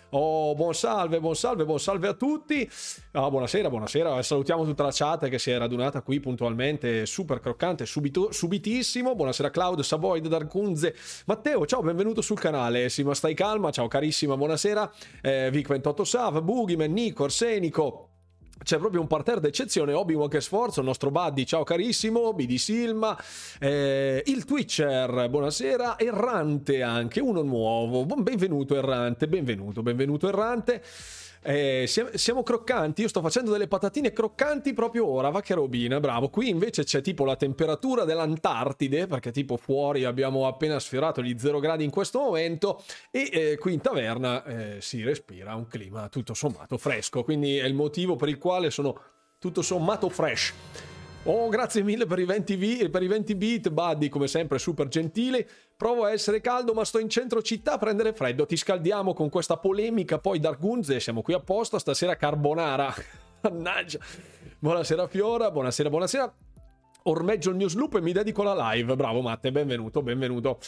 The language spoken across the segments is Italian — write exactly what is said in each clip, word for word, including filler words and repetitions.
Oh, buon salve, buon salve, buon salve a tutti. Oh, buonasera, buonasera. Salutiamo tutta la chat che si è radunata qui puntualmente, super croccante, subito, subitissimo. Buonasera Claudio, Saboid, Darkunze, Matteo, ciao, benvenuto sul canale. Sì, ma stai calma, ciao carissima, buonasera. Eh, Vic ventotto Sav, Boogeyman, Nico, Arsenico. C'è proprio un parterre d'eccezione. Obi-Wan che sforzo, il nostro buddy, ciao carissimo, B D Silma, eh, il Twitcher, buonasera, Errante anche, uno nuovo, benvenuto Errante, benvenuto, benvenuto Errante. Eh, siamo, siamo croccanti, io sto facendo delle patatine croccanti proprio ora, va che robina, bravo. Qui invece c'è tipo la temperatura dell'Antartide, perché tipo fuori abbiamo appena sfiorato gli zero gradi in questo momento, e eh, qui in taverna eh, si respira un clima tutto sommato fresco, quindi è il motivo per il quale sono tutto sommato fresh. Oh, grazie mille per i venti, vi- per i venti bit, buddy, come sempre super gentile. Provo a essere caldo, ma sto in centro città a prendere freddo. Ti scaldiamo con questa polemica, poi Dargunze, siamo qui apposta, stasera carbonara. Mannaggia. Buonasera Fiora, buonasera, buonasera. Ormeggio il newsloop e mi dedico alla live. Bravo Matte, benvenuto, benvenuto.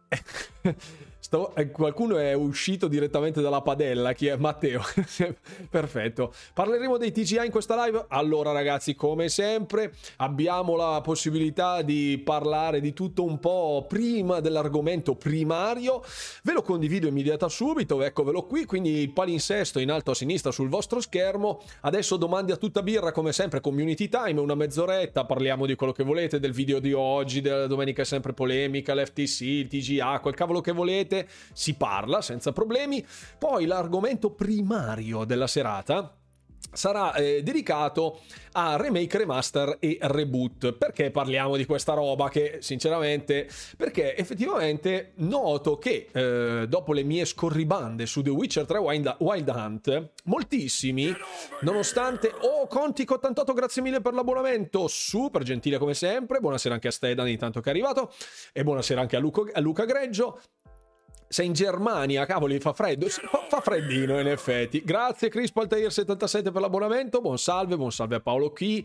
Sto, eh, qualcuno è uscito direttamente dalla padella. Chi è? Matteo. Perfetto. Parleremo dei T G A in questa live. Allora ragazzi, come sempre abbiamo la possibilità di parlare di tutto un po' prima dell'argomento primario. Ve lo condivido immediata subito, eccovelo qui, quindi il palinsesto in alto a sinistra sul vostro schermo. Adesso domande a tutta birra, come sempre community time, una mezz'oretta, parliamo di quello che volete, del video di oggi, della domenica è sempre polemica, l'F T C, il T G A, quel cavolo che volete, si parla senza problemi. Poi l'argomento primario della serata sarà eh, dedicato a remake, remaster e reboot. Perché parliamo di questa roba? Che sinceramente, perché effettivamente noto che eh, dopo le mie scorribande su The Witcher tre Wild, Wild Hunt, moltissimi, nonostante... Oh, Contico ottantotto, grazie mille per l'abbonamento, super gentile come sempre. Buonasera anche a Stedan, intanto che è arrivato, e buonasera anche a Luca, a Luca Greggio. Sei in Germania, cavoli, fa freddo, fa, fa freddino in effetti. Grazie Crispo Altair settantasette per l'abbonamento, buon salve, buon salve a Paolo Chi.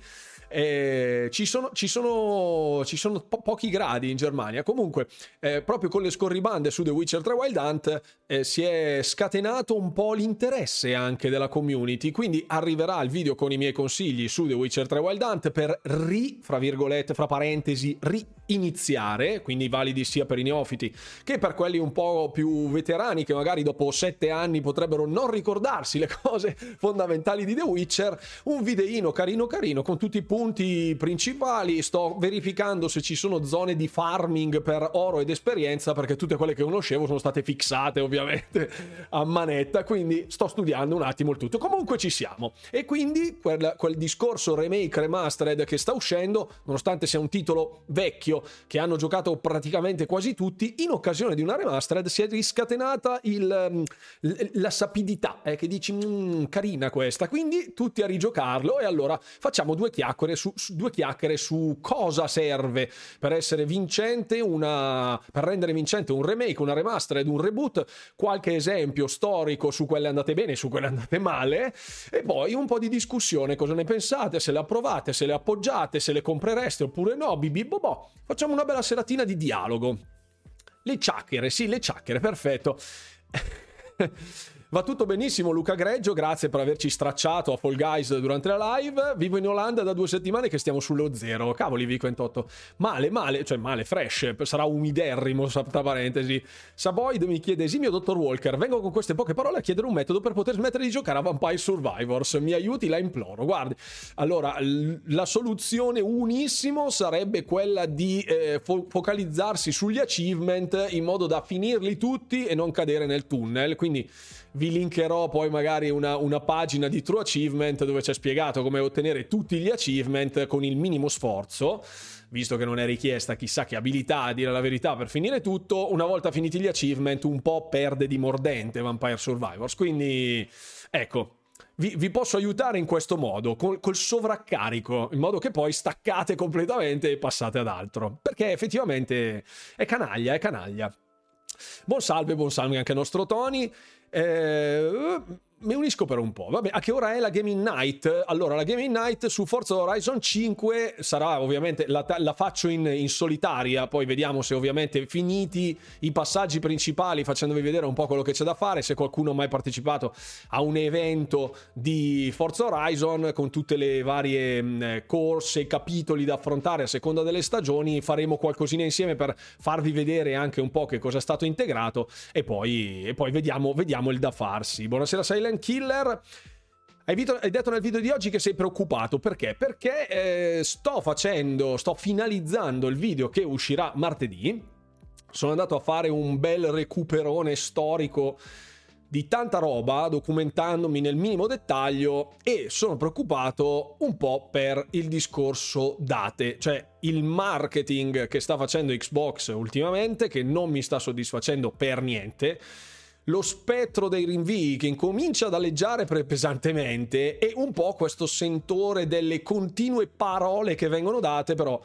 Eh, ci sono, ci sono, ci sono po- pochi gradi in Germania. Comunque, eh, proprio con le scorribande su The Witcher tre Wild Hunt eh, si è scatenato un po' l'interesse anche della community, quindi arriverà il video con i miei consigli su The Witcher tre Wild Hunt per ri, fra virgolette, fra parentesi, riiniziare, quindi validi sia per i neofiti che per quelli un po' più veterani che magari dopo sette anni potrebbero non ricordarsi le cose fondamentali di The Witcher. Un videino carino carino con tutti i punti principali. Sto verificando se ci sono zone di farming per oro ed esperienza, perché tutte quelle che conoscevo sono state fissate ovviamente a manetta, quindi sto studiando un attimo il tutto. Comunque ci siamo, e quindi quel, quel discorso remake remastered che sta uscendo, nonostante sia un titolo vecchio che hanno giocato praticamente quasi tutti, in occasione di una remastered si è riscatenata il, la sapidità, eh, che dici mmm, carina questa, quindi tutti a rigiocarlo. E allora facciamo due chiacchiere su, su due chiacchiere su cosa serve per essere vincente una per rendere vincente un remake, una remastered, un reboot, qualche esempio storico su quelle andate bene, su quelle andate male, e poi un po' di discussione, cosa ne pensate, se le approvate, se le appoggiate, se le comprereste oppure no, bibì bobò. Facciamo una bella seratina di dialogo. Le chiacchiere, sì, le chiacchiere, perfetto. Va tutto benissimo Luca Greggio, grazie per averci stracciato a Fall Guys durante la live. Vivo in Olanda da due settimane che stiamo sullo zero. Cavoli, Vic ventotto. Male, male, cioè male, fresh, sarà umiderrimo, tra parentesi. Saboid mi chiede: esimio dottor Walker, vengo con queste poche parole a chiedere un metodo per poter smettere di giocare a Vampire Survivors. Mi aiuti, la imploro. Guardi, allora, l- la soluzione unissimo sarebbe quella di eh, fo- focalizzarsi sugli achievement in modo da finirli tutti e non cadere nel tunnel. Quindi vi linkerò poi magari una, una pagina di True Achievement dove c'è spiegato come ottenere tutti gli achievement con il minimo sforzo, visto che non è richiesta chissà che abilità, a dire la verità, per finire tutto. Una volta finiti gli achievement un po' perde di mordente Vampire Survivors, quindi ecco, vi, vi posso aiutare in questo modo, col, col sovraccarico, in modo che poi staccate completamente e passate ad altro, perché effettivamente è canaglia, è canaglia. Buon salve, buon salve anche al nostro Tony. Eh, mi unisco per un po'. Vabbè, a che ora è la Gaming Night? Allora, la Gaming Night su Forza Horizon cinque sarà ovviamente, la, la faccio in, in solitaria, poi vediamo se ovviamente finiti i passaggi principali, facendovi vedere un po' quello che c'è da fare, se qualcuno ha mai partecipato a un evento di Forza Horizon con tutte le varie mh, corse, capitoli da affrontare a seconda delle stagioni, faremo qualcosina insieme per farvi vedere anche un po' che cosa è stato integrato e poi, e poi vediamo, vediamo il da farsi. Buonasera Silent Killer. Hai, vito, hai detto nel video di oggi che sei preoccupato, perché? Perché eh, sto facendo, sto finalizzando il video che uscirà martedì. Sono andato a fare un bel recuperone storico di tanta roba, documentandomi nel minimo dettaglio, e sono preoccupato un po' per il discorso date, cioè il marketing che sta facendo Xbox ultimamente, che non mi sta soddisfacendo per niente. Lo spettro dei rinvii che incomincia ad alleggiare pesantemente e un po' questo sentore delle continue parole che vengono date, però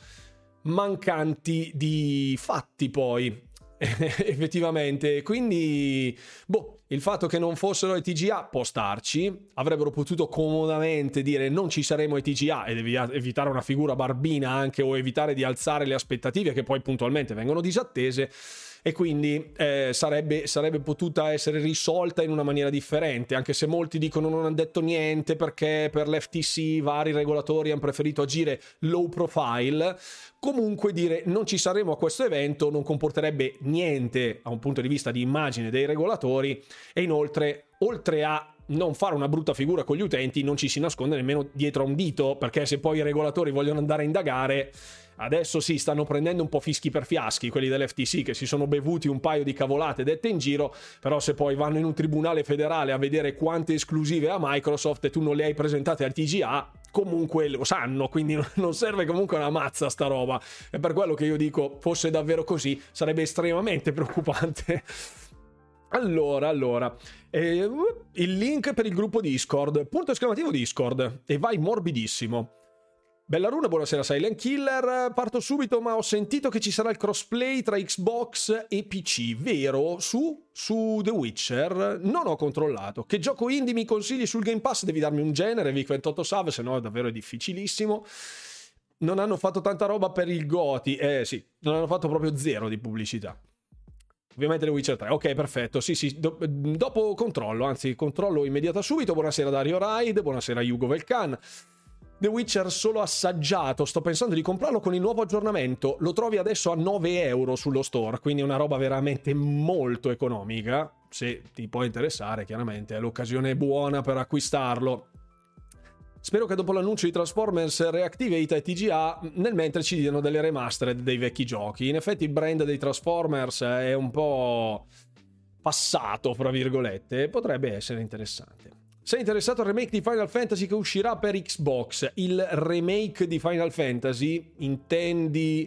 mancanti di fatti poi, effettivamente. Quindi, boh, il fatto che non fossero ai T G A può starci, avrebbero potuto comodamente dire non ci saremo ai T G A ed evitare una figura barbina anche, o evitare di alzare le aspettative che poi puntualmente vengono disattese. E quindi eh, sarebbe, sarebbe potuta essere risolta in una maniera differente, anche se molti dicono non hanno detto niente perché per l'F T C vari regolatori hanno preferito agire low profile. Comunque dire non ci saremo a questo evento non comporterebbe niente a un punto di vista di immagine dei regolatori, e inoltre, oltre a non fare una brutta figura con gli utenti, non ci si nasconde nemmeno dietro a un dito, perché se poi i regolatori vogliono andare a indagare, adesso sì, stanno prendendo un po' fischi per fiaschi quelli dell'F T C, che si sono bevuti un paio di cavolate dette in giro, però se poi vanno in un tribunale federale a vedere quante esclusive ha Microsoft e tu non le hai presentate al T G A, comunque lo sanno, quindi non serve comunque una mazza sta roba. È per quello che io dico, fosse davvero così sarebbe estremamente preoccupante. Allora, allora, eh, il link per il gruppo Discord, punto esclamativo Discord, e vai morbidissimo. Bellaruna, buonasera Silent Killer, parto subito, ma ho sentito che ci sarà il crossplay tra Xbox e P C, vero? Su, su The Witcher? Non ho controllato. Che gioco indie mi consigli sul Game Pass? Devi darmi un genere, Vic ventotto Sav, se no è davvero difficilissimo. Non hanno fatto tanta roba per il Goti, eh sì, non hanno fatto proprio zero di pubblicità. Ovviamente The Witcher tre, ok, perfetto, sì sì, do- dopo controllo, anzi controllo immediata subito. Buonasera Dario Raid, buonasera Hugo Velcan. The Witcher solo assaggiato, sto pensando di comprarlo con il nuovo aggiornamento, lo trovi adesso a nove euro sullo store, quindi una roba veramente molto economica, se ti può interessare chiaramente è l'occasione buona per acquistarlo. Spero che dopo l'annuncio di Transformers Reactivate ai T G A, nel mentre ci diano delle remastered dei vecchi giochi. In effetti il brand dei Transformers è un po' passato, fra virgolette, potrebbe essere interessante. Sei interessato al remake di Final Fantasy che uscirà per Xbox? Il remake di Final Fantasy, intendi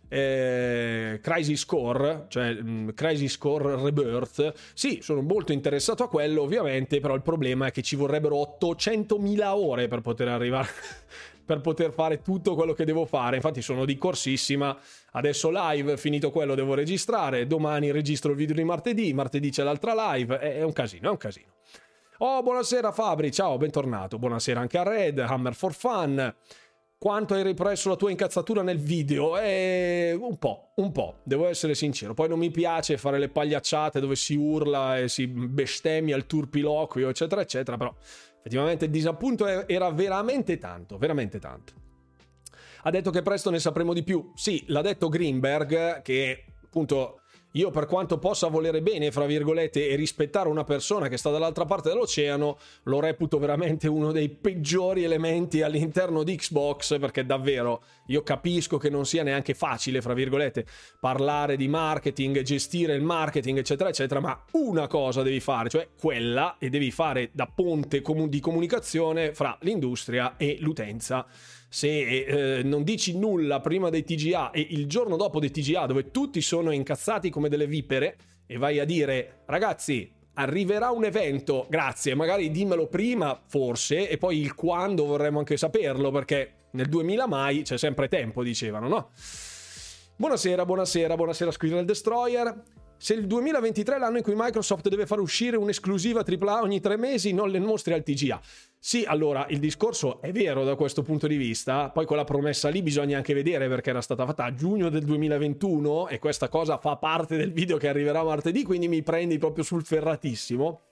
eh, Crisis Core, cioè mh, Crisis Core Rebirth? Sì, sono molto interessato a quello ovviamente, però il problema è che ci vorrebbero ottocentomila ore per poter arrivare per poter fare tutto quello che devo fare. Infatti sono di corsissima, adesso live, finito quello devo registrare, domani registro il video di martedì, martedì c'è l'altra live, è un casino, è un casino. Oh, buonasera Fabri, ciao, bentornato. Buonasera anche a Red, Hammer for Fun. Quanto hai ripreso la tua incazzatura nel video? Eh, un po', un po', devo essere sincero. Poi non mi piace fare le pagliacciate dove si urla e si bestemmia il turpiloquio, eccetera, eccetera, però effettivamente il disappunto era veramente tanto, veramente tanto. Ha detto che presto ne sapremo di più. Sì, l'ha detto Greenberg, che appunto io, per quanto possa volere bene, fra virgolette, e rispettare una persona che sta dall'altra parte dell'oceano, lo reputo veramente uno dei peggiori elementi all'interno di Xbox, perché davvero io capisco che non sia neanche facile, fra virgolette, parlare di marketing, gestire il marketing, eccetera, eccetera, ma una cosa devi fare, cioè quella, e devi fare da ponte di comunicazione fra l'industria e l'utenza. Se eh, non dici nulla prima dei T G A e il giorno dopo dei T G A, dove tutti sono incazzati come delle vipere, e vai a dire ragazzi arriverà un evento, grazie, magari dimmelo prima forse, e poi il quando vorremmo anche saperlo, perché nel duemila mai c'è sempre tempo, dicevano, no? Buonasera, buonasera, buonasera Squirrel Destroyer. Se il duemilaventitré è l'anno in cui Microsoft deve far uscire un'esclusiva tripla A ogni tre mesi, non le mostri al T G A. Sì, allora, il discorso è vero da questo punto di vista, poi quella promessa lì bisogna anche vedere perché era stata fatta a giugno del duemilaventuno e questa cosa fa parte del video che arriverà martedì, quindi mi prendi proprio sul ferratissimo.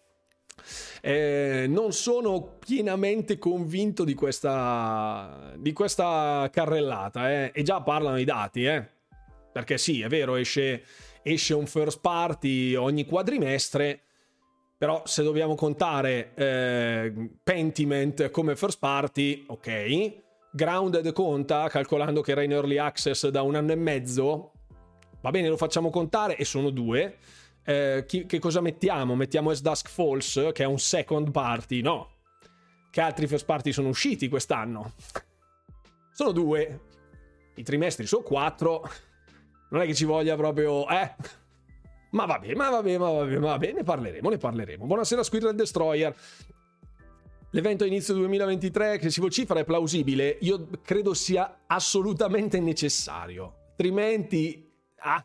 Eh, non sono pienamente convinto di questa, di questa carrellata, eh. E già parlano i dati, eh. Perché sì, è vero, esce... esce un first party ogni quadrimestre, però se dobbiamo contare eh, Pentiment come first party, ok, Grounded conta, calcolando che era in early access da un anno e mezzo, va bene, lo facciamo contare e sono due. Eh, chi, che cosa mettiamo? Mettiamo As Dusk Falls, che è un second party, no? Che altri first party sono usciti quest'anno? Sono due, i trimestri sono quattro. Non è che ci voglia proprio, eh? Ma va bene, ma va bene, ma va bene, ma va bene, ne parleremo, ne parleremo. Buonasera Squirrel Destroyer. L'evento a inizio duemilaventitré che si vocifera è plausibile. Io credo sia assolutamente necessario. Altrimenti, ah.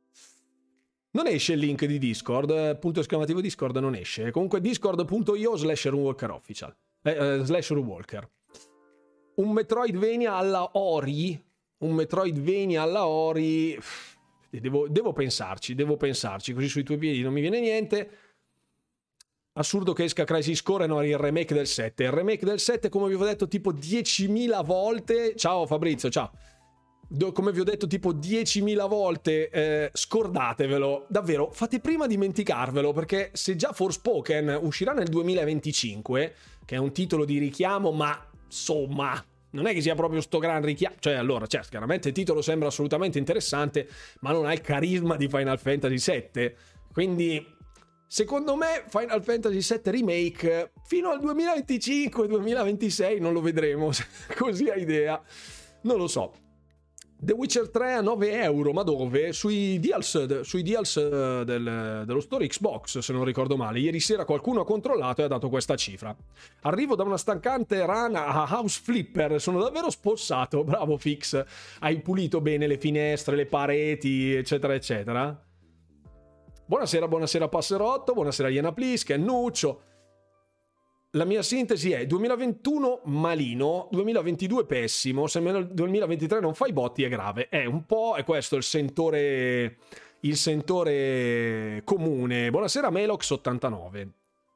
Non esce il link di Discord, punto esclamativo Discord non esce. Comunque discord.io slash runewalker official. Eh, eh, slash runewalker. Un Metroidvania alla Ori... un Metroidvania alla Ori, devo, devo pensarci, devo pensarci, così sui tuoi piedi non mi viene niente. Assurdo che esca Crisis Core e non il remake del sette. Il remake del sette, come vi ho detto tipo diecimila volte, ciao Fabrizio, ciao, come vi ho detto tipo diecimila volte, eh, scordatevelo, davvero, fate prima a dimenticarvelo, perché se già Forspoken uscirà nel duemilaventicinque, che è un titolo di richiamo, ma insomma... non è che sia proprio sto gran richiamo, cioè allora, certo, chiaramente il titolo sembra assolutamente interessante, ma non ha il carisma di Final Fantasy sette, quindi secondo me Final Fantasy sette Remake fino al duemilaventicinque duemilaventisei non lo vedremo, così a idea, non lo so. The Witcher tre a nove euro, ma dove? Sui deals, sui deals del, dello store Xbox, se non ricordo male. Ieri sera qualcuno ha controllato e ha dato questa cifra. Arrivo da una stancante rana a House Flipper, sono davvero spossato, bravo Fix. Hai pulito bene le finestre, le pareti, eccetera, eccetera. Buonasera, buonasera Passerotto, buonasera Iena Plis, che è Nuccio. La mia sintesi è duemilaventuno malino, duemilaventidue pessimo, se nel duemilaventitré non fai botti è grave. È un po', è questo il sentore, il sentore comune. Buonasera Melox ottantanove.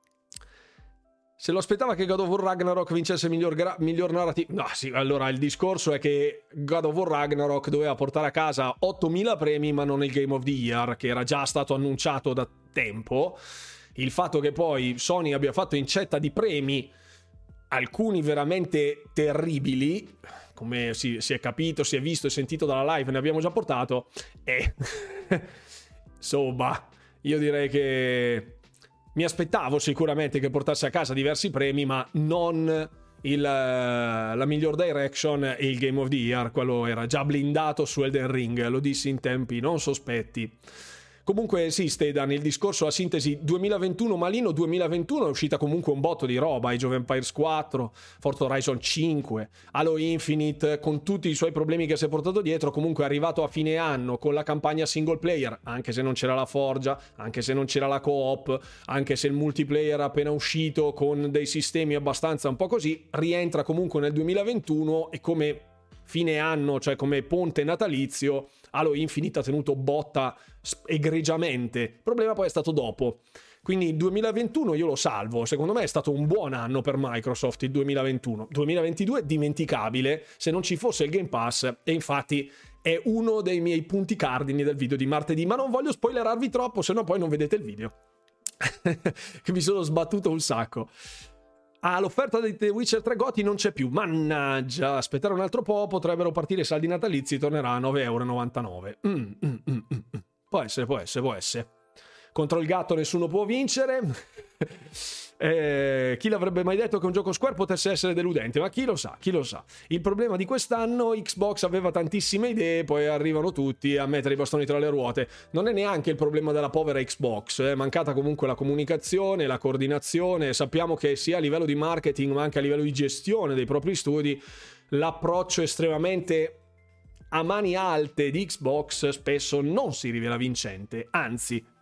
Se lo aspettava che God of War Ragnarok vincesse miglior, gra- miglior narrativa... No, sì, allora il discorso è che God of War Ragnarok doveva portare a casa ottomila premi, ma non il Game of the Year, che era già stato annunciato da tempo. Il fatto che poi Sony abbia fatto incetta di premi, alcuni veramente terribili, come si, si è capito, si è visto e sentito dalla live, ne abbiamo già portato, e insomma, io direi che mi aspettavo sicuramente che portasse a casa diversi premi, ma non il, la miglior direction e il Game of the Year, quello era già blindato su Elden Ring, lo dissi in tempi non sospetti. Comunque sì, Stedan, il discorso a sintesi duemilaventuno malino, duemilaventuno è uscita comunque un botto di roba, Age of Empires quattro, Forza Horizon cinque, Halo Infinite, con tutti i suoi problemi che si è portato dietro, comunque è arrivato a fine anno con la campagna single player, anche se non c'era la forgia, anche se non c'era la co-op, anche se il multiplayer appena uscito con dei sistemi abbastanza un po' così, rientra comunque nel duemilaventuno e come fine anno, cioè come ponte natalizio, Halo Infinite ha tenuto botta egregiamente. Il problema poi è stato dopo. Quindi il duemilaventuno io lo salvo. Secondo me è stato un buon anno per Microsoft il duemilaventuno. duemilaventidue dimenticabile se non ci fosse il Game Pass, e infatti è uno dei miei punti cardini del video di martedì, ma non voglio spoilerarvi troppo, se no poi non vedete il video. Che mi sono sbattuto un sacco. Ah, l'offerta di The Witcher tre G O T Y non c'è più, mannaggia, aspettare un altro po', potrebbero partire i saldi natalizi, tornerà a nove e novantanove euro. Mm, mm, mm, mm. Può essere, può essere, può essere. Contro il gatto nessuno può vincere. Eh, chi l'avrebbe mai detto che un gioco Square potesse essere deludente? Ma chi lo sa, chi lo sa. Il problema di quest'anno, Xbox aveva tantissime idee, poi arrivano tutti a mettere i bastoni tra le ruote. Non è neanche il problema della povera Xbox, è mancata comunque la comunicazione, la coordinazione. Sappiamo che sia a livello di marketing ma anche a livello di gestione dei propri studi l'approccio estremamente a mani alte di Xbox spesso non si rivela vincente, anzi,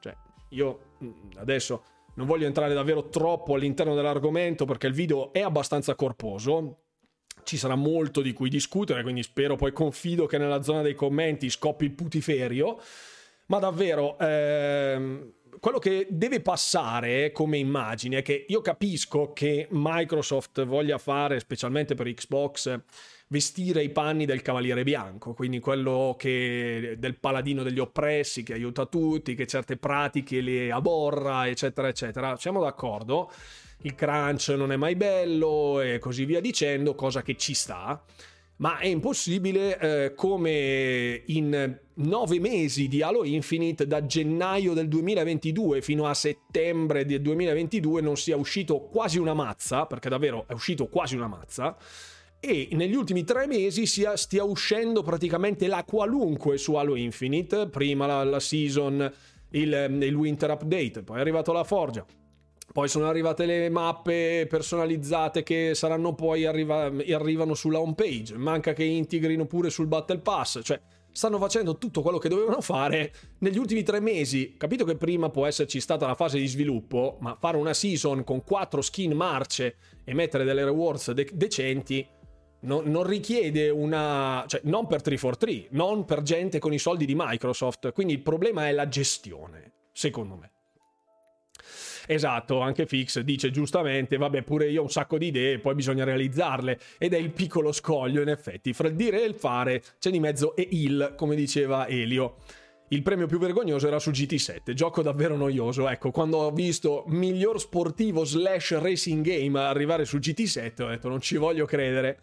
io adesso non voglio entrare davvero troppo all'interno dell'argomento perché il video è abbastanza corposo, ci sarà molto di cui discutere, quindi spero, poi confido che nella zona dei commenti scoppi il putiferio, ma davvero ehm, quello che deve passare come immagine è che io capisco che Microsoft voglia fare, specialmente per Xbox, vestire i panni del cavaliere bianco, quindi quello che del paladino degli oppressi, che aiuta tutti, che certe pratiche le aborra, eccetera eccetera. Siamo d'accordo, il crunch non è mai bello e così via dicendo, cosa che ci sta, ma è impossibile eh, come in nove mesi di Halo Infinite, da gennaio del duemilaventidue fino a settembre del duemilaventidue, non sia uscito quasi una mazza, perché davvero è uscito quasi una mazza, e negli ultimi tre mesi sia, stia uscendo praticamente la qualunque su Halo Infinite, prima la, la season, il, il winter update, poi è arrivato la forgia, poi sono arrivate le mappe personalizzate che saranno poi arriva, arrivano sulla home page, manca che integrino pure sul Battle Pass, cioè stanno facendo tutto quello che dovevano fare negli ultimi tre mesi. Capito che prima può esserci stata la fase di sviluppo, ma fare una season con quattro skin marce e mettere delle rewards de- decenti non, non richiede una... cioè non per tre quattro tre, non per gente con i soldi di Microsoft, quindi il problema è la gestione, secondo me. Esatto, anche Fix dice giustamente, vabbè, pure io ho un sacco di idee, poi bisogna realizzarle, ed è il piccolo scoglio, in effetti, fra il dire e il fare c'è di mezzo e il, come diceva Elio. Il premio più vergognoso era su G T sette, gioco davvero noioso. Ecco, quando ho visto miglior sportivo slash racing game arrivare su G T sette, ho detto non ci voglio credere.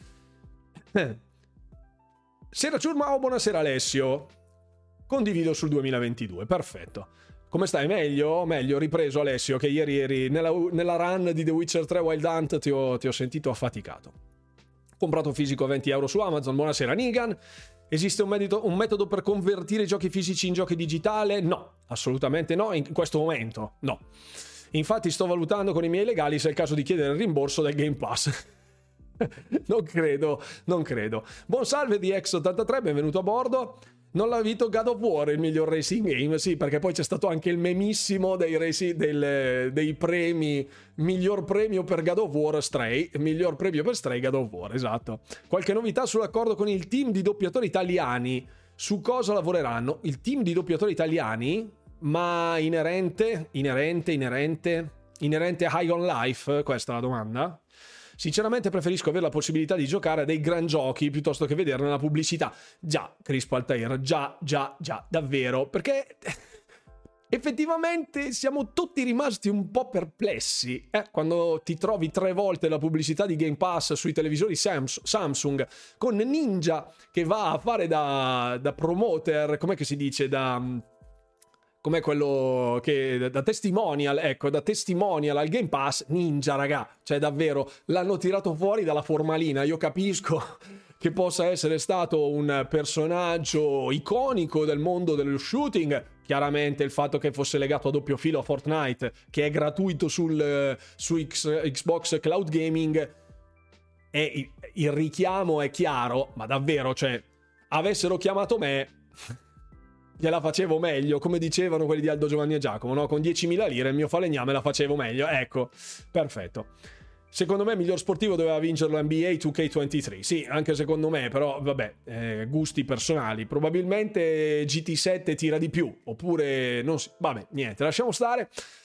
Sera Ciurmao, buonasera Alessio. Condivido sul duemilaventidue, perfetto. Come stai? Meglio? Meglio, ripreso Alessio, che ieri eri nella, nella run di The Witcher tre Wild Hunt, ti ho, ti ho sentito affaticato. Comprato fisico a venti euro su Amazon, buonasera Nigan. Esiste un, medito, un metodo per convertire i giochi fisici in giochi digitali? No, assolutamente no, in questo momento no. Infatti sto valutando con i miei legali se è il caso di chiedere il rimborso del Game Pass. Non credo, non credo. Buon salve di X ottantatré, benvenuto a bordo. Non l'ha vinto God of War, il miglior racing game? Sì, perché poi c'è stato anche il memissimo dei, raci, del, dei premi, miglior premio per God of War Stray, miglior premio per Stray God of War, esatto. Qualche novità sull'accordo con il team di doppiatori italiani? Su cosa lavoreranno? Il team di doppiatori italiani? Ma inerente, inerente, inerente, inerente a High on Life? Questa è la domanda. Sinceramente preferisco avere la possibilità di giocare a dei gran giochi piuttosto che vederne la pubblicità. Già, Crispo Altair, già, già, già, davvero, perché effettivamente siamo tutti rimasti un po' perplessi eh? quando ti trovi tre volte la pubblicità di Game Pass sui televisori Samsung con Ninja che va a fare da, da promoter, com'è che si dice, da... com'è quello che da testimonial, ecco, da testimonial al Game Pass. Ninja, raga, cioè davvero l'hanno tirato fuori dalla formalina. Io capisco che possa essere stato un personaggio iconico del mondo dello shooting, chiaramente il fatto che fosse legato a doppio filo a Fortnite, che è gratuito sul su X, Xbox Cloud Gaming, e il richiamo è chiaro, ma davvero, cioè avessero chiamato me gliela facevo meglio, come dicevano quelli di Aldo, Giovanni e Giacomo, no? Con diecimila lire il mio falegname la facevo meglio, ecco, perfetto. Secondo me il miglior sportivo doveva vincerlo N B A due K ventitré, sì, anche secondo me, però vabbè, eh, gusti personali, probabilmente G T sette tira di più, oppure non si... vabbè, niente, lasciamo stare.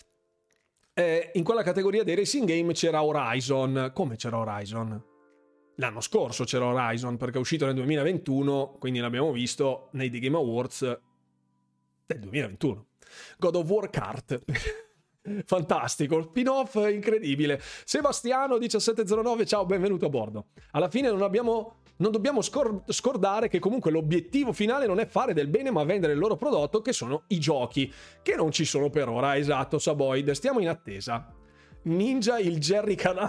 Eh, in quella categoria dei racing game c'era Horizon. Come c'era Horizon? L'anno scorso c'era Horizon, perché è uscito nel duemilaventuno, quindi l'abbiamo visto nei The Game Awards del duemilaventuno. God of War Kart. Fantastico, spin-off incredibile. Sebastiano diciassettecentonove, ciao, benvenuto a bordo. Alla fine non abbiamo non dobbiamo scor- scordare che comunque l'obiettivo finale non è fare del bene ma vendere il loro prodotto, che sono i giochi, che non ci sono per ora. Esatto, Saboid, stiamo in attesa. Ninja, il Jerry Canale.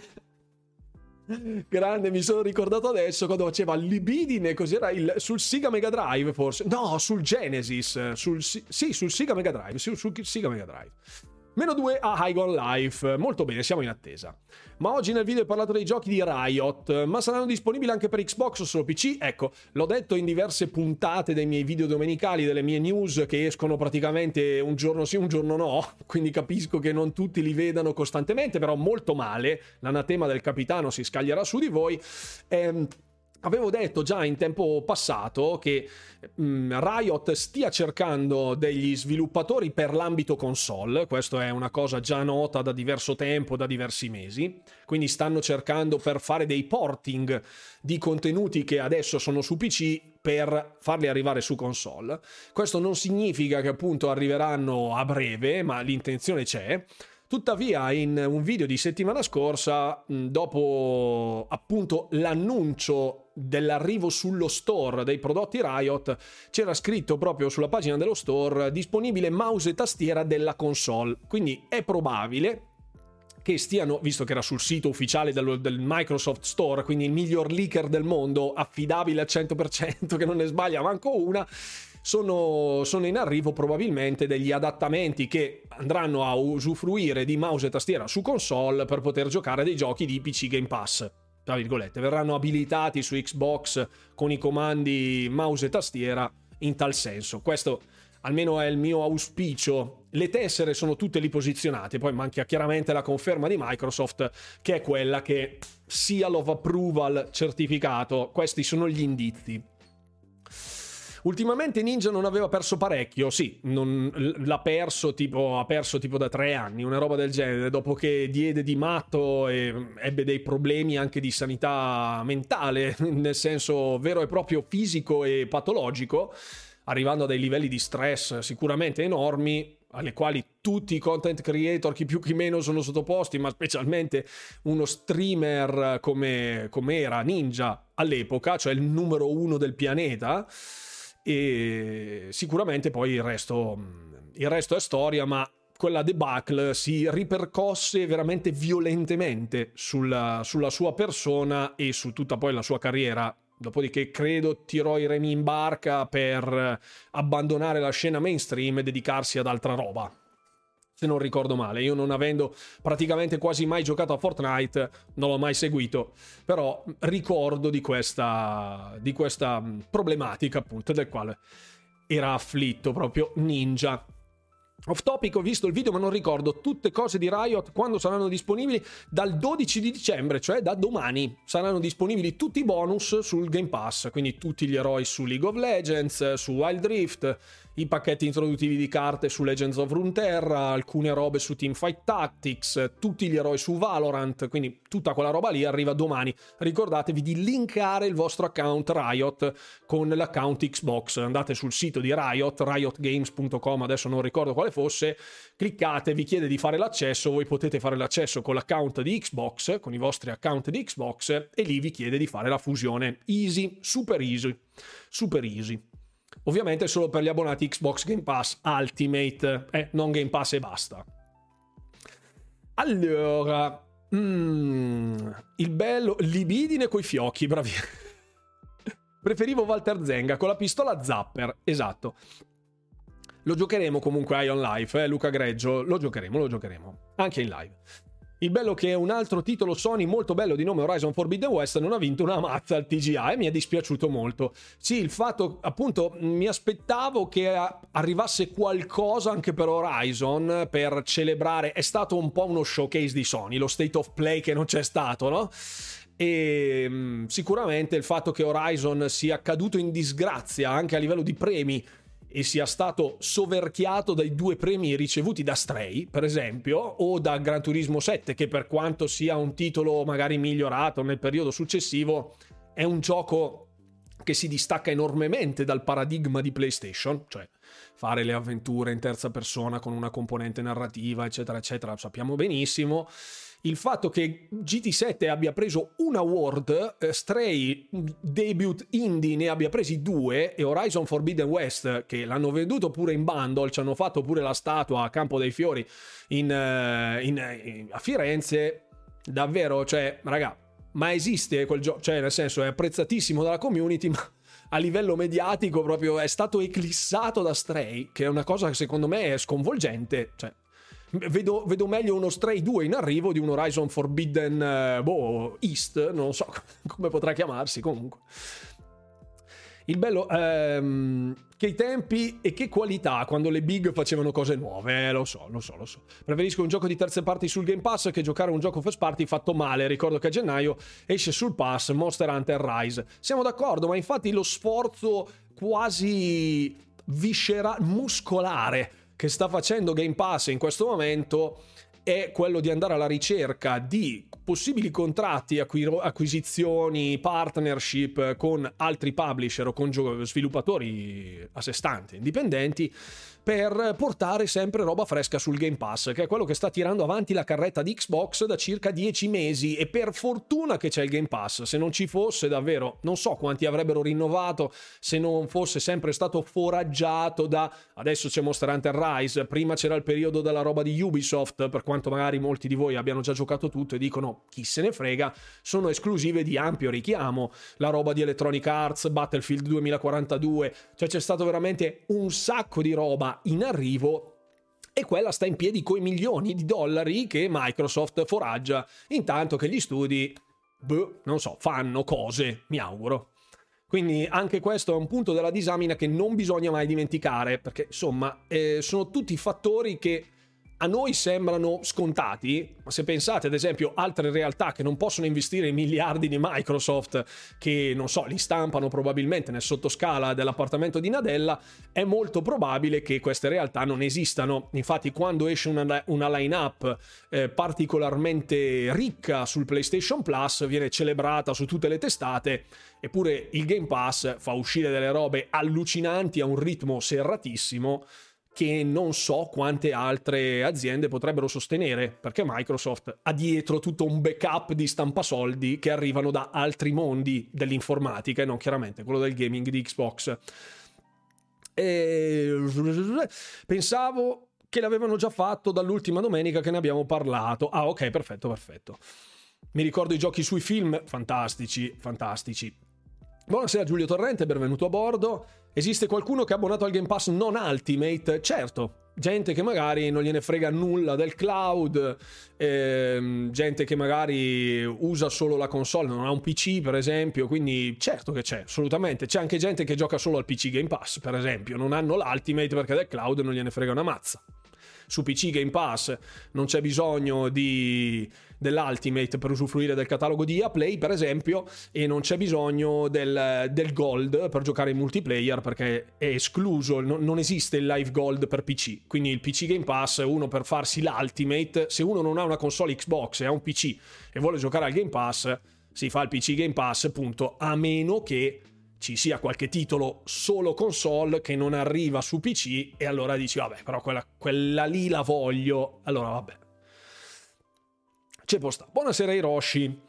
Grande, mi sono ricordato adesso quando faceva Libidine, cos'era il, sul Sega Mega Drive forse? No, sul Genesis, sul, sì, sul Sega Mega Drive, sì, sul Sega Mega Drive. Meno due a High on Life. Molto bene, siamo in attesa. Ma oggi nel video ho parlato dei giochi di Riot, ma saranno disponibili anche per Xbox o solo P C? Ecco, l'ho detto in diverse puntate dei miei video domenicali, delle mie news che escono praticamente un giorno sì, un giorno no, quindi capisco che non tutti li vedano costantemente, però molto male, l'anatema del capitano si scaglierà su di voi. Ehm... Avevo detto già in tempo passato che mh, Riot stia cercando degli sviluppatori per l'ambito console, questo è una cosa già nota da diverso tempo, da diversi mesi, quindi stanno cercando per fare dei porting di contenuti che adesso sono su P C per farli arrivare su console. Questo non significa che appunto arriveranno a breve, ma l'intenzione c'è. Tuttavia, in un video di settimana scorsa, dopo appunto l'annuncio dell'arrivo sullo store dei prodotti Riot, c'era scritto proprio sulla pagina dello store disponibile mouse e tastiera della console. Quindi è probabile che stiano, visto che era sul sito ufficiale del, del Microsoft Store, quindi il miglior leaker del mondo, affidabile al cento per cento, che non ne sbaglia manco una, Sono, sono in arrivo probabilmente degli adattamenti che andranno a usufruire di mouse e tastiera su console per poter giocare dei giochi di P C Game Pass, tra virgolette. Verranno abilitati su Xbox con i comandi mouse e tastiera in tal senso. Questo almeno è il mio auspicio. Le tessere sono tutte lì posizionate, poi manca chiaramente la conferma di Microsoft, che è quella che Seal of Approval certificato. Questi sono gli indizi. Ultimamente Ninja non aveva perso parecchio, sì, non, l'ha perso tipo, ha perso tipo da tre anni, una roba del genere, dopo che diede di matto e ebbe dei problemi anche di sanità mentale, nel senso vero e proprio fisico e patologico, arrivando a dei livelli di stress sicuramente enormi, alle quali tutti i content creator, chi più chi meno, sono sottoposti, ma specialmente uno streamer come, come era Ninja all'epoca, cioè il numero uno del pianeta. E sicuramente poi il resto il resto è storia, ma quella debacle si ripercosse veramente violentemente sulla, sulla sua persona e su tutta poi la sua carriera. Dopodiché credo tirò i remi in barca per abbandonare la scena mainstream e dedicarsi ad altra roba, se non ricordo male. Io, non avendo praticamente quasi mai giocato a Fortnite, non l'ho mai seguito, però ricordo di questa di questa problematica, appunto, del quale era afflitto proprio Ninja. Off topic, ho visto il video ma non ricordo tutte cose di Riot quando saranno disponibili. Dal dodici di dicembre, cioè da domani, saranno disponibili tutti i bonus sul Game Pass, quindi tutti gli eroi su League of Legends, su Wild Rift, i pacchetti introduttivi di carte su Legends of Runeterra, alcune robe su Teamfight Tactics, tutti gli eroi su Valorant, quindi tutta quella roba lì arriva domani. Ricordatevi di linkare il vostro account Riot con l'account Xbox, andate sul sito di Riot, riot games punto com, adesso non ricordo quale fosse, cliccate, vi chiede di fare l'accesso, voi potete fare l'accesso con l'account di Xbox, con i vostri account di Xbox, e lì vi chiede di fare la fusione. Easy, super easy, super easy. Ovviamente solo per gli abbonati Xbox Game Pass Ultimate, eh, non Game Pass e basta. Allora, mm, il bello, libidine coi fiocchi, bravi. Preferivo Walter Zenga con la pistola Zapper, esatto. Lo giocheremo comunque Ion Life, eh, Luca Greggio, lo giocheremo, lo giocheremo, anche in live. Il bello che un altro titolo Sony molto bello di nome Horizon Forbidden West non ha vinto una mazza al T G A e mi è dispiaciuto molto. Sì, il fatto, appunto, mi aspettavo che arrivasse qualcosa anche per Horizon per celebrare, è stato un po' uno showcase di Sony, lo State of Play che non c'è stato, no? E mh, sicuramente il fatto che Horizon sia caduto in disgrazia anche a livello di premi e sia stato soverchiato dai due premi ricevuti da Stray, per esempio, o da Gran Turismo sette, che per quanto sia un titolo magari migliorato nel periodo successivo, è un gioco che si distacca enormemente dal paradigma di PlayStation, cioè fare le avventure in terza persona con una componente narrativa, eccetera, eccetera, lo sappiamo benissimo. Il fatto che G T sette abbia preso un award, eh, Stray debut indie ne abbia presi due, e Horizon Forbidden West, che l'hanno venduto pure in bundle, ci hanno fatto pure la statua a Campo dei Fiori in, uh, in, in, a Firenze, davvero, cioè, raga, ma esiste quel gioco? Cioè, nel senso, è apprezzatissimo dalla community, ma a livello mediatico proprio è stato eclissato da Stray, che è una cosa che secondo me è sconvolgente, cioè vedo, vedo meglio uno Stray due in arrivo di un Horizon Forbidden eh, boh, East, non so come potrà chiamarsi comunque. Il bello ehm, che i tempi e che qualità quando le big facevano cose nuove, eh, lo so, lo so, lo so. Preferisco un gioco di terze parti sul Game Pass che giocare un gioco first party fatto male. Ricordo che a gennaio esce sul Pass Monster Hunter Rise. Siamo d'accordo, ma infatti lo sforzo quasi viscerale, muscolare che sta facendo Game Pass in questo momento è quello di andare alla ricerca di possibili contratti, acquisizioni, partnership con altri publisher o con sviluppatori a sé stanti, indipendenti, per portare sempre roba fresca sul Game Pass, che è quello che sta tirando avanti la carretta di Xbox da circa dieci mesi, e per fortuna che c'è il Game Pass. Se non ci fosse, davvero non so quanti avrebbero rinnovato, se non fosse sempre stato foraggiato da adesso c'è Monster Hunter Rise, prima c'era il periodo della roba di Ubisoft, per quanto magari molti di voi abbiano già giocato tutto e dicono chi se ne frega, sono esclusive di ampio richiamo, la roba di Electronic Arts, Battlefield duemilaquarantadue, cioè c'è stato veramente un sacco di roba in arrivo, e quella sta in piedi coi milioni di dollari che Microsoft foraggia, intanto che gli studi, boh, non so, fanno cose, mi auguro. Quindi anche questo è un punto della disamina che non bisogna mai dimenticare, perché insomma eh, sono tutti fattori che a noi sembrano scontati, ma se pensate ad esempio altre realtà che non possono investire i miliardi di Microsoft, che non so, li stampano probabilmente nel sottoscala dell'appartamento di Nadella, è molto probabile che queste realtà non esistano. Infatti quando esce una, una line-up eh, particolarmente ricca sul PlayStation Plus, viene celebrata su tutte le testate, eppure il Game Pass fa uscire delle robe allucinanti a un ritmo serratissimo che non so quante altre aziende potrebbero sostenere, perché Microsoft ha dietro tutto un backup di stampasoldi che arrivano da altri mondi dell'informatica e non chiaramente quello del gaming di Xbox. E... pensavo che l'avevano già fatto dall'ultima domenica che ne abbiamo parlato. Ah, ok, perfetto, perfetto. Mi ricordo i giochi sui film, fantastici, fantastici. Buonasera Giulio Torrente, benvenuto a bordo. Esiste qualcuno che è abbonato al Game Pass non Ultimate? Certo, gente che magari non gliene frega nulla del cloud, ehm, gente che magari usa solo la console, non ha un P C per esempio, quindi certo che c'è, assolutamente. C'è anche gente che gioca solo al P C Game Pass per esempio, non hanno l'Ultimate perché del cloud non gliene frega una mazza. Su P C Game Pass non c'è bisogno di, dell'Ultimate per usufruire del catalogo di E A Play per esempio, e non c'è bisogno del, del Gold per giocare in multiplayer perché è escluso, non, non esiste il Live Gold per P C. Quindi il P C Game Pass, uno per farsi l'Ultimate, se uno non ha una console Xbox e ha un P C e vuole giocare al Game Pass, si fa il P C Game Pass, punto, a meno che ci sia qualche titolo solo console che non arriva su P C e allora dici vabbè, però quella, quella lì la voglio, allora vabbè, c'è posta. Buonasera Hiroshi,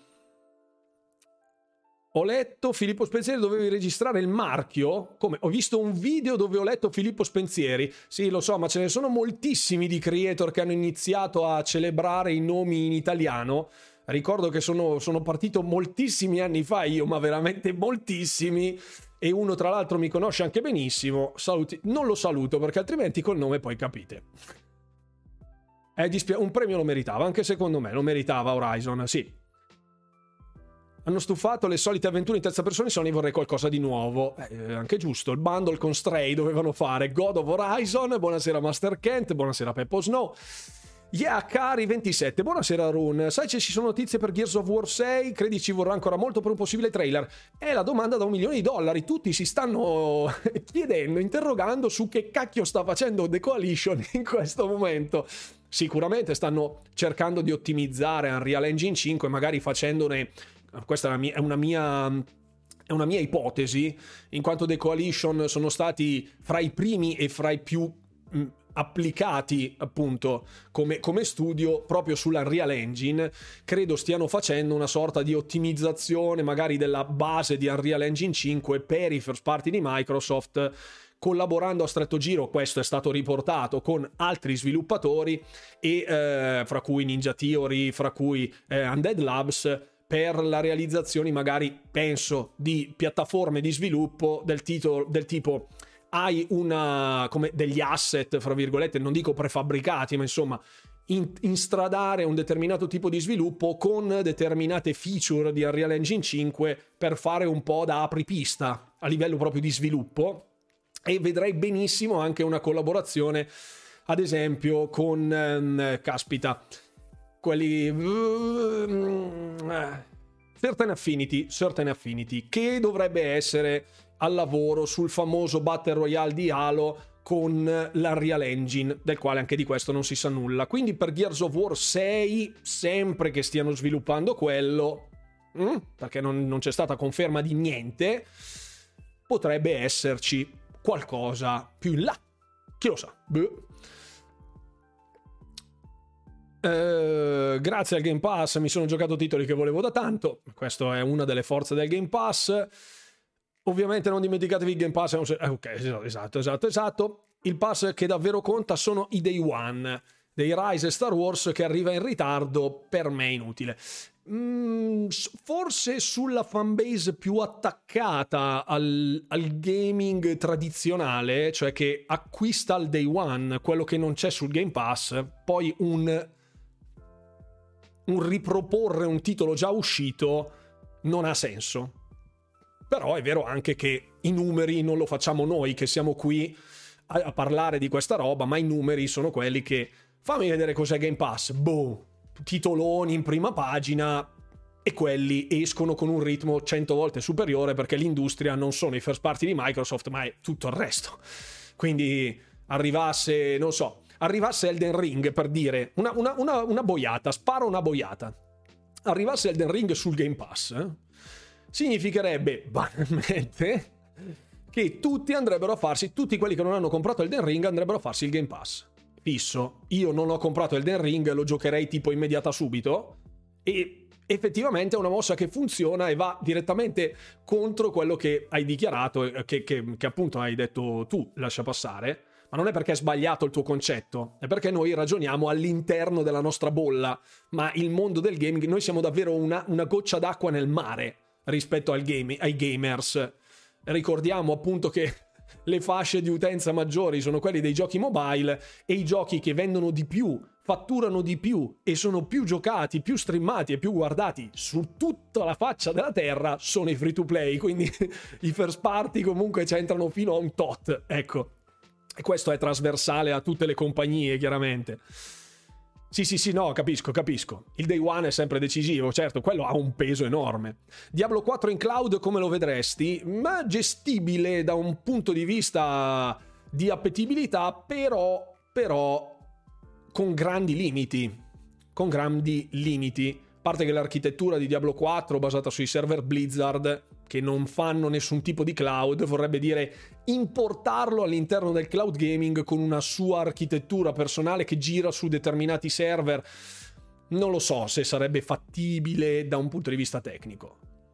ho letto Filippo Spensieri, dovevi registrare il marchio? Come? Ho visto un video dove ho letto Filippo Spensieri. Sì, lo so, ma ce ne sono moltissimi di creator che hanno iniziato a celebrare i nomi in italiano. Ricordo che sono, sono partito moltissimi anni fa io, ma veramente moltissimi, e uno tra l'altro mi conosce anche benissimo. Saluti. Non lo saluto perché altrimenti col nome poi capite. È dispia- un premio lo meritava, anche secondo me lo meritava Horizon, sì. Hanno stufato le solite avventure in terza persona, se ne vorrei qualcosa di nuovo. Eh, anche giusto, il bundle con Stray dovevano fare God of Horizon. Buonasera Master Kent, buonasera Peppo Snow. Yeah, cari ventisette, buonasera Rune. Sai se ci sono notizie per Gears of War sei? Credi ci vorrà ancora molto per un possibile trailer? È la domanda da un milione di dollari. Tutti si stanno chiedendo, interrogando su che cacchio sta facendo The Coalition in questo momento. Sicuramente stanno cercando di ottimizzare Unreal Engine cinque, magari facendone, questa è una mia, è una mia è una mia ipotesi, in quanto The Coalition sono stati fra i primi e fra i più mh, applicati appunto come, come studio proprio sull'Unreal Engine. Credo stiano facendo una sorta di ottimizzazione magari della base di Unreal Engine cinque per i first party di Microsoft, collaborando a stretto giro, questo è stato riportato, con altri sviluppatori, e eh, fra cui Ninja Theory, fra cui eh, Undead Labs, per la realizzazione magari, penso, di piattaforme di sviluppo del, titolo, del tipo hai una, come degli asset, fra virgolette, non dico prefabbricati, ma insomma in, instradare un determinato tipo di sviluppo con determinate feature di Unreal Engine cinque per fare un po' da apripista a livello proprio di sviluppo, e vedrei benissimo anche una collaborazione ad esempio con ehm, caspita quelli uh, Certain Affinity, Certain Affinity che dovrebbe essere al lavoro sul famoso Battle Royale di Halo con l'Unreal Engine, del quale anche di questo non si sa nulla. Quindi per Gears of War sei, sempre che stiano sviluppando quello, mm, perché non, non c'è stata conferma di niente, potrebbe esserci qualcosa più in là. Chi lo sa? Beh. Uh, grazie al Game Pass mi sono giocato titoli che volevo da tanto. Questa è una delle forze del Game Pass. Ovviamente non dimenticatevi il Game Pass è un... eh, ok, esatto, esatto, esatto. Il pass che davvero conta sono i Day One dei Rise e Star Wars, che arriva in ritardo, per me inutile. Mm, forse sulla fanbase più attaccata al, al gaming tradizionale, cioè che acquista al Day One quello che non c'è sul Game Pass, poi un un riproporre un titolo già uscito non ha senso. Però è vero anche che i numeri non lo facciamo noi che siamo qui a, a parlare di questa roba, ma i numeri sono quelli che fammi vedere cos'è Game Pass, boh, titoloni in prima pagina, e quelli escono con un ritmo cento volte superiore, perché l'industria non sono i first party di Microsoft ma è tutto il resto. Quindi arrivasse, non so, arrivasse Elden Ring, per dire una, una, una, una boiata, sparo una boiata, arrivasse Elden Ring sul Game Pass, eh? Significherebbe banalmente che tutti andrebbero a farsi, tutti quelli che non hanno comprato Elden Ring andrebbero a farsi il Game Pass fisso. Io non ho comprato Elden Ring, lo giocherei tipo immediata subito, e effettivamente è una mossa che funziona e va direttamente contro quello che hai dichiarato, che, che, che appunto hai detto tu, lascia passare. Ma non è perché è sbagliato il tuo concetto, è perché noi ragioniamo all'interno della nostra bolla, ma il mondo del gaming, noi siamo davvero una, una goccia d'acqua nel mare rispetto al game, ai gamers. Ricordiamo appunto che le fasce di utenza maggiori sono quelli dei giochi mobile, e i giochi che vendono di più, fatturano di più e sono più giocati, più streamati e più guardati su tutta la faccia della terra sono i free to play, quindi i first party comunque c'entrano fino a un tot, ecco. E questo è trasversale a tutte le compagnie, chiaramente. Sì, sì, sì, no, capisco, capisco. Il Day One è sempre decisivo, certo, quello ha un peso enorme. Diablo quattro in cloud come lo vedresti? Ma gestibile da un punto di vista di appetibilità, però, però con grandi limiti. Con grandi limiti. A parte che l'architettura di Diablo quattro, basata sui server Blizzard, che non fanno nessun tipo di cloud, vorrebbe dire importarlo all'interno del cloud gaming con una sua architettura personale che gira su determinati server. Non lo so se sarebbe fattibile da un punto di vista tecnico.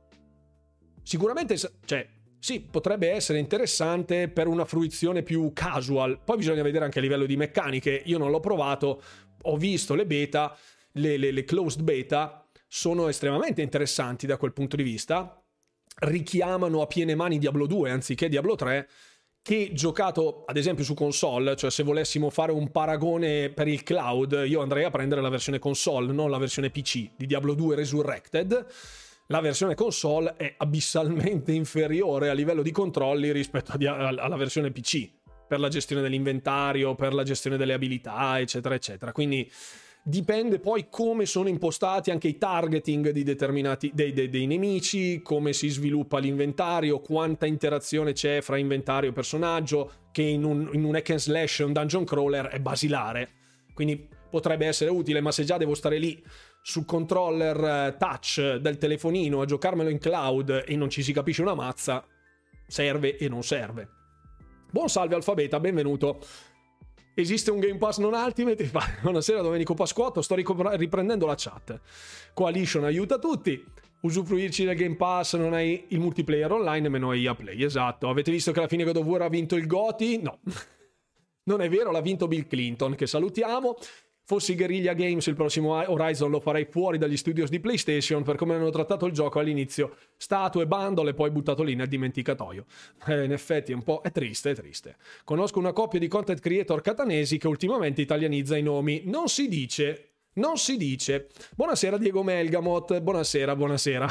Sicuramente, cioè, sì, potrebbe essere interessante per una fruizione più casual. Poi bisogna vedere anche a livello di meccaniche. Io non l'ho provato, ho visto le beta, le, le, le closed beta, sono estremamente interessanti da quel punto di vista. Richiamano a piene mani Diablo due anziché Diablo tre, che giocato ad esempio su console, cioè se volessimo fare un paragone per il cloud, io andrei a prendere la versione console, non la versione P C di Diablo due Resurrected. La versione console è abissalmente inferiore a livello di controlli rispetto a, alla versione P C, per la gestione dell'inventario, per la gestione delle abilità, eccetera eccetera. Quindi dipende poi come sono impostati anche i targeting di determinati dei, dei, dei nemici, come si sviluppa l'inventario, quanta interazione c'è fra inventario e personaggio, che in un, in un hack and slash, un dungeon crawler è basilare, quindi potrebbe essere utile. Ma se già devo stare lì sul controller touch del telefonino a giocarmelo in cloud e non ci si capisce una mazza, serve e non serve. Buon salve Alfabeta, benvenuto. Esiste un Game Pass non Ultimate? Buonasera Domenico Pasquotto, sto riprendendo la chat. Coalition aiuta tutti. Usufruirci del Game Pass, non hai il multiplayer online, meno E A Play, esatto. Avete visto che alla fine God of War ha vinto il GOTY? No. Non è vero, l'ha vinto Bill Clinton, che salutiamo. Fossi Guerrilla Games, il prossimo Horizon lo farei fuori dagli studios di PlayStation per come hanno trattato il gioco all'inizio, statue, bundle e poi buttato lì nel dimenticatoio. Eh, in effetti è un po' è triste, è triste. Conosco una coppia di content creator catanesi che ultimamente italianizza i nomi. Non si dice, non si dice. Buonasera Diego Melgamot, buonasera, buonasera.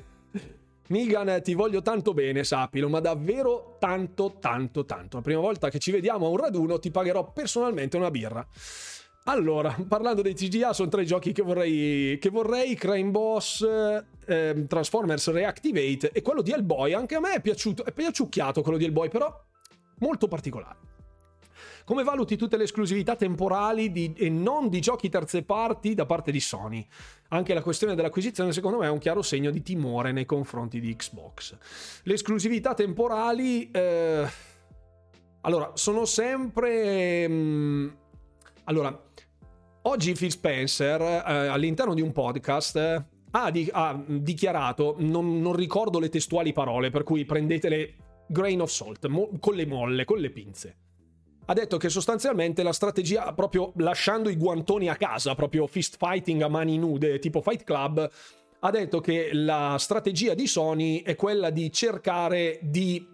Migan, ti voglio tanto bene, sappilo, ma davvero tanto, tanto, tanto. La prima volta che ci vediamo a un raduno ti pagherò personalmente una birra. Allora, parlando dei T G A, sono tre giochi che vorrei, che vorrei Crime Boss, eh, Transformers Reactivate e quello di Hellboy. Anche a me è piaciuto, è piaciucchiato quello di Hellboy, però molto particolare. Come valuti tutte le esclusività temporali di, e non di giochi terze parti da parte di Sony? Anche la questione dell'acquisizione secondo me è un chiaro segno di timore nei confronti di Xbox. Le esclusività temporali, eh, allora, sono sempre... Mh, allora, oggi Phil Spencer eh, all'interno di un podcast eh, ha, di, ha dichiarato, non, non ricordo le testuali parole, per cui prendetele grain of salt, mo, con le molle, con le pinze. Ha detto che sostanzialmente la strategia, proprio lasciando i guantoni a casa, proprio fist fighting a mani nude, tipo Fight Club, ha detto che la strategia di Sony è quella di cercare di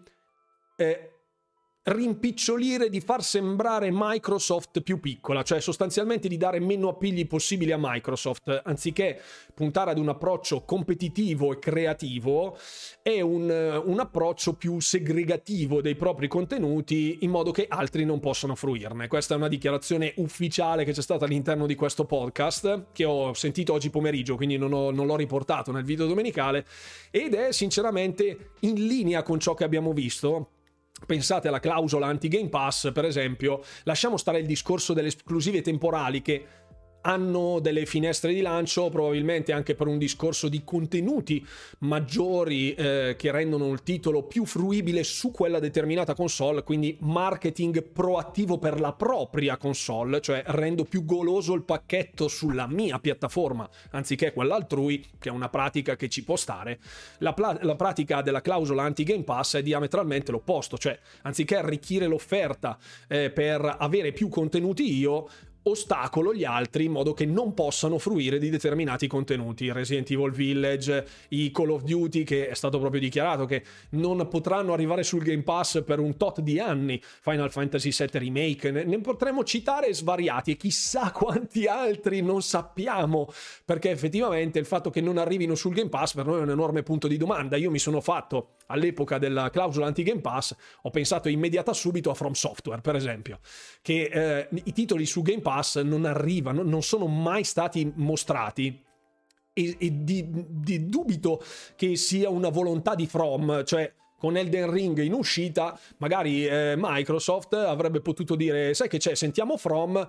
eh, rimpicciolire, di far sembrare Microsoft più piccola, cioè sostanzialmente di dare meno appigli possibili a Microsoft, anziché puntare ad un approccio competitivo e creativo, è un, un approccio più segregativo dei propri contenuti in modo che altri non possano fruirne. Questa è una dichiarazione ufficiale che c'è stata all'interno di questo podcast, che ho sentito oggi pomeriggio, quindi non, ho, non l'ho riportato nel video domenicale, ed è sinceramente in linea con ciò che abbiamo visto. Pensate alla clausola anti-Game Pass, per esempio. Lasciamo stare il discorso delle esclusive temporali che hanno delle finestre di lancio, probabilmente anche per un discorso di contenuti maggiori eh, che rendono il titolo più fruibile su quella determinata console, quindi marketing proattivo per la propria console, cioè rendo più goloso il pacchetto sulla mia piattaforma anziché quella altrui, che è una pratica che ci può stare. La, pla- la pratica della clausola anti-Game Pass è diametralmente l'opposto, cioè anziché arricchire l'offerta eh, per avere più contenuti io, ostacolo gli altri in modo che non possano fruire di determinati contenuti. Resident Evil Village, i Call of Duty, che è stato proprio dichiarato che non potranno arrivare sul Game Pass per un tot di anni, Final Fantasy sette Remake, ne, ne potremmo citare svariati e chissà quanti altri non sappiamo, perché effettivamente il fatto che non arrivino sul Game Pass per noi è un enorme punto di domanda. Io mi sono fatto, all'epoca della clausola anti-Game Pass, ho pensato immediata subito a From Software, per esempio, che eh, i titoli su Game Pass non arrivano, non sono mai stati mostrati e, e di, di dubito che sia una volontà di From, cioè con Elden Ring in uscita magari eh, Microsoft avrebbe potuto dire sai che c'è, sentiamo From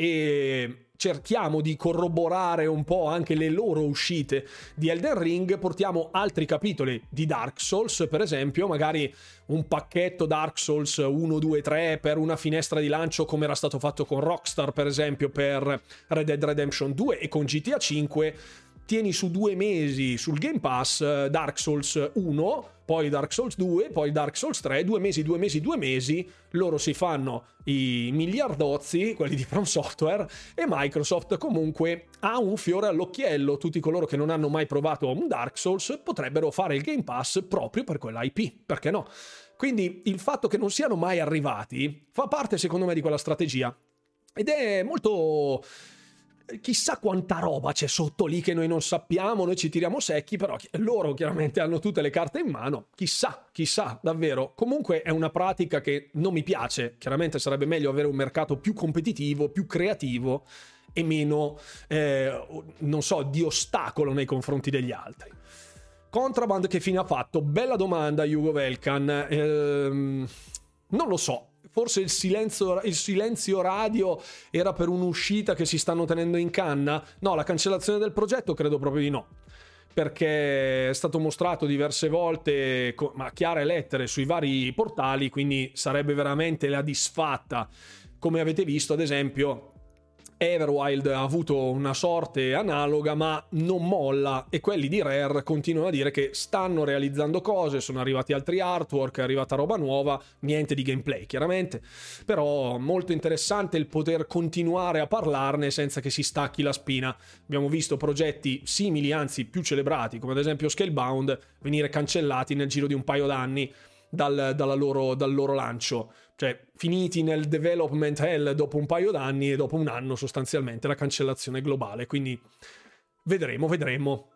e cerchiamo di corroborare un po' anche le loro uscite di Elden Ring, portiamo altri capitoli di Dark Souls, per esempio, magari un pacchetto Dark Souls uno, due, tre per una finestra di lancio come era stato fatto con Rockstar, per esempio, per Red Dead Redemption due e con G T A cinque. Tieni su due mesi sul Game Pass Dark Souls uno, poi Dark Souls due, poi Dark Souls tre, due mesi, due mesi, due mesi, loro si fanno i miliardozzi, quelli di From Software, e Microsoft comunque ha un fiore all'occhiello. Tutti coloro che non hanno mai provato un Dark Souls potrebbero fare il Game Pass proprio per quell'I P, perché no? Quindi il fatto che non siano mai arrivati fa parte, secondo me, di quella strategia, ed è molto... chissà quanta roba c'è sotto lì che noi non sappiamo, noi ci tiriamo secchi, però loro chiaramente hanno tutte le carte in mano, chissà, chissà, davvero. Comunque è una pratica che non mi piace, chiaramente sarebbe meglio avere un mercato più competitivo, più creativo e meno, eh, non so, di ostacolo nei confronti degli altri. Contraband che fine ha fatto? Bella domanda, Hugo Velkan. Ehm, non lo so. Forse il silenzio, il silenzio radio era per un'uscita che si stanno tenendo in canna? No, la cancellazione del progetto credo proprio di no, perché è stato mostrato diverse volte, ma a chiare lettere sui vari portali, quindi sarebbe veramente la disfatta. Come avete visto, ad esempio, Everwild ha avuto una sorte analoga, ma non molla, e quelli di Rare continuano a dire che stanno realizzando cose, sono arrivati altri artwork, è arrivata roba nuova, niente di gameplay chiaramente, però molto interessante il poter continuare a parlarne senza che si stacchi la spina. Abbiamo visto progetti simili, anzi più celebrati, come ad esempio Scalebound, venire cancellati nel giro di un paio d'anni dal, dalla loro, dal loro lancio, cioè finiti nel development hell dopo un paio d'anni e dopo un anno sostanzialmente la cancellazione globale. Quindi vedremo, vedremo.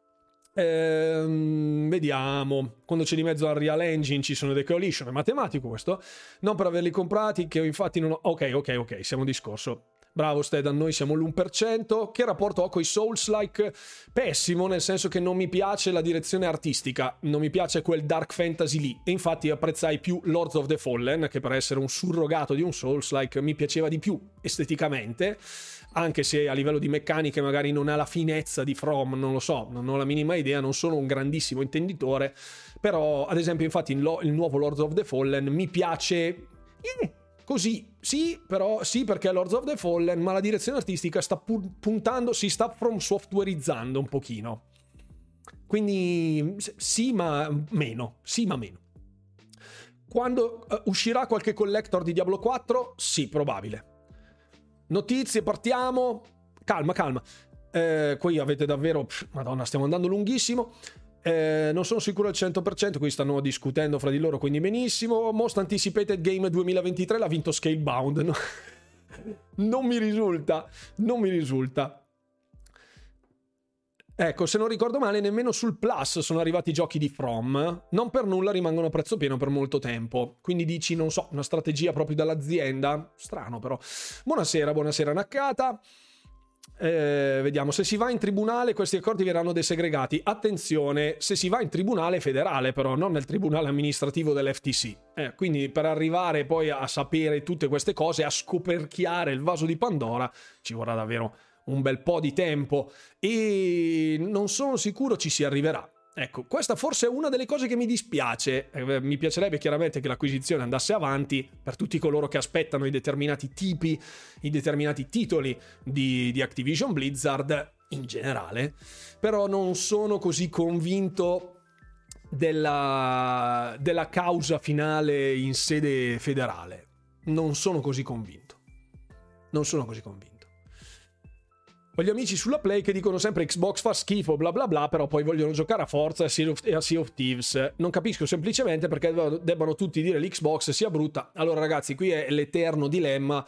Ehm, vediamo. Quando c'è di mezzo Unreal Engine ci sono dei coalition, è matematico questo, non per averli comprati, che infatti non ho... ok ok ok siamo a discorso. Bravo Stedan, noi siamo l'uno per cento. Che rapporto ho con i Souls-like? Pessimo, nel senso che non mi piace la direzione artistica, non mi piace quel dark fantasy lì, e infatti apprezzai più Lords of the Fallen, che per essere un surrogato di un Souls-like mi piaceva di più esteticamente, anche se a livello di meccaniche magari non ha la finezza di From, non lo so, non ho la minima idea, non sono un grandissimo intenditore, però ad esempio infatti il, lo- il nuovo Lords of the Fallen mi piace... Eh, così, sì, però sì, perché è Lords of the Fallen, ma la direzione artistica sta pu- puntando, si sta from softwareizzando un pochino. Quindi sì, ma meno, sì, ma meno. Quando uh, uscirà qualche collector di Diablo quattro? Sì, probabile. Notizie, partiamo. Calma, calma. Eh, qui avete davvero... Pff, Madonna, stiamo andando lunghissimo. Eh, non sono sicuro al cento per cento, qui stanno discutendo fra di loro, quindi benissimo. Most Anticipated Game duemilaventitré l'ha vinto Scalebound. No? Non mi risulta, non mi risulta. Ecco, se non ricordo male, nemmeno sul Plus sono arrivati giochi di From. Non per nulla rimangono a prezzo pieno per molto tempo. Quindi dici, non so, una strategia proprio dall'azienda? Strano però. Buonasera, buonasera Naccata. Eh, vediamo, se si va in tribunale questi accordi verranno desegregati. Attenzione, se si va in tribunale federale però, non nel tribunale amministrativo dell'F T C. Eh, quindi per arrivare poi a sapere tutte queste cose, a scoperchiare il vaso di Pandora, ci vorrà davvero un bel po' di tempo e non sono sicuro ci si arriverà. Ecco, questa forse è una delle cose che mi dispiace. Eh, mi piacerebbe chiaramente che l'acquisizione andasse avanti per tutti coloro che aspettano i determinati tipi, i determinati titoli di, di Activision Blizzard in generale, però non sono così convinto della, della causa finale in sede federale. Non sono così convinto. Non sono così convinto. Ho gli amici sulla Play che dicono sempre Xbox fa schifo, bla bla bla, però poi vogliono giocare a Forza e a Sea of Thieves. Non capisco semplicemente perché debbano tutti dire l'Xbox sia brutta. Allora ragazzi, qui è l'eterno dilemma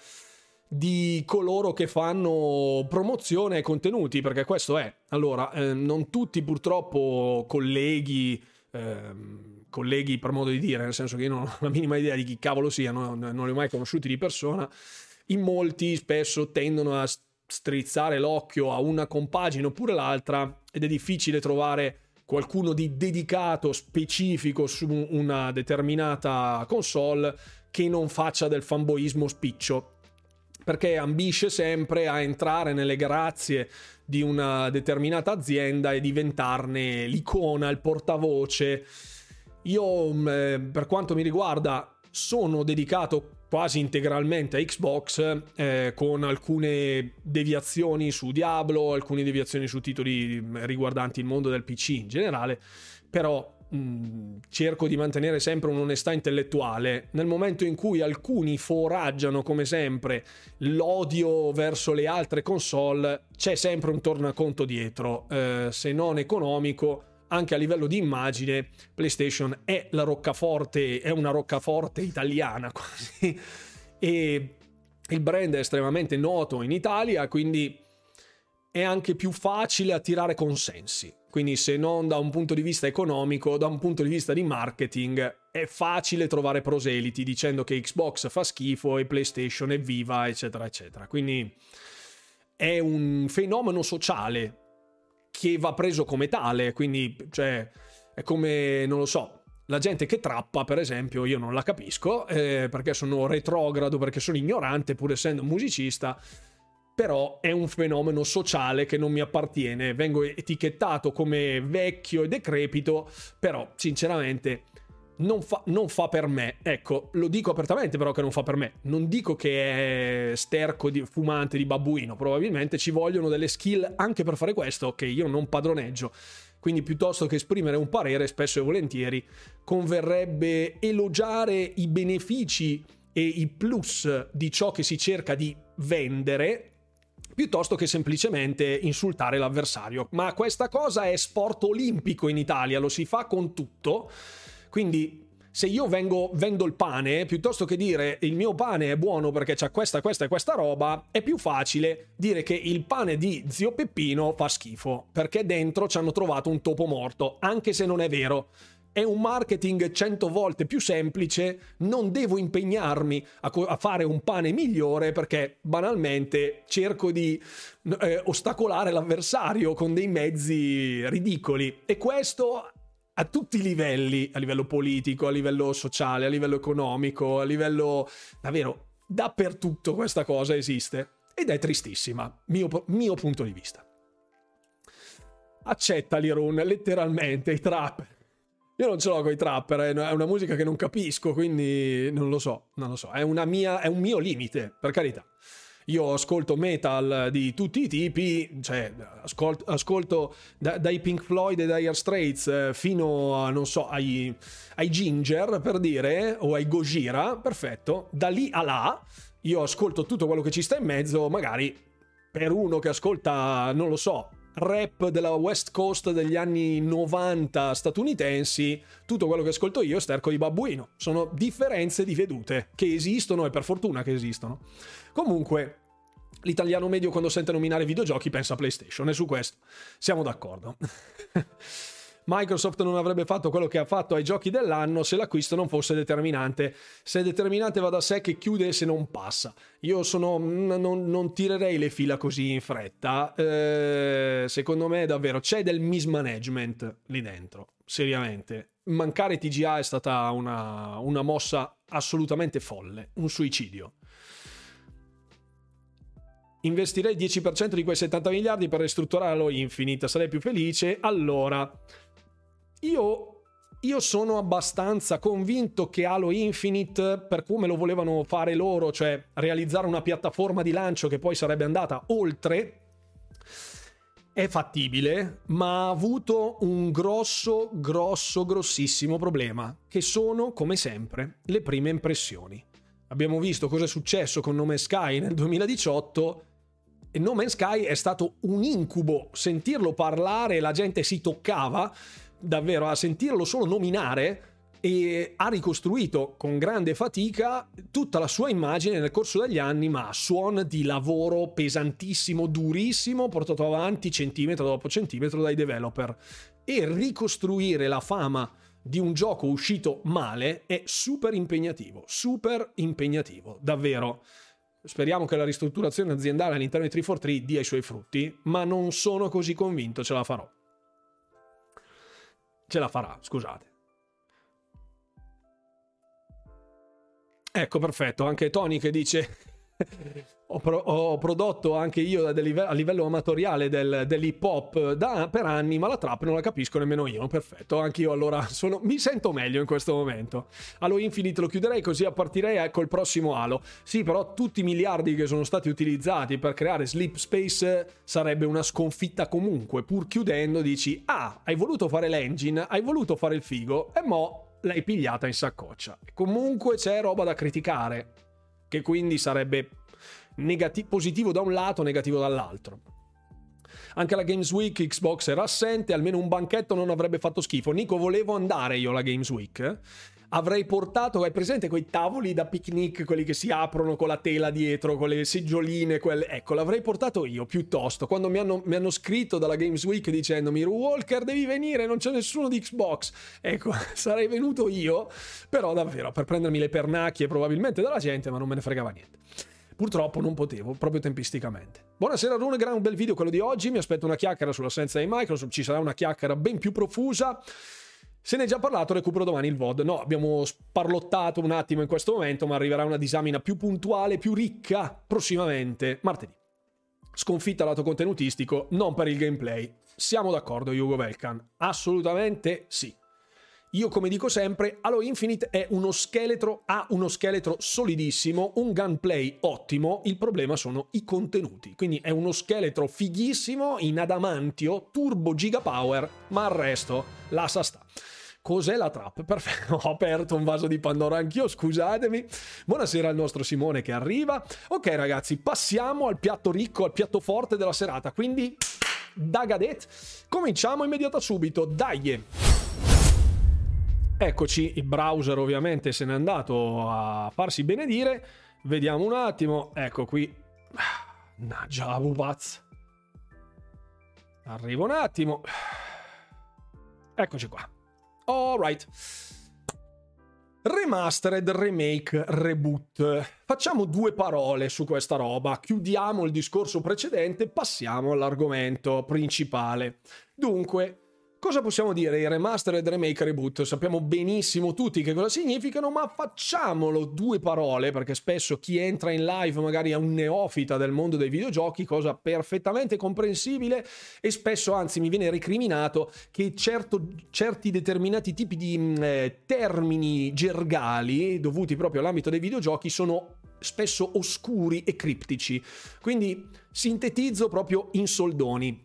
di coloro che fanno promozione ai contenuti, perché questo è. Allora, eh, non tutti purtroppo colleghi, eh, colleghi per modo di dire, nel senso che io non ho la minima idea di chi cavolo siano, non li ho mai conosciuti di persona, in molti spesso tendono a strizzare l'occhio a una compagine oppure l'altra ed è difficile trovare qualcuno di dedicato, specifico su una determinata console che non faccia del fanboismo spiccio, perché ambisce sempre a entrare nelle grazie di una determinata azienda e diventarne l'icona, il portavoce. Io eh, per quanto mi riguarda sono dedicato quasi integralmente a Xbox, eh, con alcune deviazioni su Diablo, alcune deviazioni su titoli riguardanti il mondo del P C in generale, però mh, cerco di mantenere sempre un'onestà intellettuale. Nel momento in cui alcuni foraggiano come sempre l'odio verso le altre console, c'è sempre un tornaconto dietro, eh, se non economico, anche a livello di immagine. PlayStation è la roccaforte, è una roccaforte italiana quasi, e il brand è estremamente noto in Italia, quindi è anche più facile attirare consensi. Quindi se non da un punto di vista economico, da un punto di vista di marketing, è facile trovare proseliti dicendo che Xbox fa schifo e PlayStation è viva, eccetera eccetera. Quindi è un fenomeno sociale che va preso come tale, quindi cioè è come, non lo so, la gente che trappa per esempio, io non la capisco, eh, perché sono retrogrado, perché sono ignorante pur essendo un musicista, però è un fenomeno sociale che non mi appartiene, vengo etichettato come vecchio e decrepito, però sinceramente non fa, non fa per me. Ecco, lo dico apertamente però che non fa per me. Non dico che è sterco di, fumante di babbuino, probabilmente ci vogliono delle skill anche per fare questo che io non padroneggio. Quindi piuttosto che esprimere un parere, spesso e volentieri converrebbe elogiare i benefici e i plus di ciò che si cerca di vendere, piuttosto che semplicemente insultare l'avversario. Ma questa cosa è sport olimpico in Italia, lo si fa con tutto. Quindi se io vengo, vendo il pane, piuttosto che dire il mio pane è buono perché c'ha questa, questa e questa roba, è più facile dire che il pane di zio Peppino fa schifo, perché dentro ci hanno trovato un topo morto, anche se non è vero. È un marketing cento volte più semplice, non devo impegnarmi a, co- a fare un pane migliore perché banalmente cerco di eh, ostacolare l'avversario con dei mezzi ridicoli. E questo a tutti i livelli, a livello politico, a livello sociale, a livello economico, a livello davvero dappertutto questa cosa esiste ed è tristissima, mio, mio punto di vista. Accetta l'Irun, letteralmente, i trap. Io non ce l'ho con i trapper, è una musica che non capisco, quindi non lo so, non lo so, è una mia, è un mio limite, per carità. Io ascolto metal di tutti i tipi, cioè ascolto, ascolto da, dai Pink Floyd e dai Dire Straits eh, fino a, non so, ai, ai Ginger, per dire, o ai Gojira, perfetto. Da lì a là io ascolto tutto quello che ci sta in mezzo, magari per uno che ascolta, non lo so, rap della West Coast degli anni novanta statunitensi, tutto quello che ascolto io è sterco di babbuino. Sono differenze di vedute che esistono e per fortuna che esistono. Comunque l'italiano medio quando sente nominare videogiochi pensa a PlayStation e su questo siamo d'accordo. Microsoft non avrebbe fatto quello che ha fatto ai giochi dell'anno se l'acquisto non fosse determinante. Se è determinante va da sé che chiude se non passa. Io sono non, non tirerei le fila così in fretta. Eh, secondo me davvero c'è del mismanagement lì dentro, seriamente. Mancare T G A è stata una, una mossa assolutamente folle, un suicidio. Investirei il dieci per cento di quei settanta miliardi per ristrutturare Halo Infinite, sarei più felice. Allora, io, io sono abbastanza convinto che Halo Infinite, per come lo volevano fare loro, cioè realizzare una piattaforma di lancio che poi sarebbe andata oltre, è fattibile, ma ha avuto un grosso, grosso, grossissimo problema, che sono, come sempre, le prime impressioni. Abbiamo visto cosa è successo con No Man's Sky nel duemiladiciotto e No Man's Sky è stato un incubo. Sentirlo parlare, la gente si toccava davvero a sentirlo solo nominare, e ha ricostruito con grande fatica tutta la sua immagine nel corso degli anni, ma a suon di lavoro pesantissimo, durissimo, portato avanti centimetro dopo centimetro dai developer. E ricostruire la fama di un gioco uscito male è super impegnativo, super impegnativo, davvero. Speriamo che la ristrutturazione aziendale all'interno di tre quattro tre dia i suoi frutti, ma non sono così convinto ce la farò. Ce la farà, scusate. Ecco, perfetto, anche Tony che dice ho, pro- ho prodotto anche io a, live- a livello amatoriale del- dell'hip hop da, per anni, ma la trap non la capisco nemmeno io. Perfetto, anche io allora sono, mi sento meglio in questo momento. Halo Infinite lo chiuderei così partirei col prossimo Halo. Sì, però tutti i miliardi che sono stati utilizzati per creare Sleep Space sarebbe una sconfitta comunque. Pur chiudendo dici, ah, hai voluto fare l'engine, hai voluto fare il figo e mo' l'hai pigliata in saccoccia. Comunque c'è roba da criticare, che quindi sarebbe negati- positivo da un lato, negativo dall'altro. Anche la Games Week Xbox era assente, almeno un banchetto non avrebbe fatto schifo. Nico, volevo andare io alla Games Week, avrei portato, hai presente quei tavoli da picnic, quelli che si aprono con la tela dietro, con le seggioline, quelle... ecco, l'avrei portato io piuttosto. Quando mi hanno, mi hanno scritto dalla Games Week dicendomi Walker devi venire, non c'è nessuno di Xbox, ecco, sarei venuto io, però davvero per prendermi le pernacchie probabilmente dalla gente, ma non me ne fregava niente. Purtroppo non potevo, proprio tempisticamente. Buonasera Rune, gran bel video quello di oggi, mi aspetto una chiacchiera sull'assenza di Microsoft, ci sarà una chiacchiera ben più profusa. Se ne è già parlato, recupero domani il V O D. No, abbiamo sparlottato un attimo in questo momento, ma arriverà una disamina più puntuale, più ricca prossimamente, martedì. Sconfitta lato contenutistico, non per il gameplay. Siamo d'accordo, Hugo Velkan? Assolutamente sì. io come dico sempre, Halo Infinite è uno scheletro, ha uno scheletro solidissimo, un gunplay ottimo, il problema sono i contenuti, quindi è uno scheletro fighissimo in adamantio, turbo gigapower, ma il resto l'assa sta. Cos'è la trap? Perfetto, ho aperto un vaso di Pandora anch'io, scusatemi. Buonasera al nostro Simone che arriva. Ok ragazzi, passiamo al piatto ricco, al piatto forte della serata, quindi Dagadet, cominciamo immediata subito, dai! Eccoci, il browser ovviamente se n'è andato a farsi benedire, vediamo un attimo, ecco qui, Naggia pupazz, arrivo un attimo, eccoci qua. Alright. Remastered, remake, reboot. Facciamo due parole su questa roba. Chiudiamo il discorso precedente, passiamo all'argomento principale. Dunque, cosa possiamo dire? I remastered, remake, reboot. Sappiamo benissimo tutti che cosa significano, ma facciamolo due parole, perché spesso chi entra in live magari è un neofita del mondo dei videogiochi, cosa perfettamente comprensibile, e spesso anzi mi viene recriminato che certo, certi determinati tipi di eh, termini gergali dovuti proprio all'ambito dei videogiochi sono spesso oscuri e criptici. Quindi sintetizzo proprio in soldoni.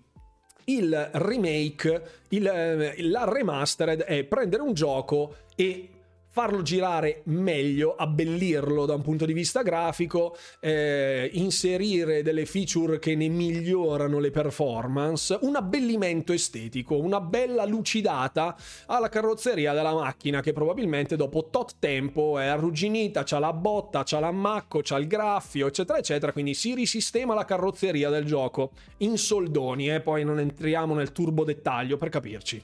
Il remake, il, la remastered è prendere un gioco e farlo girare meglio, abbellirlo da un punto di vista grafico, eh, inserire delle feature che ne migliorano le performance, un abbellimento estetico, una bella lucidata alla carrozzeria della macchina che probabilmente dopo tot tempo è arrugginita, c'ha la botta, c'ha l'ammacco, c'ha il graffio, eccetera eccetera, quindi si risistema la carrozzeria del gioco in soldoni, e eh, poi non entriamo nel turbo dettaglio per capirci.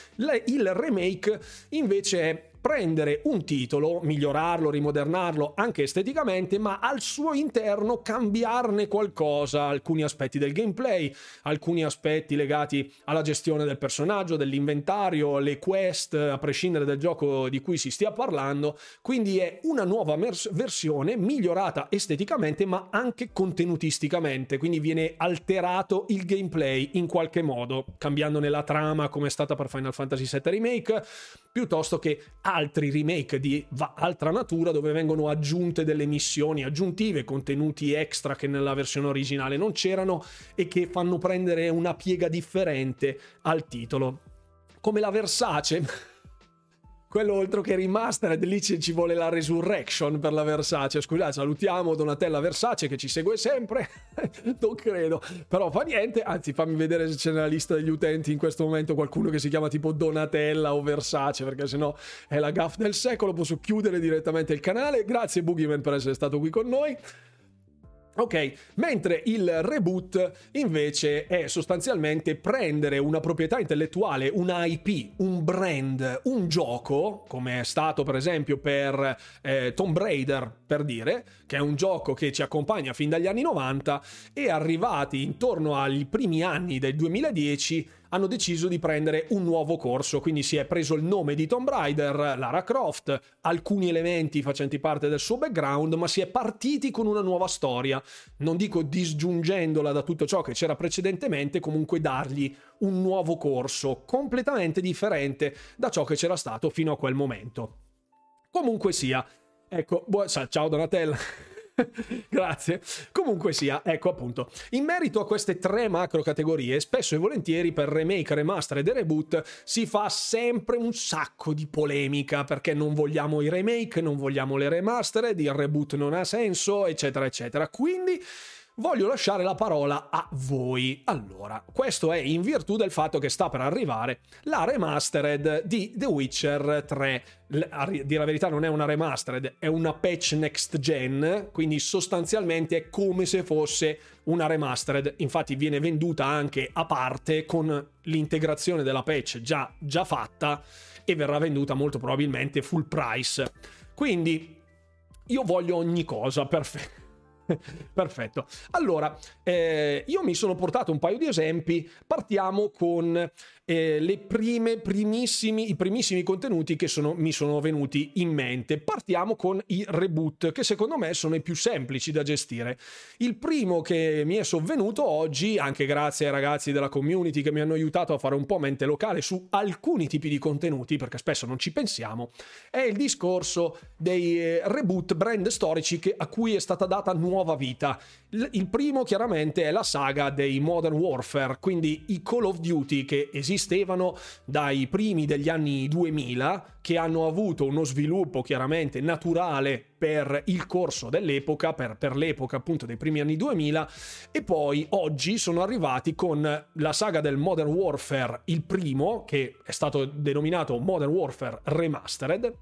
Il remake invece è prendere un titolo, migliorarlo, rimodernarlo anche esteticamente, ma al suo interno cambiarne qualcosa, alcuni aspetti del gameplay, alcuni aspetti legati alla gestione del personaggio, dell'inventario, le quest, a prescindere dal gioco di cui si stia parlando. Quindi è una nuova vers- versione migliorata esteticamente ma anche contenutisticamente, quindi viene alterato il gameplay in qualche modo, cambiandone la trama come è stata per Final Fantasy sette Remake, piuttosto che altri remake di altra natura dove vengono aggiunte delle missioni aggiuntive, contenuti extra che nella versione originale non c'erano e che fanno prendere una piega differente al titolo. Come la Versace, quello oltre che remastered, lì ci vuole la resurrection per la Versace. Scusate, salutiamo Donatella Versace che ci segue sempre. Non credo, però fa niente. Anzi, fammi vedere se c'è nella lista degli utenti in questo momento qualcuno che si chiama tipo Donatella o Versace, perché sennò è la gaffe del secolo. Posso chiudere direttamente il canale. Grazie Boogeyman per essere stato qui con noi. Ok, mentre il reboot invece è sostanzialmente prendere una proprietà intellettuale, una I P, un brand, un gioco, come è stato per esempio per eh, Tomb Raider, per dire, che è un gioco che ci accompagna fin dagli anni novanta, e arrivati intorno ai primi anni del duemiladieci hanno deciso di prendere un nuovo corso, quindi si è preso il nome di Tomb Raider, Lara Croft, alcuni elementi facenti parte del suo background, ma si è partiti con una nuova storia, non dico disgiungendola da tutto ciò che c'era precedentemente, comunque dargli un nuovo corso completamente differente da ciò che c'era stato fino a quel momento. Comunque sia, ecco, bu- ciao Donatella. Grazie. Comunque sia, ecco appunto, in merito a queste tre macro categorie, spesso e volentieri per remake, remastered e reboot si fa sempre un sacco di polemica, perché non vogliamo i remake, non vogliamo le remastered, il reboot non ha senso, eccetera eccetera. Quindi voglio lasciare la parola a voi. Allora, questo è in virtù del fatto che sta per arrivare la remastered di The Witcher tre. A dire la verità non è una remastered, è una patch next gen, quindi sostanzialmente è come se fosse una remastered. Infatti viene venduta anche a parte con l'integrazione della patch già, già fatta, e verrà venduta molto probabilmente full price. Quindi io voglio ogni cosa, perfetto. Perfetto. Allora, eh, io mi sono portato un paio di esempi. Partiamo con eh, le prime, primissimi, i primissimi contenuti che sono, mi sono venuti in mente. Partiamo con i reboot, che secondo me sono i più semplici da gestire. Il primo che mi è sovvenuto oggi, anche grazie ai ragazzi della community che mi hanno aiutato a fare un po' mente locale su alcuni tipi di contenuti, perché spesso non ci pensiamo, è il discorso dei eh, reboot brand storici che, a cui è stata data nuova vita. Il, il primo chiaramente è la saga dei Modern Warfare, quindi i Call of Duty che esistevano dai primi degli anni duemila, che hanno avuto uno sviluppo chiaramente naturale per il corso dell'epoca, per, per l'epoca appunto dei primi anni duemila, e poi oggi sono arrivati con la saga del Modern Warfare, il primo, che è stato denominato Modern Warfare Remastered,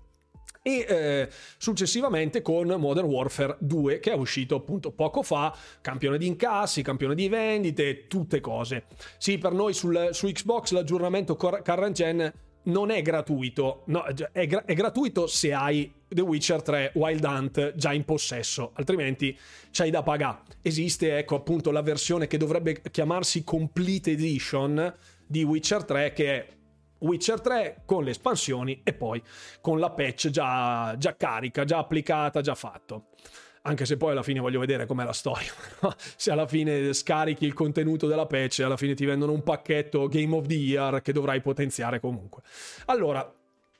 e eh, successivamente con Modern Warfare due, che è uscito appunto poco fa, campione di incassi, campione di vendite, tutte cose. Sì, per noi sul, su Xbox l'aggiornamento current gen non è gratuito, no, è, gra- è gratuito se hai The Witcher tre Wild Hunt già in possesso, altrimenti c'hai da pagare. Esiste, ecco, appunto la versione che dovrebbe chiamarsi Complete Edition di Witcher tre, che è Witcher tre con le espansioni e poi con la patch già, già carica, già applicata, già fatto. Anche se poi alla fine voglio vedere com'è la storia. Se alla fine scarichi il contenuto della patch, alla fine ti vendono un pacchetto Game of the Year che dovrai potenziare comunque. Allora,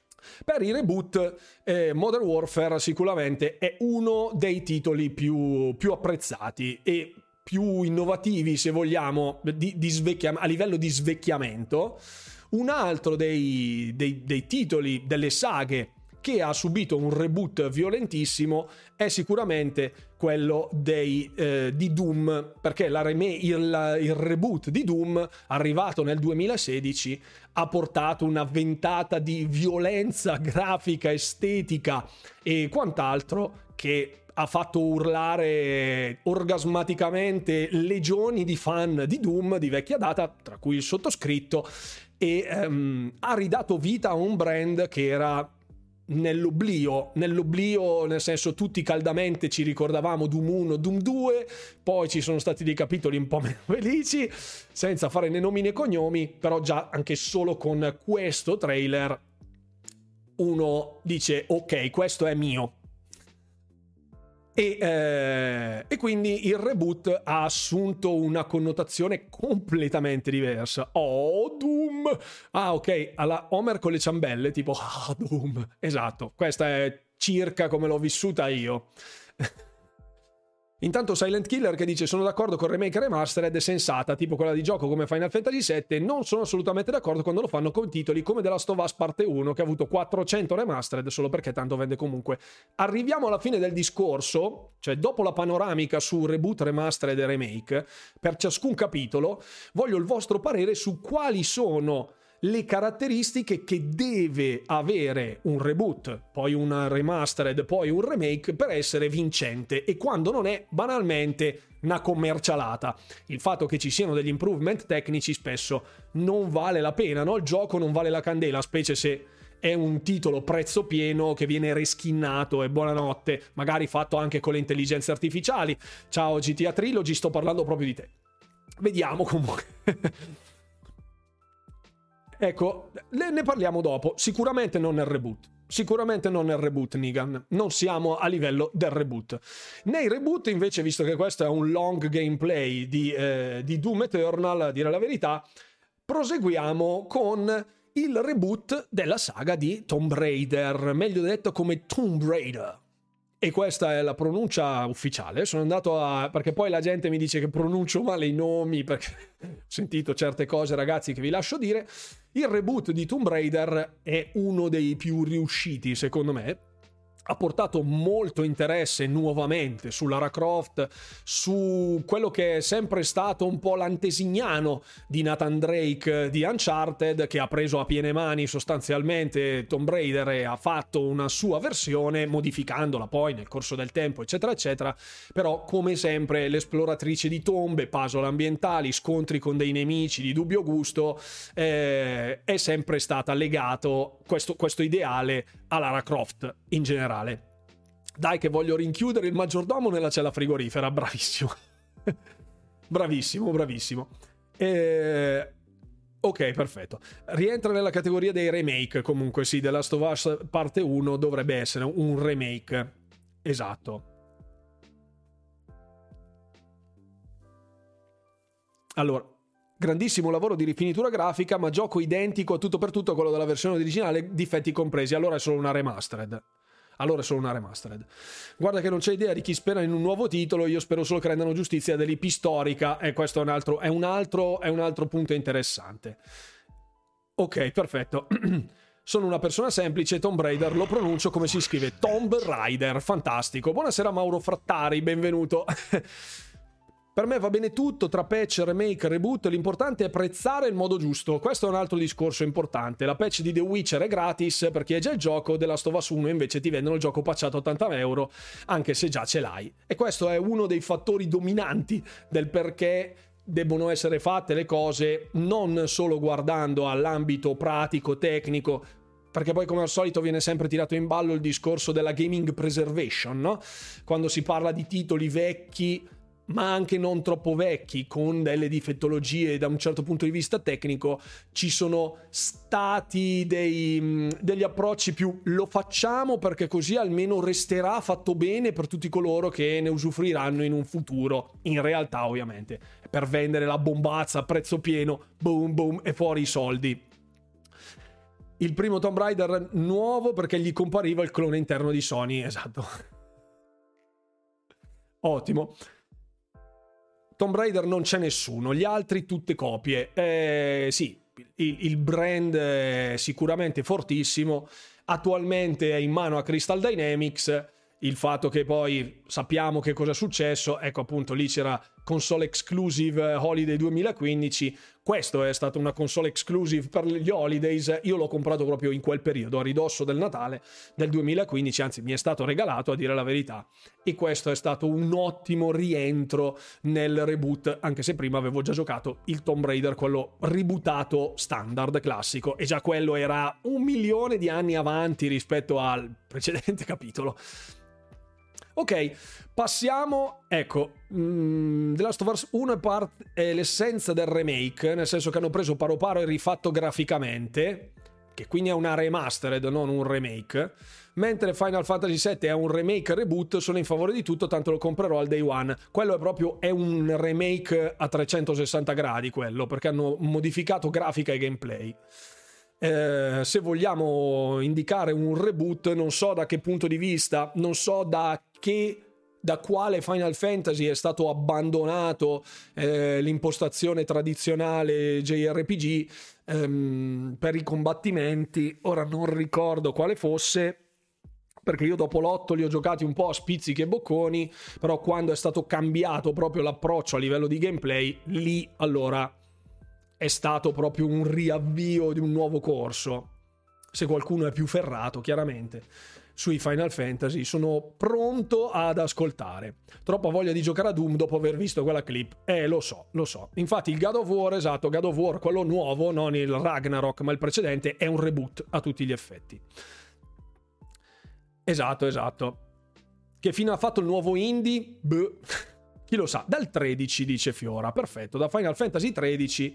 per i reboot, eh, Modern Warfare sicuramente è uno dei titoli più, più apprezzati e più innovativi, se vogliamo, di, di svecchia- a livello di svecchiamento. Un altro dei, dei, dei titoli, delle saghe che ha subito un reboot violentissimo è sicuramente quello dei, eh, di Doom, perché la reme- il, il reboot di Doom, arrivato nel duemilasedici, ha portato una ventata di violenza grafica, estetica e quant'altro che ha fatto urlare orgasmaticamente legioni di fan di Doom di vecchia data, tra cui il sottoscritto, e um, ha ridato vita a un brand che era nell'oblio, nell'oblio nel senso tutti caldamente ci ricordavamo Doom uno, Doom due, poi ci sono stati dei capitoli un po' meno felici, senza fare né nomi né cognomi, però già anche solo con questo trailer uno dice ok, questo è mio. E, eh, e quindi il reboot ha assunto una connotazione completamente diversa. Oh, Doom! Ah, ok, alla Homer con le ciambelle, tipo, ah, Doom. Esatto, questa è circa come l'ho vissuta io. Intanto Silent Killer che dice sono d'accordo con remake remastered è sensata, tipo quella di gioco come Final Fantasy sette, non sono assolutamente d'accordo quando lo fanno con titoli come The Last of Us parte uno che ha avuto quattrocento remastered solo perché tanto vende comunque. Arriviamo alla fine del discorso, cioè dopo la panoramica su reboot, remastered e remake, per ciascun capitolo voglio il vostro parere su quali sono le caratteristiche che deve avere un reboot, poi un remastered, poi un remake per essere vincente, e quando non è banalmente una commercialata. Il fatto che ci siano degli improvement tecnici spesso non vale la pena, no? Il gioco non vale la candela, specie se è un titolo prezzo pieno che viene reskinnato e buonanotte, magari fatto anche con le intelligenze artificiali. Ciao G T A Trilogy, sto parlando proprio di te. Vediamo comunque. Ecco, ne parliamo dopo. Sicuramente non nel reboot. Sicuramente non nel reboot, Nigan. Non siamo a livello del reboot. Nei reboot, invece, visto che questo è un long gameplay di, eh, di Doom Eternal, a dire la verità, proseguiamo con il reboot della saga di Tomb Raider, meglio detto come Tomb Raider. E questa è la pronuncia ufficiale. Sono andato a... perché poi la gente mi dice che pronuncio male i nomi, perché ho sentito certe cose, ragazzi, che vi lascio dire. Il reboot di Tomb Raider è uno dei più riusciti, secondo me. Ha portato molto interesse nuovamente su Lara Croft, su quello che è sempre stato un po' l'antesignano di Nathan Drake di Uncharted, che ha preso a piene mani sostanzialmente Tomb Raider e ha fatto una sua versione, modificandola poi nel corso del tempo, eccetera, eccetera. Però, come sempre, l'esploratrice di tombe, puzzle ambientali, scontri con dei nemici di dubbio gusto, eh, è sempre stata legato questo, questo ideale a Lara Croft in generale. Dai che voglio rinchiudere il maggiordomo nella cella frigorifera, bravissimo. bravissimo, bravissimo. E... ok, perfetto. Rientra nella categoria dei remake, comunque sì, The Last of Us parte uno dovrebbe essere un remake. Esatto. Allora, grandissimo lavoro di rifinitura grafica, ma gioco identico a tutto per tutto a quello della versione originale, difetti compresi. Allora è solo una remastered. Allora è solo una remastered. Guarda che non c'è idea di chi spera in un nuovo titolo, io spero solo che rendano giustizia dell'I P storica, e questo è un altro, è un altro, è un altro punto interessante. Ok, perfetto. Sono una persona semplice, Tomb Raider, lo pronuncio come si scrive, Tomb Raider, fantastico. Buonasera Mauro Frattari, benvenuto. Per me va bene tutto, tra patch, remake, reboot, l'importante è prezzare il modo giusto. Questo è un altro discorso importante. La patch di The Witcher è gratis per chi ha già il gioco, The Last of Us uno invece ti vendono il gioco patchato a ottanta euro, anche se già ce l'hai. E questo è uno dei fattori dominanti del perché debbono essere fatte le cose non solo guardando all'ambito pratico, tecnico, perché poi come al solito viene sempre tirato in ballo il discorso della gaming preservation, no? Quando si parla di titoli vecchi ma anche non troppo vecchi, con delle difettologie da un certo punto di vista tecnico, ci sono stati dei, degli approcci più lo facciamo perché così almeno resterà fatto bene per tutti coloro che ne usufruiranno in un futuro. In realtà ovviamente per vendere la bombazza a prezzo pieno, boom boom, e fuori i soldi. Il primo Tomb Raider nuovo perché gli compariva il clone interno di Sony, esatto. Ottimo. Tomb Raider non c'è nessuno, gli altri tutte copie. Eh, sì, il, il brand è sicuramente fortissimo, attualmente è in mano a Crystal Dynamics. Il fatto che poi sappiamo che cosa è successo, ecco appunto lì c'era console exclusive Holiday duemilaquindici, questo è stata una console exclusive per gli holidays, io l'ho comprato proprio in quel periodo, a ridosso del Natale del duemilaquindici, anzi mi è stato regalato a dire la verità, e questo è stato un ottimo rientro nel reboot, anche se prima avevo già giocato il Tomb Raider, quello rebootato standard classico, e già quello era un milione di anni avanti rispetto al precedente capitolo. Ok, passiamo, ecco, mm, The Last of Us uno è, part- è l'essenza del remake, nel senso che hanno preso paro paro e rifatto graficamente, che quindi è una remastered, non un remake, mentre Final Fantasy sette è un remake reboot, sono in favore di tutto, tanto lo comprerò al day one. Quello è proprio, è un remake a trecentosessanta gradi quello, perché hanno modificato grafica e gameplay. Eh, se vogliamo indicare un reboot, non so da che punto di vista, non so da che da quale Final Fantasy è stato abbandonato eh, l'impostazione tradizionale J R P G ehm, per i combattimenti. Ora non ricordo quale fosse, perché io dopo l'otto li ho giocati un po' a spizzichi e bocconi, però quando è stato cambiato proprio l'approccio a livello di gameplay, lì allora è stato proprio un riavvio di un nuovo corso. Se qualcuno è più ferrato, chiaramente, sui Final Fantasy, sono pronto ad ascoltare. Troppa voglia di giocare a Doom dopo aver visto quella clip. Eh, lo so, lo so. Infatti il God of War, esatto, God of War, quello nuovo, non il Ragnarok, ma il precedente, è un reboot a tutti gli effetti. Esatto, esatto. Che fine ha fatto il nuovo indie? Beh, chi lo sa. Dal tredici, dice Fiora. Perfetto, da Final Fantasy tredici...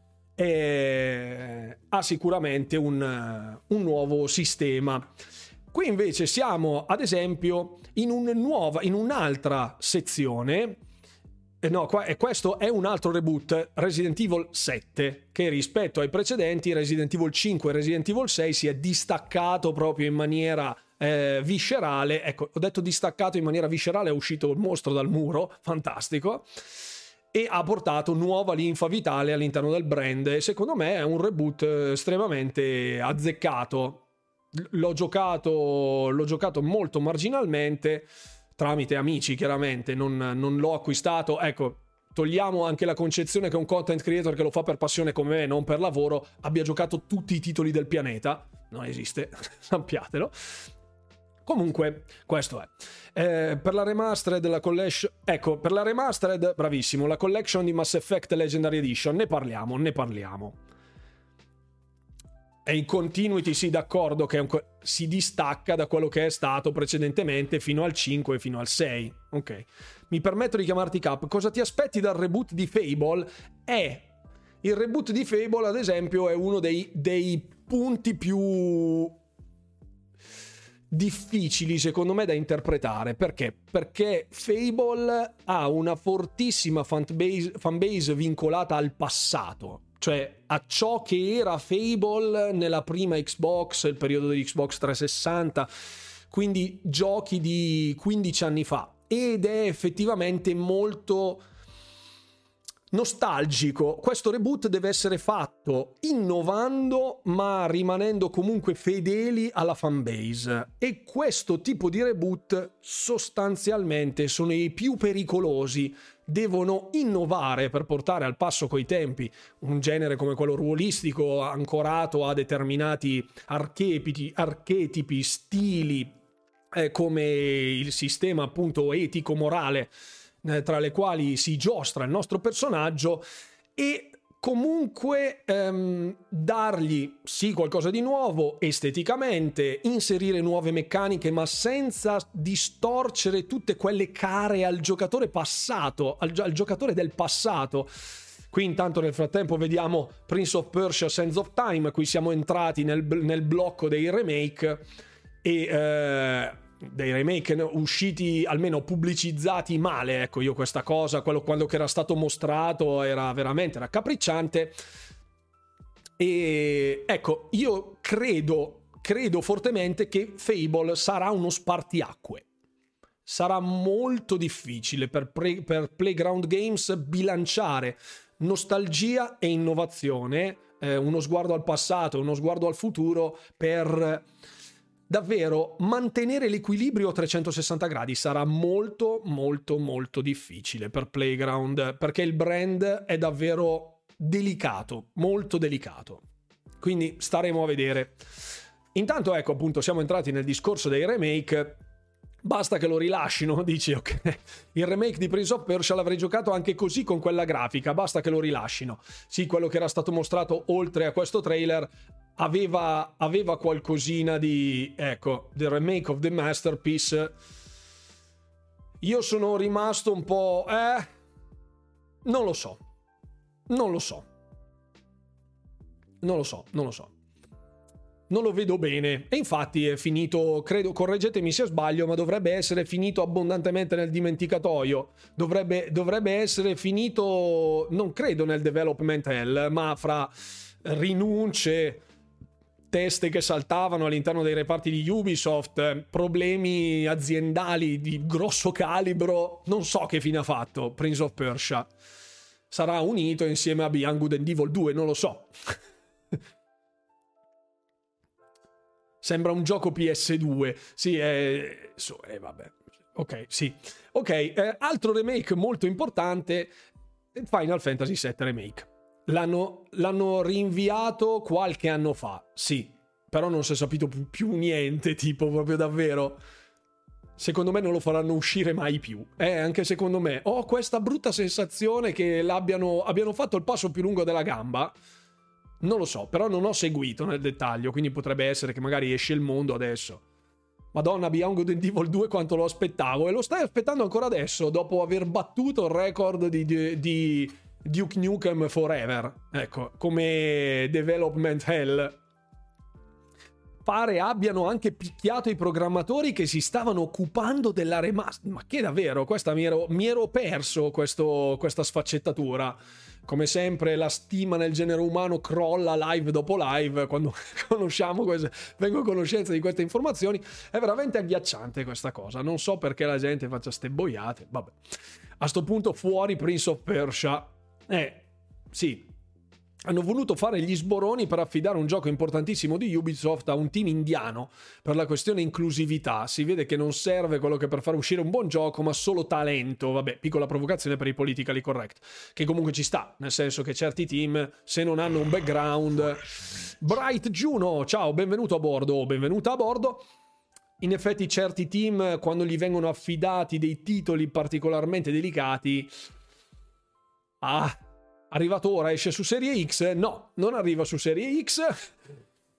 E ha sicuramente un, un nuovo sistema. Qui invece siamo ad esempio in, un nuova, in un'altra sezione, eh no, qua, e questo è un altro reboot, Resident Evil sette, che rispetto ai precedenti Resident Evil cinque e Resident Evil sei si è distaccato proprio in maniera eh, viscerale. Ecco, ho detto distaccato in maniera viscerale, è uscito il mostro dal muro, fantastico, e ha portato nuova linfa vitale all'interno del brand. Secondo me è un reboot estremamente azzeccato. L'ho giocato, l'ho giocato molto marginalmente, tramite amici chiaramente, non, non l'ho acquistato. Ecco, togliamo anche la concezione che un content creator che lo fa per passione come me, non per lavoro, abbia giocato tutti i titoli del pianeta. Non esiste, sappiatelo. Comunque, questo è. Eh, per la remastered della collection... Ecco, per la remastered, bravissimo, la collection di Mass Effect Legendary Edition, ne parliamo, ne parliamo. E in continuity sì, d'accordo, che è un co- si distacca da quello che è stato precedentemente fino al cinque e fino al sei. Ok. Mi permetto di chiamarti Cap. Cosa ti aspetti dal reboot di Fable? È il reboot di Fable, ad esempio, è uno dei, dei punti più difficili secondo me da interpretare. Perché? Perché Fable ha una fortissima fanbase, fanbase vincolata al passato, cioè a ciò che era Fable nella prima Xbox, il periodo di Xbox trecentosessanta, quindi giochi di quindici anni fa, ed è effettivamente molto nostalgico. Questo reboot deve essere fatto innovando ma rimanendo comunque fedeli alla fanbase, e questo tipo di reboot sostanzialmente sono i più pericolosi. Devono innovare per portare al passo coi tempi un genere come quello ruolistico, ancorato a determinati archetipi, archetipi stili, eh, come il sistema appunto etico-morale eh, tra le quali si giostra il nostro personaggio, e comunque ehm, dargli sì qualcosa di nuovo esteticamente, inserire nuove meccaniche ma senza distorcere tutte quelle care al giocatore passato, al, al giocatore del passato. Qui intanto nel frattempo vediamo Prince of Persia Sands of Time. Qui siamo entrati nel, nel blocco dei remake e eh, dei remake usciti, almeno pubblicizzati male. Ecco, io questa cosa, quello quando che era stato mostrato era veramente raccapricciante. E ecco, io credo credo fortemente che Fable sarà uno spartiacque. Sarà molto difficile per, pre- per Playground Games bilanciare nostalgia e innovazione, eh, uno sguardo al passato e uno sguardo al futuro, per davvero mantenere l'equilibrio a trecentosessanta gradi. Sarà molto molto molto difficile per Playground, perché il brand è davvero delicato, molto delicato, quindi staremo a vedere. Intanto ecco, appunto, siamo entrati nel discorso dei remake. Basta che lo rilascino, dici, ok, il remake di Prince of Persia l'avrei giocato anche così con quella grafica, basta che lo rilascino. Sì, quello che era stato mostrato oltre a questo trailer aveva, aveva qualcosina di, ecco, The Remake of the Masterpiece. Io sono rimasto un po', eh, non lo so, non lo so, non lo so, non lo so. Non lo vedo bene, e infatti è finito, credo, correggetemi se sbaglio, ma dovrebbe essere finito abbondantemente nel dimenticatoio. Dovrebbe, dovrebbe essere finito, non credo nel development hell, ma fra rinunce, teste che saltavano all'interno dei reparti di Ubisoft, problemi aziendali di grosso calibro. Non so che fine ha fatto Prince of Persia. Sarà unito insieme a Beyond Good and Evil due, non lo so. Sembra un gioco P S due. Sì, eh, so, eh, vabbè. Ok, sì. Ok, eh, altro remake molto importante, Final Fantasy sette Remake. L'hanno, l'hanno rinviato qualche anno fa, sì. Però non si è sapito più, più niente, tipo, proprio davvero. Secondo me non lo faranno uscire mai più. Eh, anche secondo me. Ho questa brutta sensazione che l'abbiano abbiano fatto il passo più lungo della gamba. Non lo so, però non ho seguito nel dettaglio, quindi potrebbe essere che magari esce il mondo adesso. Madonna, Beyond Good and Evil due quanto lo aspettavo, e lo stai aspettando ancora adesso, dopo aver battuto il record di, di, di Duke Nukem Forever. Ecco, come development hell. Pare abbiano anche picchiato i programmatori che si stavano occupando della remaster. Ma che davvero, questa mi ero, mi ero perso questo, questa sfaccettatura. Come sempre la stima nel genere umano crolla live dopo live quando conosciamo queste, vengo a conoscenza di queste informazioni. È veramente agghiacciante questa cosa. Non so perché la gente faccia ste boiate. Vabbè. A sto punto fuori Prince of Persia. Eh, sì. Hanno voluto fare gli sboroni per affidare un gioco importantissimo di Ubisoft a un team indiano per la questione inclusività. Si vede che non serve quello che per far uscire un buon gioco, ma solo talento. Vabbè, piccola provocazione per i politically correct, che comunque ci sta, nel senso che certi team, se non hanno un background... Bright Juno, ciao, benvenuto a bordo, benvenuta a bordo. In effetti certi team, quando gli vengono affidati dei titoli particolarmente delicati... Ah... Arrivato ora, esce su Serie X? No, non arriva su Serie X.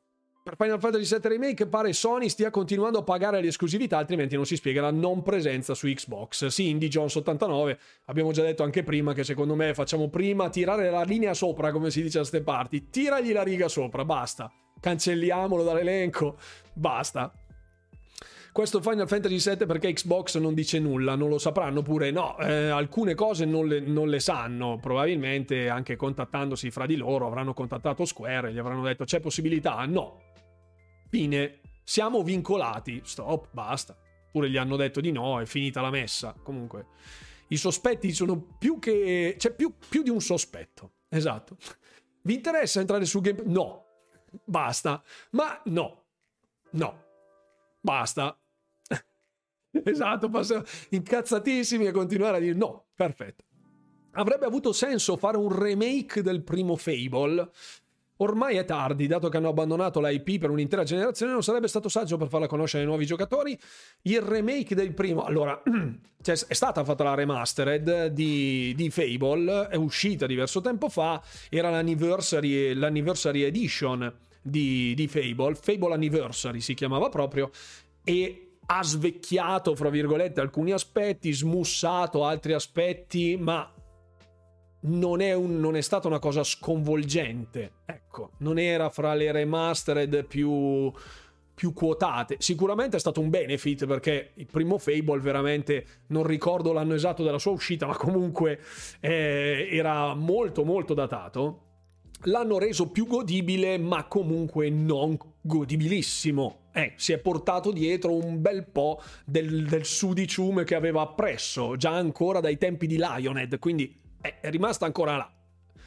Per Final Fantasy sette Remake pare Sony stia continuando a pagare le esclusività, altrimenti non si spiega la non presenza su Xbox. Sì, Indie Jones ottantanove, abbiamo già detto anche prima che secondo me facciamo prima tirare la linea sopra, come si dice a ste parti. Tiragli la riga sopra, basta. Cancelliamolo dall'elenco, basta. Questo Final Fantasy sette perché Xbox non dice nulla, non lo sapranno pure? No, eh, alcune cose non le, non le sanno, probabilmente anche contattandosi fra di loro avranno contattato Square e gli avranno detto c'è possibilità? No. Fine, siamo vincolati, stop, basta. Pure gli hanno detto di no, è finita la messa. Comunque, i sospetti sono più che... c'è più, più di un sospetto, esatto. Vi interessa entrare su Game... No, basta, ma no, no, basta. Esatto, passiamo incazzatissimi a continuare a dire no, perfetto. Avrebbe avuto senso fare un remake del primo Fable? Ormai è tardi, dato che hanno abbandonato l'I P per un'intera generazione, non sarebbe stato saggio per farla conoscere ai nuovi giocatori. Il remake del primo, allora, cioè, è stata fatta la remastered di, di Fable, è uscita diverso tempo fa, era l'anniversary, l'anniversary edition di, di Fable, Fable Anniversary si chiamava proprio, e ha svecchiato, fra virgolette, alcuni aspetti, smussato altri aspetti, ma non è, un, non è stata una cosa sconvolgente, ecco, non era fra le remastered più, più quotate. Sicuramente è stato un benefit, perché il primo Fable veramente, non ricordo l'anno esatto della sua uscita, ma comunque eh, era molto molto datato. L'hanno reso più godibile, ma comunque non godibilissimo. Eh, si è portato dietro un bel po' del, del sudiciume che aveva appresso, già ancora dai tempi di Lionhead, quindi è, è rimasto ancora là.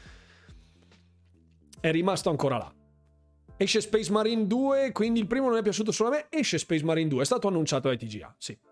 È rimasto ancora là. Esce Space Marine due, quindi il primo non è piaciuto solo a me, esce Space Marine due, è stato annunciato ai T G A, sì.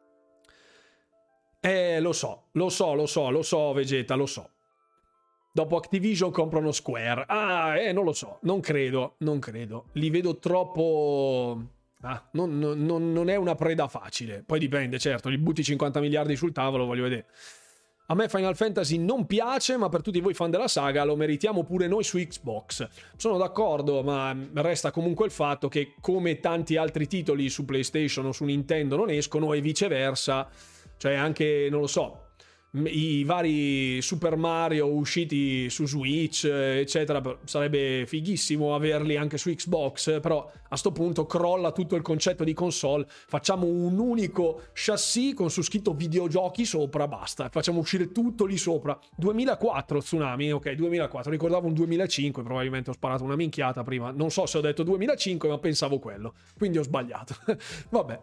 Eh, lo so, lo so, lo so, lo so, Vegeta, lo so. Dopo Activision comprano Square. Ah, eh, non lo so, non credo, non credo. Li vedo troppo... Ah, non, non, non è una preda facile. Poi dipende, certo, li butti cinquanta miliardi sul tavolo, voglio vedere. A me Final Fantasy non piace, ma per tutti voi fan della saga lo meritiamo pure noi su Xbox. Sono d'accordo, ma resta comunque il fatto che, come tanti altri titoli su PlayStation o su Nintendo non escono, e viceversa, cioè anche, non lo so, i vari Super Mario usciti su Switch, eccetera, sarebbe fighissimo averli anche su Xbox, però a sto punto crolla tutto il concetto di console, facciamo un unico chassis con su scritto videogiochi sopra, basta, facciamo uscire tutto lì sopra. duemilaquattro Tsunami, ok, duemilaquattro, ricordavo un duemilacinque, probabilmente ho sparato una minchiata prima, non so se ho detto duemilacinque, ma pensavo quello, quindi ho sbagliato. Vabbè.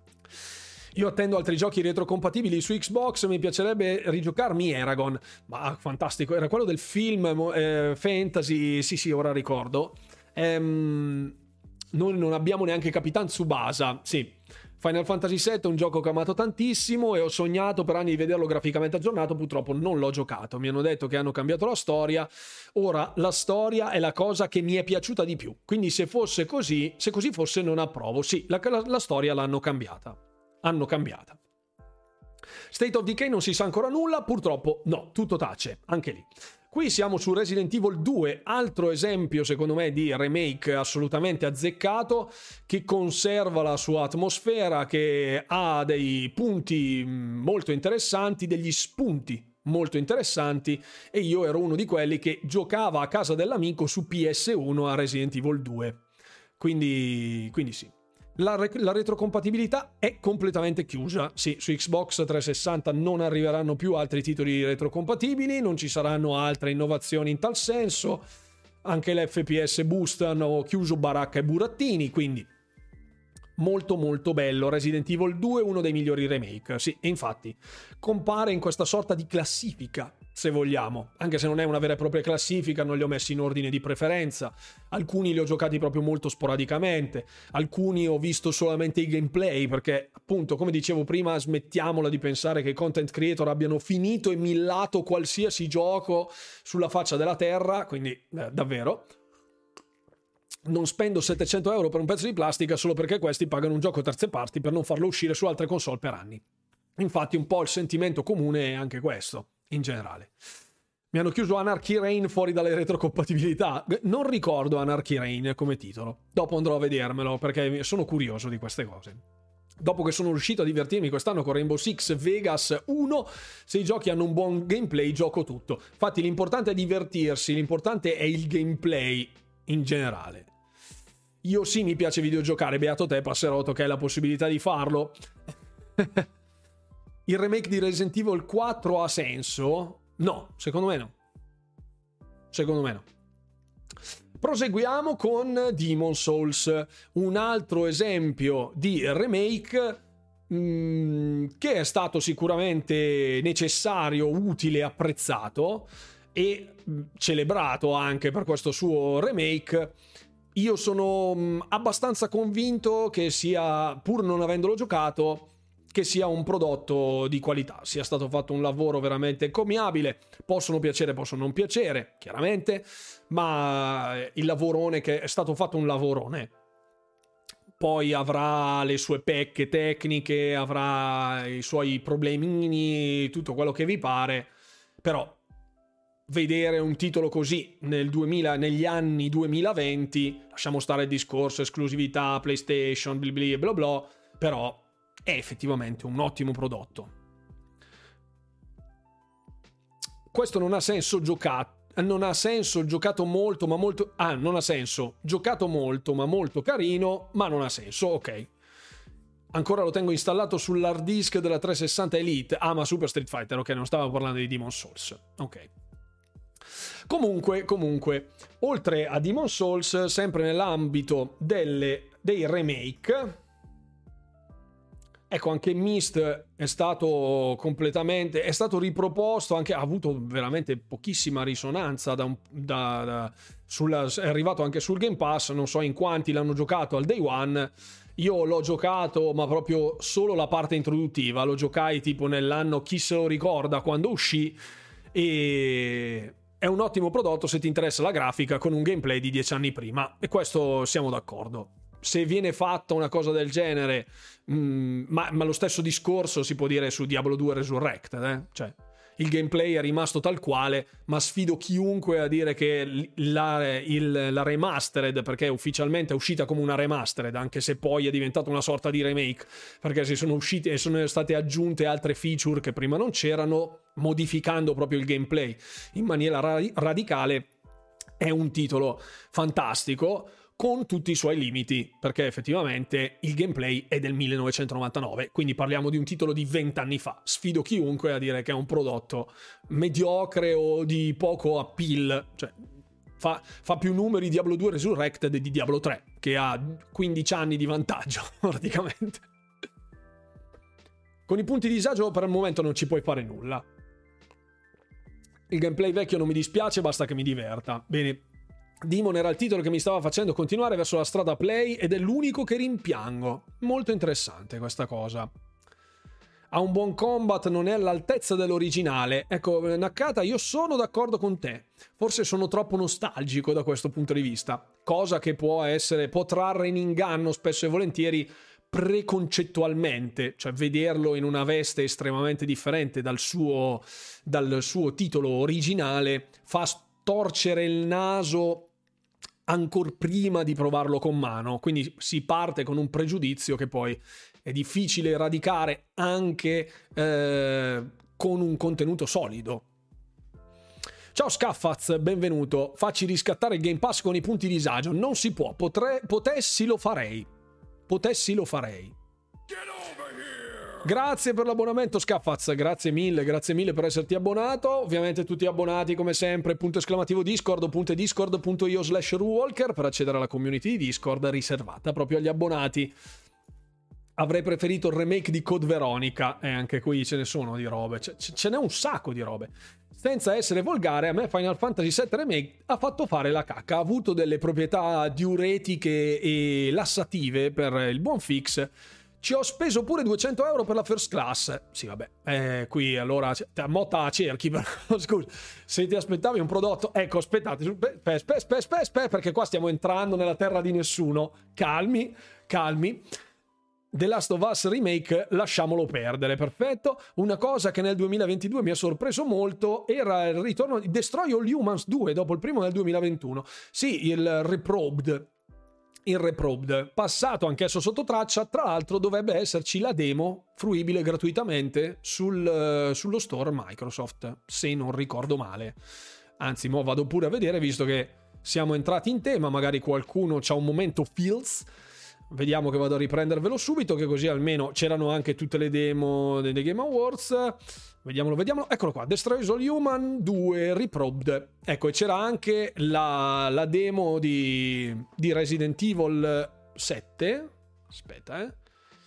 Io attendo altri giochi retrocompatibili su Xbox, mi piacerebbe rigiocarmi Eragon, ma fantastico, era quello del film eh, fantasy, sì sì, ora ricordo. Ehm, noi non abbiamo neanche Capitan Tsubasa, sì. Final Fantasy sette è un gioco che ho amato tantissimo e ho sognato per anni di vederlo graficamente aggiornato, purtroppo non l'ho giocato, mi hanno detto che hanno cambiato la storia, ora la storia è la cosa che mi è piaciuta di più, quindi se fosse così, se così fosse non approvo, sì, la, la, la storia l'hanno cambiata. Hanno cambiata. State of Decay non si sa ancora nulla, purtroppo no, tutto tace, anche lì. Qui siamo su Resident Evil due, altro esempio secondo me di remake assolutamente azzeccato, che conserva la sua atmosfera, che ha dei punti molto interessanti, degli spunti molto interessanti, e io ero uno di quelli che giocava a casa dell'amico su P S uno a Resident Evil due, quindi, quindi sì. La, re- la retrocompatibilità è completamente chiusa. Sì, su Xbox trecentosessanta non arriveranno più altri titoli retrocompatibili, non ci saranno altre innovazioni in tal senso. Anche l'F P S Boost hanno chiuso baracca e burattini, quindi molto molto bello. Resident Evil due, uno dei migliori remake. Sì, e infatti compare in questa sorta di classifica, se vogliamo, anche se non è una vera e propria classifica, non li ho messi in ordine di preferenza. Alcuni li ho giocati proprio molto sporadicamente, alcuni ho visto solamente i gameplay, perché appunto, come dicevo prima, smettiamola di pensare che i content creator abbiano finito e millato qualsiasi gioco sulla faccia della terra, quindi eh, davvero non spendo settecento euro per un pezzo di plastica solo perché questi pagano un gioco terze parti per non farlo uscire su altre console per anni. Infatti un po' il sentimento comune è anche questo, in generale. Mi hanno chiuso Anarchy Reign fuori dalle retrocompatibilità. Non ricordo Anarchy Reign come titolo. Dopo andrò a vedermelo perché sono curioso di queste cose. Dopo che sono riuscito a divertirmi quest'anno con Rainbow Six Vegas uno, se i giochi hanno un buon gameplay gioco tutto. Infatti l'importante è divertirsi, l'importante è il gameplay in generale. Io sì, mi piace videogiocare, beato te Passerotto che hai la possibilità di farlo. Il remake di Resident Evil quattro ha senso? No, secondo me no. Secondo me no. Proseguiamo con Demon's Souls, un altro esempio di remake mh, che è stato sicuramente necessario, utile, apprezzato e mh, celebrato anche per questo suo remake. Io sono mh, abbastanza convinto che sia, pur non avendolo giocato, che sia un prodotto di qualità, sia stato fatto un lavoro veramente encomiabile. Possono piacere, possono non piacere, chiaramente, ma il lavorone che è stato fatto un lavorone. Poi avrà le sue pecche tecniche, avrà i suoi problemini, tutto quello che vi pare, però vedere un titolo così nel duemila, negli anni duemilaventi, lasciamo stare il discorso esclusività PlayStation, bla bla bla bla, però è effettivamente un ottimo prodotto. Questo non ha senso giocato, non ha senso giocato molto, ma molto, ah, non ha senso giocato molto, ma molto carino, ma non ha senso, ok. Ancora lo tengo installato sull'hard disk della trecentosessanta Elite. Ah, ma Super Street Fighter, ok, non stavo parlando di Demon's Souls, ok. Comunque, comunque, oltre a Demon's Souls, sempre nell'ambito delle, dei remake, ecco, anche Myst è stato completamente, è stato riproposto, anche ha avuto veramente pochissima risonanza, da un, da, da, sulla, è arrivato anche sul Game Pass, non so in quanti l'hanno giocato al day one. Io l'ho giocato, ma proprio solo la parte introduttiva, lo giocai tipo nell'anno, chi se lo ricorda, quando uscì, e è un ottimo prodotto se ti interessa la grafica, con un gameplay di dieci anni prima, e questo siamo d'accordo. Se viene fatta una cosa del genere, mh, ma, ma lo stesso discorso si può dire su Diablo due Resurrected, eh? Cioè il gameplay è rimasto tal quale, ma sfido chiunque a dire che la, il, la remastered, perché ufficialmente è uscita come una remastered, anche se poi è diventata una sorta di remake, perché si sono usciti e sono state aggiunte altre feature che prima non c'erano, modificando proprio il gameplay in maniera ra- radicale, è un titolo fantastico, con tutti i suoi limiti, perché effettivamente il gameplay è del millenovecentonovantanove, quindi parliamo di un titolo di vent'anni fa. Sfido chiunque a dire che è un prodotto mediocre o di poco appeal, cioè fa, fa più numeri Diablo due Resurrected di Diablo tre, che ha quindici anni di vantaggio praticamente. Con i punti di disagio per il momento non ci puoi fare nulla. Il gameplay vecchio non mi dispiace, basta che mi diverta. Bene, Demon era il titolo che mi stava facendo continuare verso la strada play ed è l'unico che rimpiango. Molto interessante questa cosa. Ha un buon combat, non è all'altezza dell'originale. Ecco, Nakata, io sono d'accordo con te. Forse sono troppo nostalgico da questo punto di vista, cosa che può essere, può trarre in inganno spesso e volentieri preconcettualmente, cioè vederlo in una veste estremamente differente dal suo, dal suo titolo originale fa storcere il naso ancor prima di provarlo con mano, quindi si parte con un pregiudizio che poi è difficile eradicare anche eh, con un contenuto solido. Ciao Scaffaz, benvenuto. Facci riscattare il Game Pass con i punti di disagio. Non si può, Potre, potessi lo farei. Potessi lo farei. Grazie per l'abbonamento Scaffaz, grazie mille, grazie mille per esserti abbonato. Ovviamente tutti abbonati come sempre, punto esclamativo Discord, punto discord punto io slash Ruwalker per accedere alla community di Discord riservata proprio agli abbonati. Avrei preferito il remake di Code Veronica, e eh, anche qui ce ne sono di robe, ce, ce n'è un sacco di robe. Senza essere volgare, a me Final Fantasy sette Remake ha fatto fare la cacca, ha avuto delle proprietà diuretiche e lassative per il buon fix. Ci ho speso pure duecento euro per la first class. Sì, vabbè, eh, qui allora motta a cerchi, però, scusa, se ti aspettavi un prodotto, ecco, aspettate, spe, spe, spe, spe, spe, perché qua stiamo entrando nella terra di nessuno. Calmi, calmi. The Last of Us Remake lasciamolo perdere, perfetto. Una cosa che nel duemilaventidue mi ha sorpreso molto era il ritorno di Destroy All Humans due dopo il primo nel duemilaventuno. Sì, il Reprobed, il Reprobed, passato anch'esso sotto traccia. Tra l'altro dovrebbe esserci la demo fruibile gratuitamente sul, sullo store Microsoft, se non ricordo male. Anzi, mo vado pure a vedere, visto che siamo entrati in tema, magari qualcuno c'ha un momento feels. Vediamo che vado a riprendervelo subito, che così almeno c'erano anche tutte le demo dei Game Awards. Vediamolo, vediamolo. Eccolo qua, Destroy All Human due Reprobed. Ecco, e c'era anche la, la demo di, di Resident Evil sette. Aspetta, eh.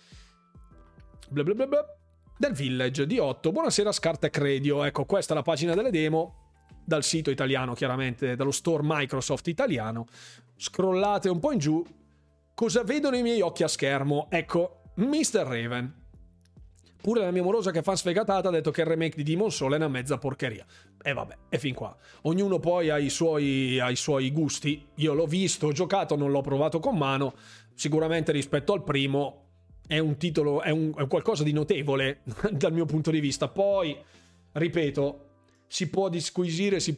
Bla bla bla bla. Del Village di otto. Buonasera Scartech Radio. Ecco, questa è la pagina delle demo. Dal sito italiano, chiaramente, dallo store Microsoft italiano. Scrollate un po' in giù. Cosa vedono i miei occhi a schermo? Ecco, mister Raven. Pure la mia morosa che fa sfegatata ha detto che il remake di Demon's Souls è una mezza porcheria. E vabbè, è fin qua. Ognuno poi ha i suoi, ha i suoi gusti. Io l'ho visto, ho giocato, non l'ho provato con mano. Sicuramente rispetto al primo è un titolo, è un, è un qualcosa di notevole dal mio punto di vista. Poi, ripeto, si può disquisire, si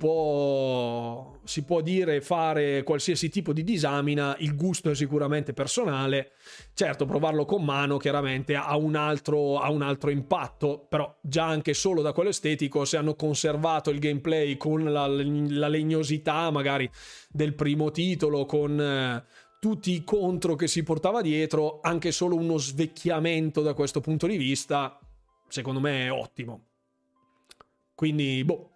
può, si può dire, fare qualsiasi tipo di disamina, il gusto è sicuramente personale, certo provarlo con mano chiaramente ha un altro, ha un altro impatto, però già anche solo da quello estetico, se hanno conservato il gameplay con la, la legnosità magari del primo titolo, con eh, tutti i contro che si portava dietro, anche solo uno svecchiamento da questo punto di vista, secondo me è ottimo. Quindi, boh,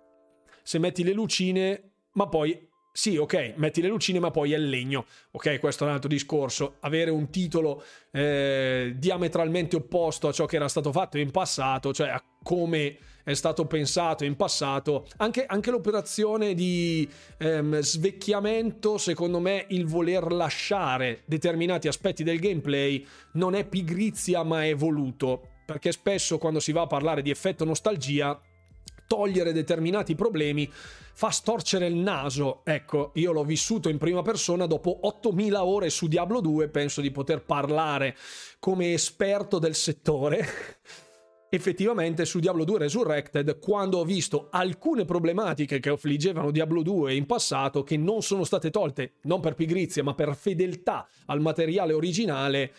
se metti le lucine, ma poi, sì, ok, metti le lucine, ma poi è il legno. Ok, questo è un altro discorso. Avere un titolo eh, diametralmente opposto a ciò che era stato fatto in passato, cioè a come è stato pensato in passato, anche, anche l'operazione di ehm, svecchiamento, secondo me, il voler lasciare determinati aspetti del gameplay non è pigrizia, ma è voluto. Perché spesso quando si va a parlare di effetto nostalgia, togliere determinati problemi fa storcere il naso. Ecco, io l'ho vissuto in prima persona dopo ottomila ore su Diablo due, penso di poter parlare come esperto del settore. Effettivamente su Diablo due Resurrected, quando ho visto alcune problematiche che affliggevano Diablo due in passato, che non sono state tolte non per pigrizia ma per fedeltà al materiale originale,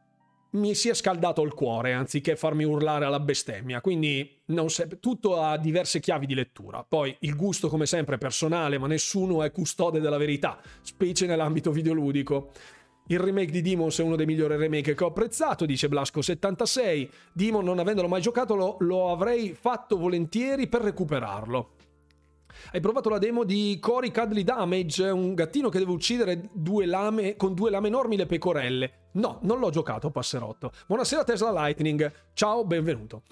mi si è scaldato il cuore anziché farmi urlare alla bestemmia. Quindi non se... tutto ha diverse chiavi di lettura. Poi il gusto, come sempre, è personale, ma nessuno è custode della verità, specie nell'ambito videoludico. Il remake di Demons è uno dei migliori remake che ho apprezzato, dice Blasco settantasei. Demon, non avendolo mai giocato, lo, lo avrei fatto volentieri per recuperarlo. Hai provato la demo di Cory Cuddly Damage, un gattino che deve uccidere due lame, con due lame enormi le pecorelle? No, non l'ho giocato, passerotto. Buonasera Tesla Lightning, ciao, benvenuto.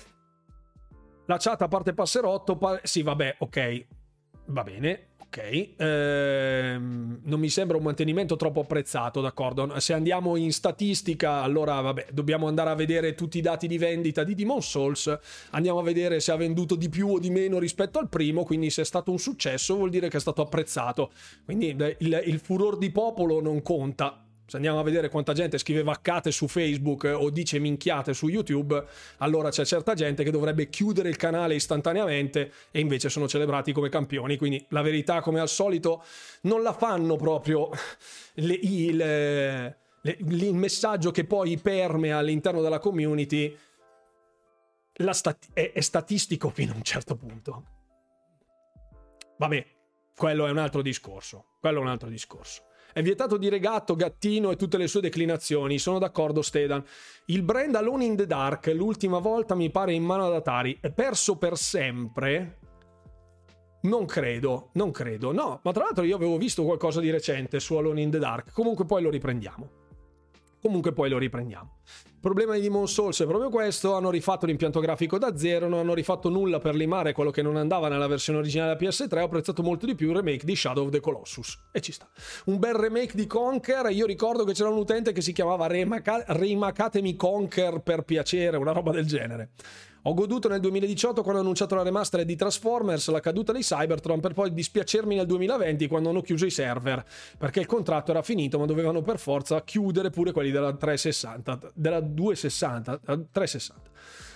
La chat a parte passerotto, pa- sì vabbè, ok, va bene, ok. Ehm, non mi sembra un mantenimento troppo apprezzato, d'accordo. Se andiamo in statistica, allora vabbè, dobbiamo andare a vedere tutti i dati di vendita di Demon's Souls, andiamo a vedere se ha venduto di più o di meno rispetto al primo, quindi se è stato un successo vuol dire che è stato apprezzato, quindi il, il furor di popolo non conta. Se andiamo a vedere quanta gente scrive vaccate su Facebook o dice minchiate su YouTube, allora c'è certa gente che dovrebbe chiudere il canale istantaneamente e invece sono celebrati come campioni. Quindi la verità, come al solito, non la fanno proprio le, il, le, il messaggio che poi permea all'interno della community. La stati- è, è statistico fino a un certo punto. Vabbè, quello è un altro discorso. Quello è un altro discorso. È vietato dire gatto, gattino e tutte le sue declinazioni. Sono d'accordo, Stedan. Il brand Alone in the Dark, l'ultima volta mi pare in mano ad Atari, è perso per sempre? Non credo, non credo. No, ma tra l'altro io avevo visto qualcosa di recente su Alone in the Dark. Comunque poi lo riprendiamo. Comunque poi lo riprendiamo. Il problema di Demon's Souls è proprio questo: hanno rifatto l'impianto grafico da zero, non hanno rifatto nulla per limare quello che non andava nella versione originale della P S tre. Ho apprezzato molto di più il remake di Shadow of the Colossus, e ci sta. Un bel remake di Conker. Io ricordo che c'era un utente che si chiamava Rimaca- Rimacatemi Conker per piacere, una roba del genere. Ho goduto nel duemiladiciotto quando hanno annunciato la remaster di Transformers, la caduta dei Cybertron, per poi dispiacermi nel duemilaventi quando hanno chiuso i server, perché il contratto era finito ma dovevano per forza chiudere pure quelli della trecentosessanta, della duecentosessanta, trecentosessanta.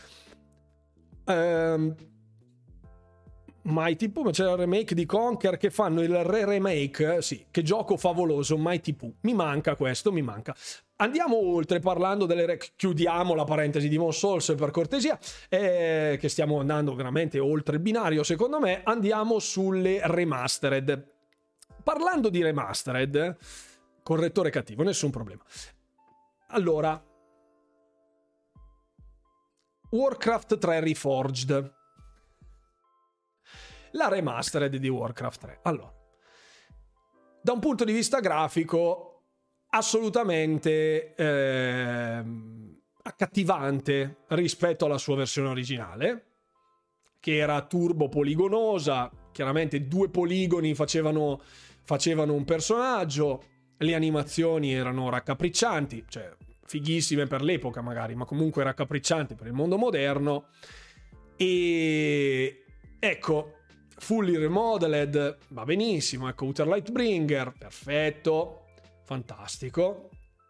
Ehm... Mighty Pooh, ma c'era il remake di Conker che fanno il re-remake, sì, che gioco favoloso, Mighty Pooh. Mi manca questo, mi manca. Andiamo oltre parlando delle... Re- chiudiamo la parentesi di Demon's Souls per cortesia, eh, che stiamo andando veramente oltre il binario secondo me. Andiamo sulle remastered. Parlando di remastered, correttore cattivo, nessun problema. Allora, Warcraft tre Reforged. La remastered di Warcraft tre. Allora, da un punto di vista grafico, assolutamente eh, accattivante rispetto alla sua versione originale, che era turbo poligonosa. Chiaramente due poligoni facevano, facevano un personaggio, le animazioni erano raccapriccianti, cioè fighissime per l'epoca magari, ma comunque raccapriccianti per il mondo moderno. E ecco, fully remodeled, va benissimo, ecco, Uther Lightbringer, perfetto, fantastico.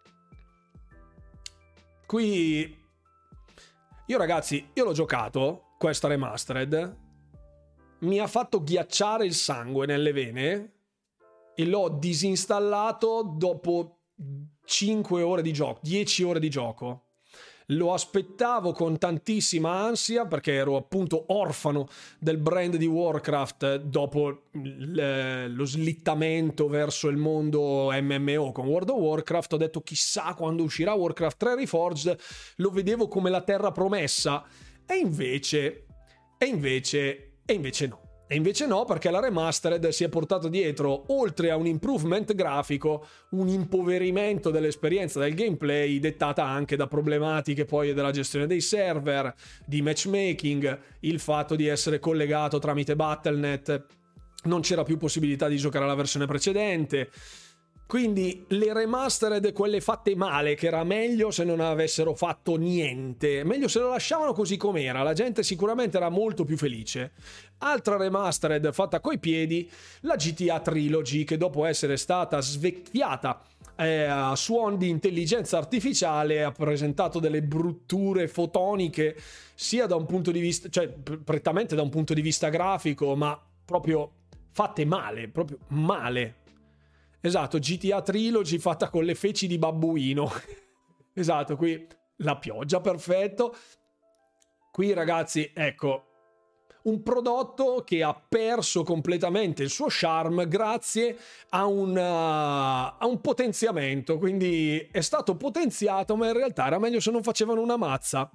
Qui io ragazzi, io l'ho giocato, questa remastered, mi ha fatto ghiacciare il sangue nelle vene e l'ho disinstallato dopo cinque ore di gioco, dieci ore di gioco. Lo aspettavo con tantissima ansia perché ero appunto orfano del brand di Warcraft dopo lo slittamento verso il mondo M M O con World of Warcraft. Ho detto chissà quando uscirà Warcraft tre Reforged, lo vedevo come la terra promessa e invece e invece e invece no. E invece no, perché la remastered si è portato dietro, oltre a un improvement grafico, un impoverimento dell'esperienza del gameplay, dettata anche da problematiche poi della gestione dei server, di matchmaking, il fatto di essere collegato tramite Battle punto net, non c'era più possibilità di giocare alla versione precedente. Quindi le remastered, quelle fatte male, che era meglio se non avessero fatto niente, meglio se lo lasciavano così com'era, la gente sicuramente era molto più felice. Altra remastered fatta coi piedi, la G T A Trilogy, che dopo essere stata svecchiata eh, a suon di intelligenza artificiale ha presentato delle brutture fotoniche sia da un punto di vista, cioè prettamente da un punto di vista grafico, ma proprio fatte male, proprio male. Esatto, G T A Trilogy fatta con le feci di babbuino. Esatto, qui la pioggia, perfetto. Qui ragazzi, ecco, un prodotto che ha perso completamente il suo charme grazie a un, uh, a un potenziamento. Quindi è stato potenziato, ma in realtà era meglio se non facevano una mazza.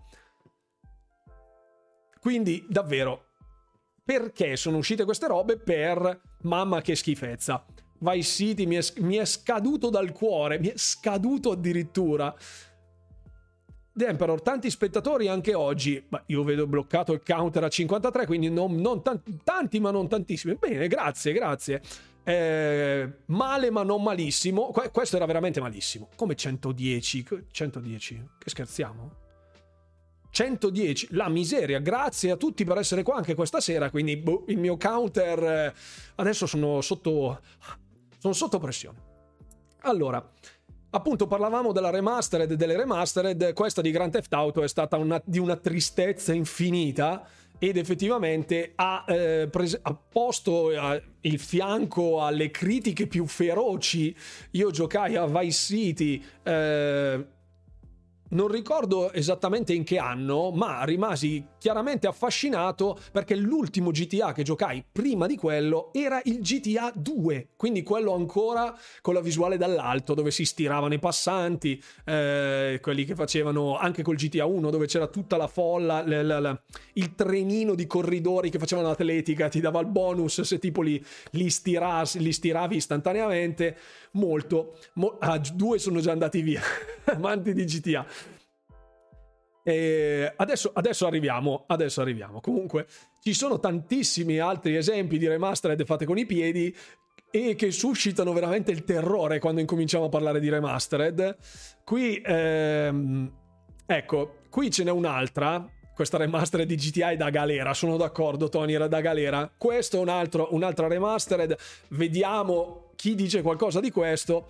Quindi davvero, perché sono uscite queste robe? Per mamma che schifezza. Vice City mi è, mi è scaduto dal cuore, mi è scaduto addirittura. The Emperor, tanti spettatori anche oggi, ma io vedo bloccato il counter a cinquantatré, quindi non, non tanti, tanti ma non tantissimi. Bene, grazie, grazie. Eh, male ma non malissimo. Questo era veramente malissimo. Come centodieci? centodieci? Che scherziamo? centodieci, la miseria. Grazie a tutti per essere qua anche questa sera, quindi boh, il mio counter eh, adesso sono sotto sono sotto pressione. Allora, appunto parlavamo della remastered e delle remastered. Questa di Grand Theft Auto è stata una, di una tristezza infinita, ed effettivamente ha, eh, pres- ha posto eh, il fianco alle critiche più feroci. Io giocai a Vice City, eh, non ricordo esattamente in che anno, ma rimasi chiaramente affascinato perché l'ultimo G T A che giocai prima di quello era il G T A due, quindi quello ancora con la visuale dall'alto, dove si stiravano i passanti, eh, quelli che facevano anche col G T A uno, dove c'era tutta la folla, la, la, la, il trenino di corridori che facevano atletica, ti dava il bonus se tipo li, li, stiras, li stiravi istantaneamente. Molto, mo- ah, due sono già andati via amanti di G T A. E adesso, adesso arriviamo adesso arriviamo comunque ci sono tantissimi altri esempi di remastered fatte con i piedi e che suscitano veramente il terrore quando incominciamo a parlare di remastered. Qui ehm, ecco, qui ce n'è un'altra, questa remastered di G T A da galera, sono d'accordo Tony, era da galera. Questo è un altro, un'altra remastered, vediamo chi dice qualcosa di questo.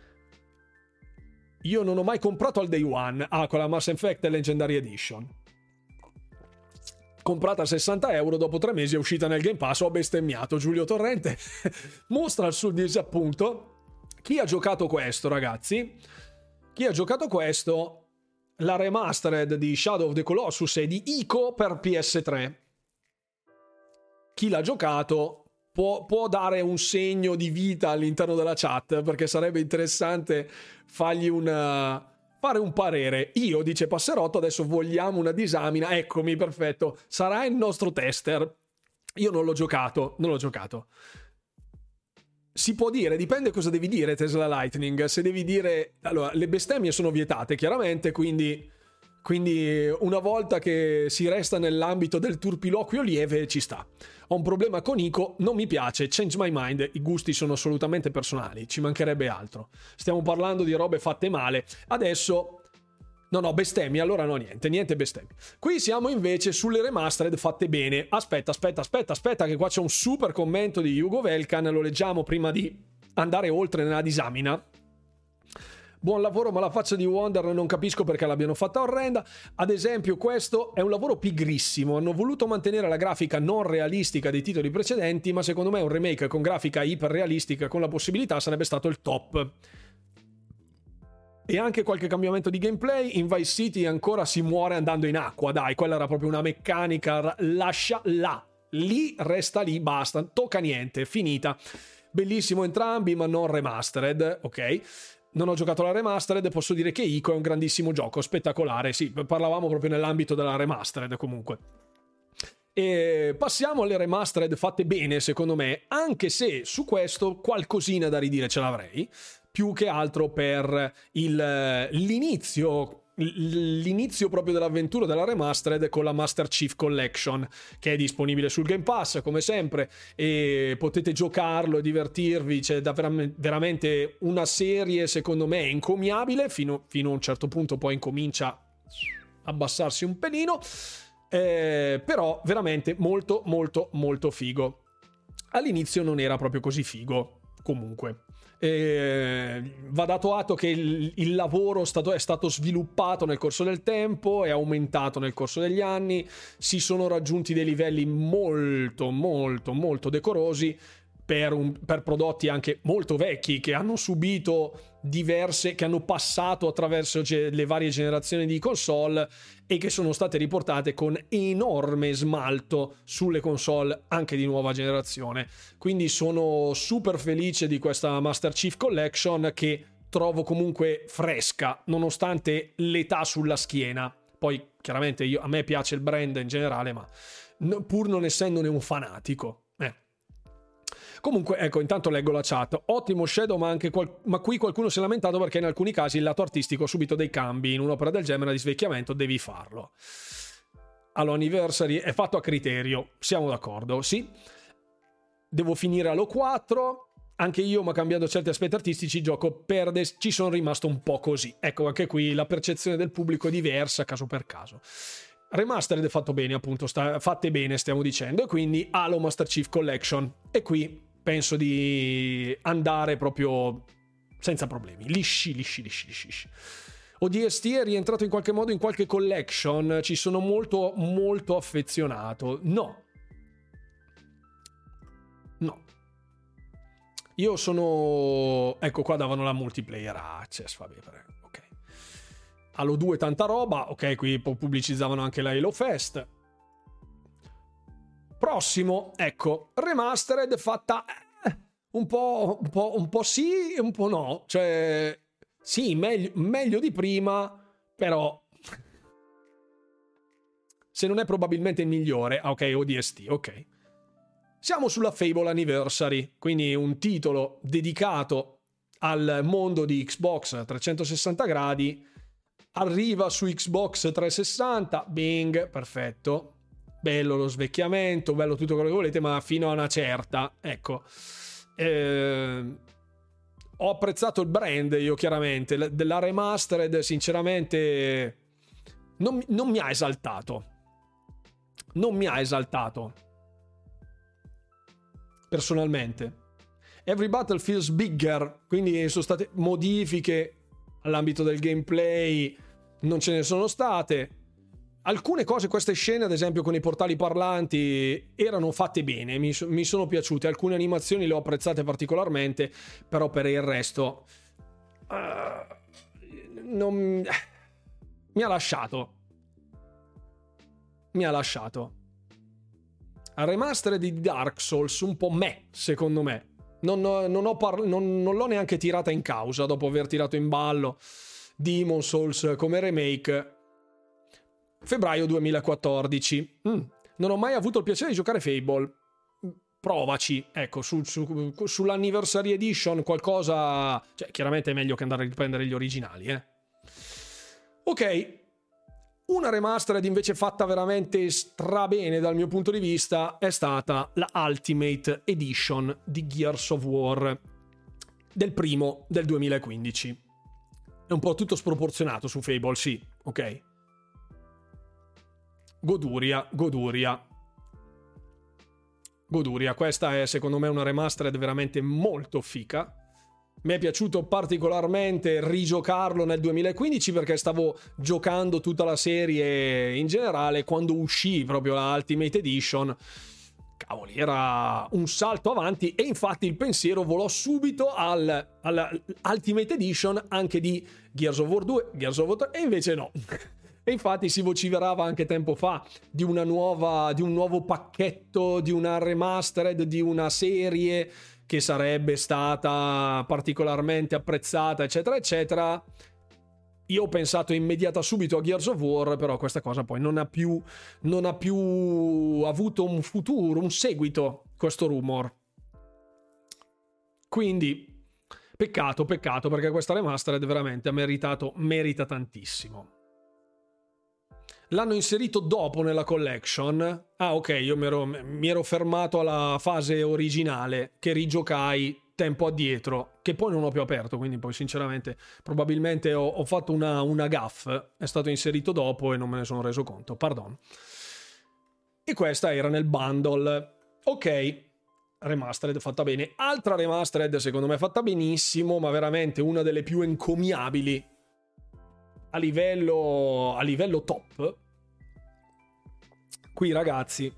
Io non ho mai comprato al day one, ah, con la Mass Effect Legendary Edition. Comprata a sessanta euro, dopo tre mesi è uscita nel Game Pass, ho bestemmiato. Giulio Torrente mostra il suo disappunto. Chi ha giocato questo, ragazzi? Chi ha giocato questo... La remastered di Shadow of the Colossus e di Ico per P S tre. Chi l'ha giocato può, può dare un segno di vita all'interno della chat, perché sarebbe interessante fargli una, fare un parere. Io, dice Passerotto, adesso vogliamo una disamina. Eccomi, perfetto. Sarà il nostro tester. Io non l'ho giocato, non l'ho giocato. Si può dire, dipende cosa devi dire Tesla Lightning. Se devi dire, allora, le bestemmie sono vietate chiaramente, quindi, quindi una volta che si resta nell'ambito del turpiloquio lieve ci sta. Ho un problema con Ico, non mi piace, change my mind, i gusti sono assolutamente personali, ci mancherebbe altro. Stiamo parlando di robe fatte male. Adesso no no bestemmie, allora no, niente, niente bestemmie. Qui siamo invece sulle remastered fatte bene. Aspetta, aspetta, aspetta, aspetta, che qua c'è un super commento di Hugo Velkan, lo leggiamo prima di andare oltre nella disamina. Buon lavoro, ma la faccia di Wonder non capisco perché l'abbiano fatta orrenda. Ad esempio, questo è un lavoro pigrissimo. Hanno voluto mantenere la grafica non realistica dei titoli precedenti, ma secondo me un remake con grafica iperrealistica con la possibilità sarebbe stato il top. E anche qualche cambiamento di gameplay. In Vice City ancora si muore andando in acqua, dai, quella era proprio una meccanica, lascia là, lì resta lì, basta, tocca niente, finita. Bellissimo entrambi, ma non remastered, ok? Non ho giocato la remastered, posso dire che Ico è un grandissimo gioco, spettacolare, sì, parlavamo proprio nell'ambito della remastered comunque. E passiamo alle remastered fatte bene, secondo me, anche se su questo qualcosina da ridire ce l'avrei, più che altro per il, l'inizio l'inizio proprio dell'avventura della remastered con la Master Chief Collection, che è disponibile sul Game Pass come sempre e potete giocarlo e divertirvi. C'è da veram- veramente una serie secondo me encomiabile fino, fino a un certo punto, poi incomincia a abbassarsi un pelino, eh, però veramente molto molto molto figo. All'inizio non era proprio così figo comunque. Eh, va dato atto che il, il lavoro stato, è stato sviluppato nel corso del tempo, è aumentato nel corso degli anni, si sono raggiunti dei livelli molto molto molto decorosi per, un, per prodotti anche molto vecchi che hanno subito diverse, che hanno passato attraverso ge- le varie generazioni di console e che sono state riportate con enorme smalto sulle console anche di nuova generazione. Quindi sono super felice di questa Master Chief Collection, che trovo comunque fresca nonostante l'età sulla schiena. Poi chiaramente io, a me piace il brand in generale, ma no, pur non essendone un fanatico. Comunque, ecco, intanto leggo la chat. Ottimo Shadow, ma, anche qual- ma qui qualcuno si è lamentato perché in alcuni casi il lato artistico ha subito dei cambi. In un'opera del genere di svecchiamento devi farlo. All'anniversary è fatto a criterio, siamo d'accordo, sì. Devo finire allo quattro. Anche io, ma cambiando certi aspetti artistici, il gioco perde, ci sono rimasto un po' così. Ecco, anche qui la percezione del pubblico è diversa, caso per caso. Remastered è fatto bene, appunto, sta, fatte bene stiamo dicendo, e quindi Halo Master Chief Collection. E qui penso di andare proprio senza problemi, lisci, lisci, lisci, lisci, lisci. O D S T è rientrato in qualche modo in qualche collection, ci sono molto, molto affezionato. No. No. Io sono... Ecco, qua davano la multiplayer access, vabbè, ok. Halo due tanta roba, ok, qui pubblicizzavano anche la Halo Fest. Prossimo, ecco, remastered fatta eh, un po', un po', un po' sì e un po' no. Cioè, sì, meglio, meglio di prima, però se non è probabilmente il migliore, ok, O D S T, ok. Siamo sulla Fable Anniversary, quindi un titolo dedicato al mondo di Xbox a trecentosessanta gradi. Arriva su Xbox trecentosessanta, bing, perfetto. Bello lo svecchiamento, bello tutto quello che volete, ma fino a una certa, ecco. Eh, ho apprezzato il brand io, chiaramente. Della remastered sinceramente non, non mi ha esaltato, non mi ha esaltato personalmente. Every battle feels bigger, quindi sono state modifiche all'ambito del gameplay, non ce ne sono state. Alcune cose, queste scene ad esempio con i portali parlanti, erano fatte bene, mi, mi sono piaciute, alcune animazioni le ho apprezzate particolarmente, però per il resto uh, non mi ha lasciato mi ha lasciato al remaster di Dark Souls un po' me, secondo me. Non, non, ho par- non, non l'ho neanche tirata in causa dopo aver tirato in ballo Demon Souls come remake. Febbraio duemilaquattordici. Mm. Non ho mai avuto il piacere di giocare Fable. Provaci, ecco, su, su, sull'Anniversary Edition qualcosa... Cioè, chiaramente è meglio che andare a riprendere gli originali, eh. Ok. Una remastered invece fatta veramente strabene dal mio punto di vista è stata la Ultimate Edition di Gears of War del primo del duemilaquindici. È un po' tutto sproporzionato su Fable, sì, ok. Goduria, goduria. Goduria, questa è secondo me una remastered veramente molto fica. Mi è piaciuto particolarmente rigiocarlo nel duemilaquindici perché stavo giocando tutta la serie in generale. Quando uscì proprio la Ultimate Edition, cavoli, era un salto avanti, e infatti il pensiero volò subito al, alla Ultimate Edition anche di Gears of War due, Gears of War tre, e invece no. E infatti si vociferava anche tempo fa di una nuova, di un nuovo pacchetto, di una remastered di una serie che sarebbe stata particolarmente apprezzata, eccetera eccetera. Io ho pensato immediata subito a Gears of War, però questa cosa poi non ha più non ha più avuto un futuro, un seguito, questo rumor. Quindi peccato, peccato, perché questa remastered veramente ha meritato, merita tantissimo. L'hanno inserito dopo nella collection. Ah, ok, io mi ero, mi ero fermato alla fase originale che rigiocai tempo addietro, che poi non ho più aperto, quindi poi sinceramente probabilmente ho, ho fatto una, una gaffe, è stato inserito dopo e non me ne sono reso conto, pardon. E questa era nel bundle. Ok, remastered fatta bene. Altra remastered secondo me fatta benissimo, ma veramente una delle più encomiabili a livello, a livello top. Qui ragazzi,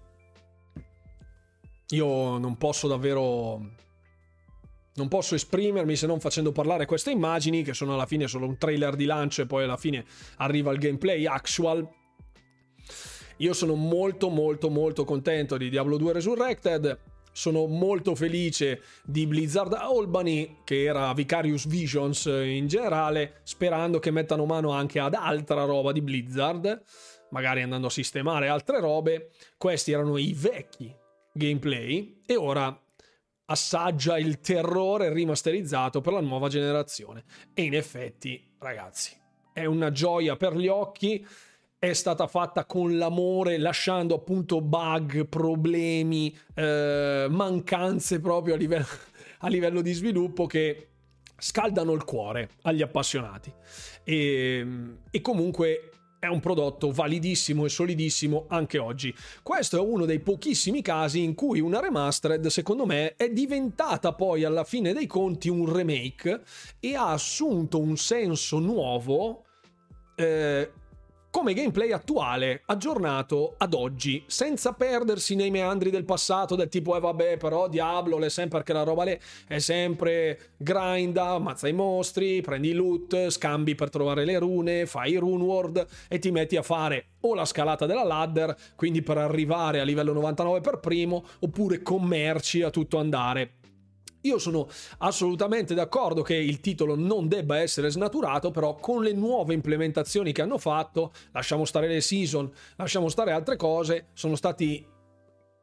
io non posso davvero non posso esprimermi se non facendo parlare queste immagini, che sono alla fine solo un trailer di lancio e poi alla fine arriva il gameplay actual. Io sono molto molto molto contento di Diablo due Resurrected, sono molto felice di Blizzard Albany, che era Vicarious Visions in generale, sperando che mettano mano anche ad altra roba di Blizzard, magari andando a sistemare altre robe. Questi erano i vecchi gameplay e ora assaggia il terrore rimasterizzato per la nuova generazione. E in effetti, ragazzi, è una gioia per gli occhi. È stata fatta con l'amore, lasciando appunto bug, problemi, eh, mancanze proprio a livello, a livello di sviluppo che scaldano il cuore agli appassionati. E, e comunque è un prodotto validissimo e solidissimo anche oggi. Questo è uno dei pochissimi casi in cui una remastered, secondo me, è diventata poi alla fine dei conti un remake e ha assunto un senso nuovo eh, come gameplay attuale, aggiornato ad oggi, senza perdersi nei meandri del passato, del tipo, eh vabbè, però Diablo è sempre, perché la roba lì è sempre grinda, ammazza i mostri, prendi i loot, scambi per trovare le rune, fai i rune world e ti metti a fare o la scalata della ladder, quindi per arrivare a livello novantanove per primo, oppure commerci a tutto andare. Io sono assolutamente d'accordo che il titolo non debba essere snaturato, però con le nuove implementazioni che hanno fatto, lasciamo stare le season, lasciamo stare altre cose, sono stati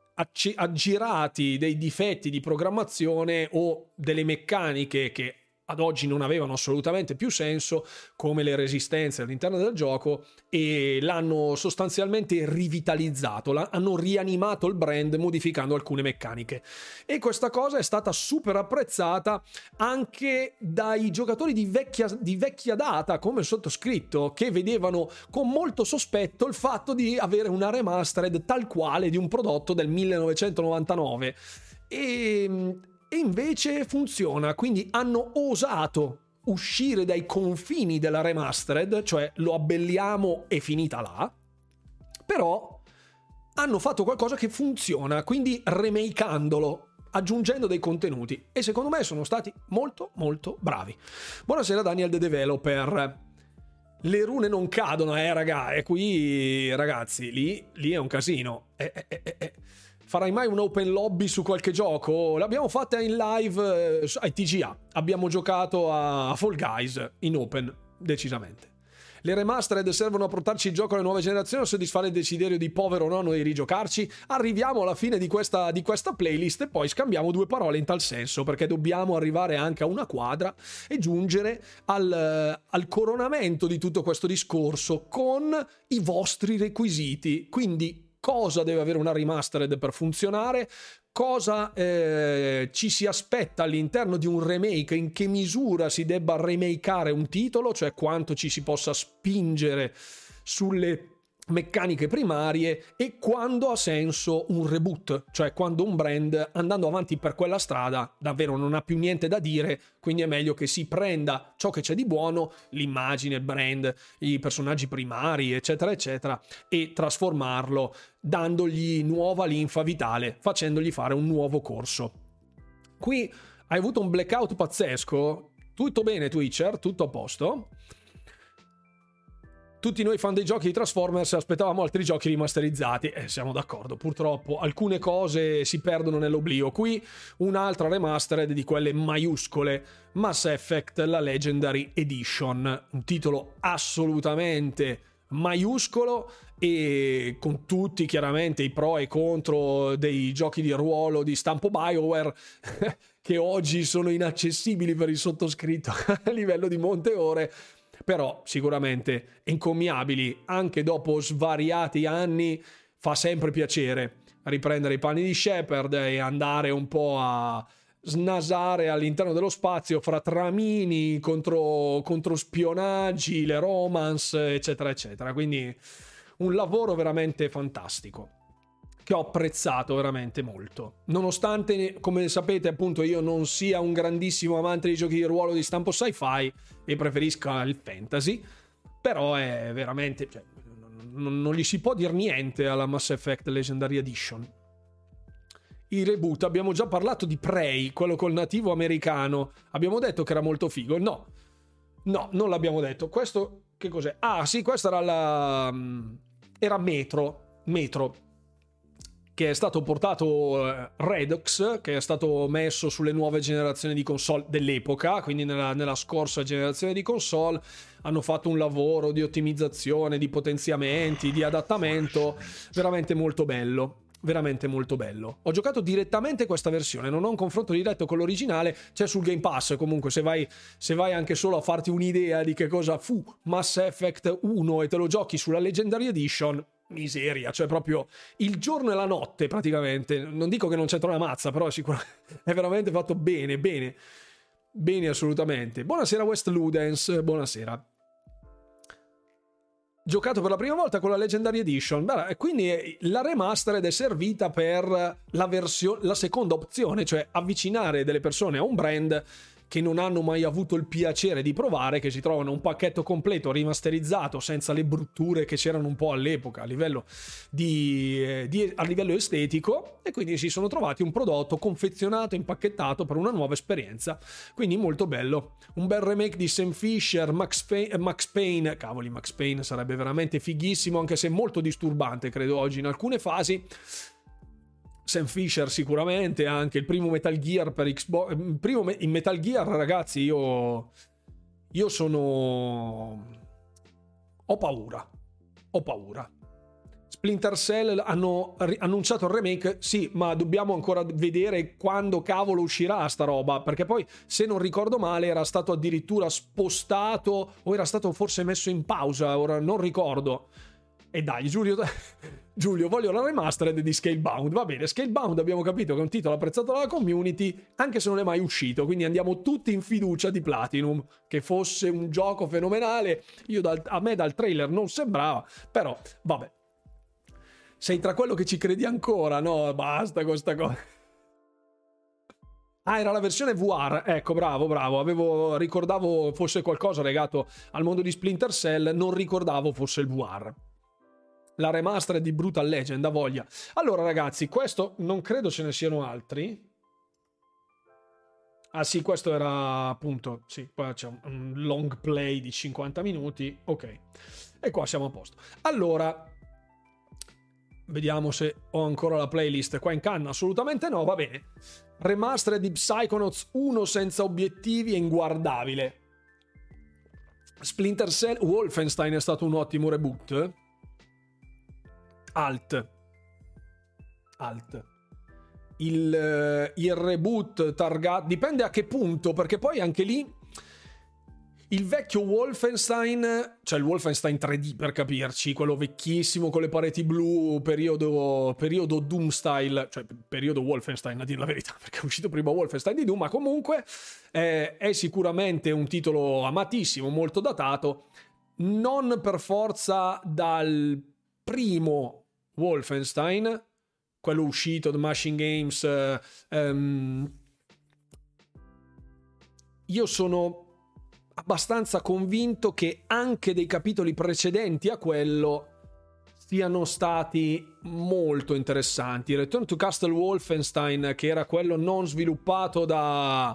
aggirati dei difetti di programmazione o delle meccaniche che ad oggi non avevano assolutamente più senso, come le resistenze all'interno del gioco, e l'hanno sostanzialmente rivitalizzato, hanno rianimato il brand modificando alcune meccaniche. E questa cosa è stata super apprezzata anche dai giocatori di vecchia, di vecchia data, come il sottoscritto, che vedevano con molto sospetto il fatto di avere una remastered tal quale di un prodotto del millenovecentonovantanove. E... E invece funziona, quindi hanno osato uscire dai confini della remastered, cioè lo abbelliamo e finita là, però hanno fatto qualcosa che funziona, quindi remakeandolo, aggiungendo dei contenuti, e secondo me sono stati molto molto bravi. Buonasera Daniel the Developer. Le rune non cadono, eh raga, e qui ragazzi, lì, lì è un casino. Eh, eh, eh, eh. Farai mai un open lobby su qualche gioco? L'abbiamo fatta in live eh, ai T G A. Abbiamo giocato a Fall Guys in open, decisamente. Le remastered servono a portarci il gioco alle nuove generazioni o soddisfare il desiderio di povero nonno di rigiocarci? Arriviamo alla fine di questa, di questa playlist e poi scambiamo due parole in tal senso, perché dobbiamo arrivare anche a una quadra e giungere al, al coronamento di tutto questo discorso con i vostri requisiti. Quindi cosa deve avere una remastered per funzionare, cosa eh, ci si aspetta all'interno di un remake, in che misura si debba remakeare un titolo, cioè quanto ci si possa spingere sulle meccaniche primarie, e quando ha senso un reboot, cioè quando un brand, andando avanti per quella strada, davvero non ha più niente da dire, quindi è meglio che si prenda ciò che c'è di buono, l'immagine, il brand, i personaggi primari, eccetera eccetera, e trasformarlo dandogli nuova linfa vitale, facendogli fare un nuovo corso. Qui hai avuto un blackout pazzesco. Tutto bene Twitcher? Tutto a posto? Tutti noi fan dei giochi di Transformers aspettavamo altri giochi rimasterizzati, e eh, siamo d'accordo, purtroppo alcune cose si perdono nell'oblio. Qui un'altra remastered di quelle maiuscole, Mass Effect, la Legendary Edition, un titolo assolutamente maiuscolo e con tutti chiaramente i pro e i contro dei giochi di ruolo di stampo BioWare che oggi sono inaccessibili per il sottoscritto a livello di monte ore, però sicuramente encomiabili. Anche dopo svariati anni fa sempre piacere riprendere i panni di Shepard e andare un po' a snasare all'interno dello spazio fra tramini, contro, contro spionaggi, le romance, eccetera eccetera. Quindi un lavoro veramente fantastico che ho apprezzato veramente molto, nonostante, come sapete appunto, io non sia un grandissimo amante di giochi di ruolo di stampo sci-fi e preferisca il fantasy, però è veramente, cioè, non, non gli si può dire niente alla Mass Effect Legendary Edition. I reboot, abbiamo già parlato di Prey, quello col nativo americano, abbiamo detto che era molto figo. No, no, non l'abbiamo detto. Questo che cos'è? Ah sì, questa era la era Metro Metro che è stato portato, Redux, che è stato messo sulle nuove generazioni di console dell'epoca, quindi nella, nella scorsa generazione di console hanno fatto un lavoro di ottimizzazione, di potenziamenti, di adattamento veramente molto bello. Veramente molto bello. Ho giocato direttamente questa versione, non ho un confronto diretto con l'originale, c'è sul Game Pass. Comunque se vai, se vai anche solo a farti un'idea di che cosa fu Mass Effect uno e te lo giochi sulla Legendary Edition, miseria, cioè proprio il giorno e la notte praticamente. Non dico che non c'entra una mazza, però è sicuramente è veramente fatto bene, bene, bene assolutamente. Buonasera West Ludens, buonasera. Giocato per la prima volta con la Legendary Edition. Beh, quindi la remastered è servita per la versione, la seconda opzione, cioè avvicinare delle persone a un brand che non hanno mai avuto il piacere di provare, che si trovano un pacchetto completo rimasterizzato senza le brutture che c'erano un po' all'epoca a livello di, eh, di a livello estetico, e quindi si sono trovati un prodotto confezionato, impacchettato per una nuova esperienza. Quindi molto bello. Un bel remake di Sam Fisher, Max Payne, Max Payne, cavoli, Max Payne sarebbe veramente fighissimo, anche se molto disturbante credo oggi in alcune fasi. Sam Fisher sicuramente, anche il primo Metal Gear per Xbox, il primo in Metal Gear, ragazzi, io io sono ho paura ho paura Splinter Cell hanno ri- annunciato il remake, sì, ma dobbiamo ancora vedere quando cavolo uscirà sta roba, perché poi, se non ricordo male, era stato addirittura spostato o era stato forse messo in pausa, ora non ricordo. E dai, Giulio, Giulio, voglio la remastered di Scalebound. Va bene, Scalebound abbiamo capito che è un titolo apprezzato dalla community, anche se non è mai uscito, quindi andiamo tutti in fiducia di Platinum, che fosse un gioco fenomenale. Io dal, a me dal trailer non sembrava, però vabbè. Sei tra quello che ci credi ancora, no? Basta con sta cosa. Ah, era la versione V R, ecco, bravo, bravo. Avevo, ricordavo fosse qualcosa legato al mondo di Splinter Cell, non ricordavo fosse il V R. La remaster di Brutal Legend, a voglia. Allora ragazzi, questo non credo ce ne siano altri. Ah sì, questo era appunto, sì, qua c'è un long play di cinquanta minuti, ok. E qua siamo a posto. Allora, vediamo se ho ancora la playlist qua in canna, assolutamente no, va bene. Remastered di Psychonauts uno senza obiettivi e inguardabile. Splinter Cell, Wolfenstein è stato un ottimo reboot. Alt Alt il, il reboot targato dipende a che punto, perché poi anche lì il vecchio Wolfenstein, cioè il Wolfenstein tre D per capirci, quello vecchissimo con le pareti blu, periodo, periodo Doom style, cioè periodo Wolfenstein a dire la verità, perché è uscito prima Wolfenstein di Doom, ma comunque è, è sicuramente un titolo amatissimo, molto datato, non per forza dal primo Wolfenstein, quello uscito da Machine Games. eh, um, io sono abbastanza convinto che anche dei capitoli precedenti a quello siano stati molto interessanti. Return to Castle Wolfenstein, che era quello non sviluppato da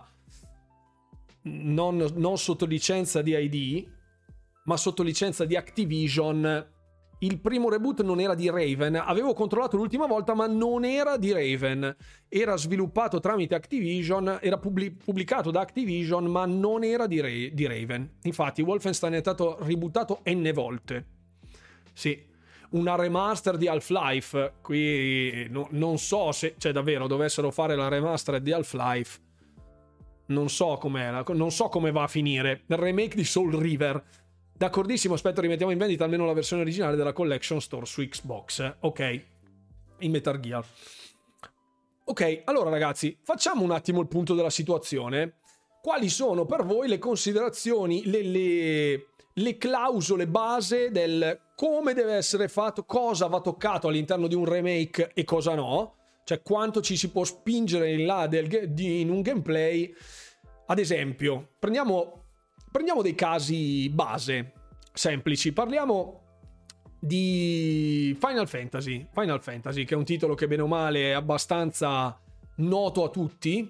non, non sotto licenza di I D, ma sotto licenza di Activision. Il primo reboot non era di Raven, avevo controllato l'ultima volta, ma non era di Raven, era sviluppato tramite Activision, era pubblicato da Activision, ma non era di, Ra- di Raven. Infatti Wolfenstein è stato rebootato n volte. Sì, una remaster di Half-Life, qui no, non so se, cioè davvero, dovessero fare la remaster di Half-Life, non so com'è, non so come va a finire. Il remake di Soul River, d'accordissimo, aspetta, rimettiamo in vendita almeno la versione originale della Collection Store su Xbox, ok, in Metal Gear. Ok, allora ragazzi, facciamo un attimo il punto della situazione. Quali sono per voi le considerazioni, le, le, le clausole base del come deve essere fatto, cosa va toccato all'interno di un remake e cosa no? Cioè quanto ci si può spingere in là del, di, in un gameplay. Ad esempio, prendiamo... Prendiamo dei casi base, semplici. Parliamo di Final Fantasy. Final Fantasy, che è un titolo che bene o male è abbastanza noto a tutti.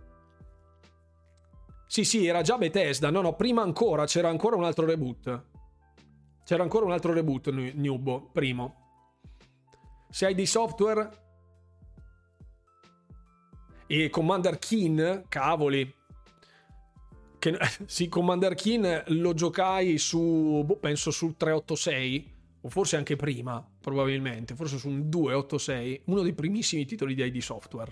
Sì, sì, era già Bethesda. No, no, prima ancora, c'era ancora un altro reboot. C'era ancora un altro reboot, Nubo, primo. Se hai di software... E Commander Keen, cavoli... Che, sì, Commander Keen lo giocai su, boh, penso sul trecentoottantasei, o forse anche prima, probabilmente, forse su un duecentottantasei, uno dei primissimi titoli di I D Software.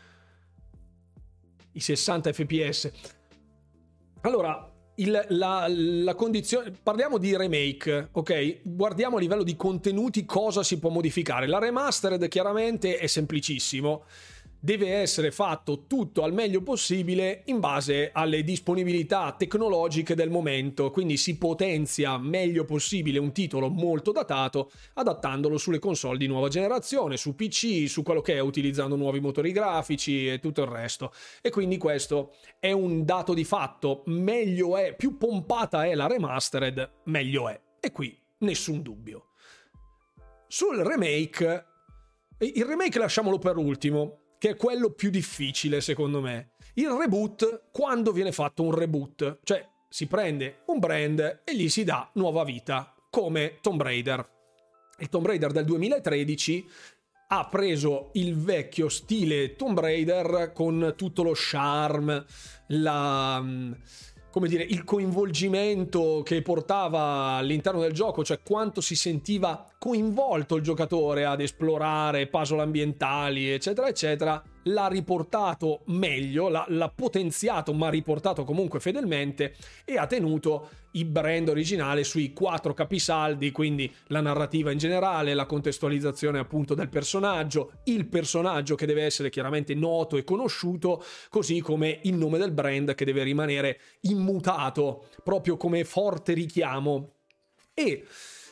I sessanta F P S. Allora, il, la, la condizione... Parliamo di remake, ok? Guardiamo a livello di contenuti cosa si può modificare. La remastered chiaramente è semplicissimo. Deve essere fatto tutto al meglio possibile in base alle disponibilità tecnologiche del momento, quindi si potenzia meglio possibile un titolo molto datato adattandolo sulle console di nuova generazione, su P C, su quello che è, utilizzando nuovi motori grafici e tutto il resto. E quindi questo è un dato di fatto. Meglio è, più pompata è la remastered, meglio è. E qui nessun dubbio. Sul remake, il remake lasciamolo per ultimo, che è quello più difficile secondo me. Il reboot, quando viene fatto un reboot, cioè si prende un brand e gli si dà nuova vita, come Tomb Raider. Il Tomb Raider del duemilatredici ha preso il vecchio stile Tomb Raider con tutto lo charme, la, come dire, il coinvolgimento che portava all'interno del gioco, cioè quanto si sentiva coinvolto il giocatore ad esplorare puzzle ambientali, eccetera, eccetera, l'ha riportato meglio, l'ha, l'ha potenziato, ma riportato comunque fedelmente, e ha tenuto il brand originale sui quattro capisaldi, quindi la narrativa in generale, la contestualizzazione appunto del personaggio, il personaggio che deve essere chiaramente noto e conosciuto, così come il nome del brand che deve rimanere immutato, proprio come forte richiamo. E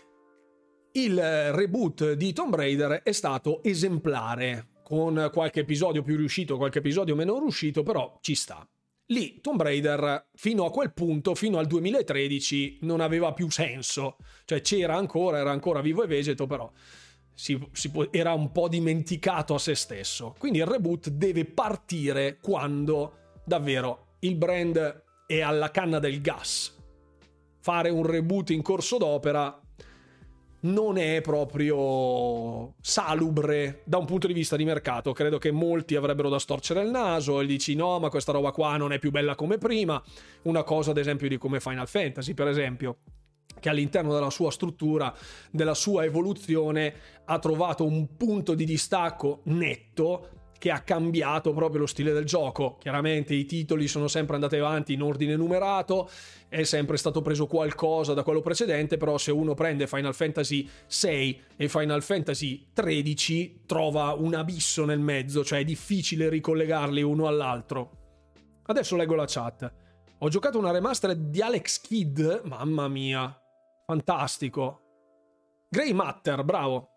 il reboot di Tomb Raider è stato esemplare, con qualche episodio più riuscito, qualche episodio meno riuscito, però ci sta. Lì Tomb Raider fino a quel punto, fino al duemilatredici, non aveva più senso, cioè c'era ancora, era ancora vivo e vegeto, però si, si può, era un po' dimenticato a se stesso. Quindi il reboot deve partire quando davvero il brand è alla canna del gas. Fare un reboot in corso d'opera non è proprio salubre da un punto di vista di mercato. Credo che molti avrebbero da storcere il naso e dici no, ma questa roba qua non è più bella come prima. Una cosa ad esempio di come Final Fantasy, per esempio, che all'interno della sua struttura, della sua evoluzione, ha trovato un punto di distacco netto che ha cambiato proprio lo stile del gioco. Chiaramente i titoli sono sempre andati avanti in ordine numerato, è sempre stato preso qualcosa da quello precedente, però se uno prende Final Fantasy sei e Final Fantasy tredici trova un abisso nel mezzo, cioè è difficile ricollegarli uno all'altro. Adesso leggo la chat. Ho giocato una remaster di Alex Kidd, mamma mia, fantastico. Grey Matter, bravo.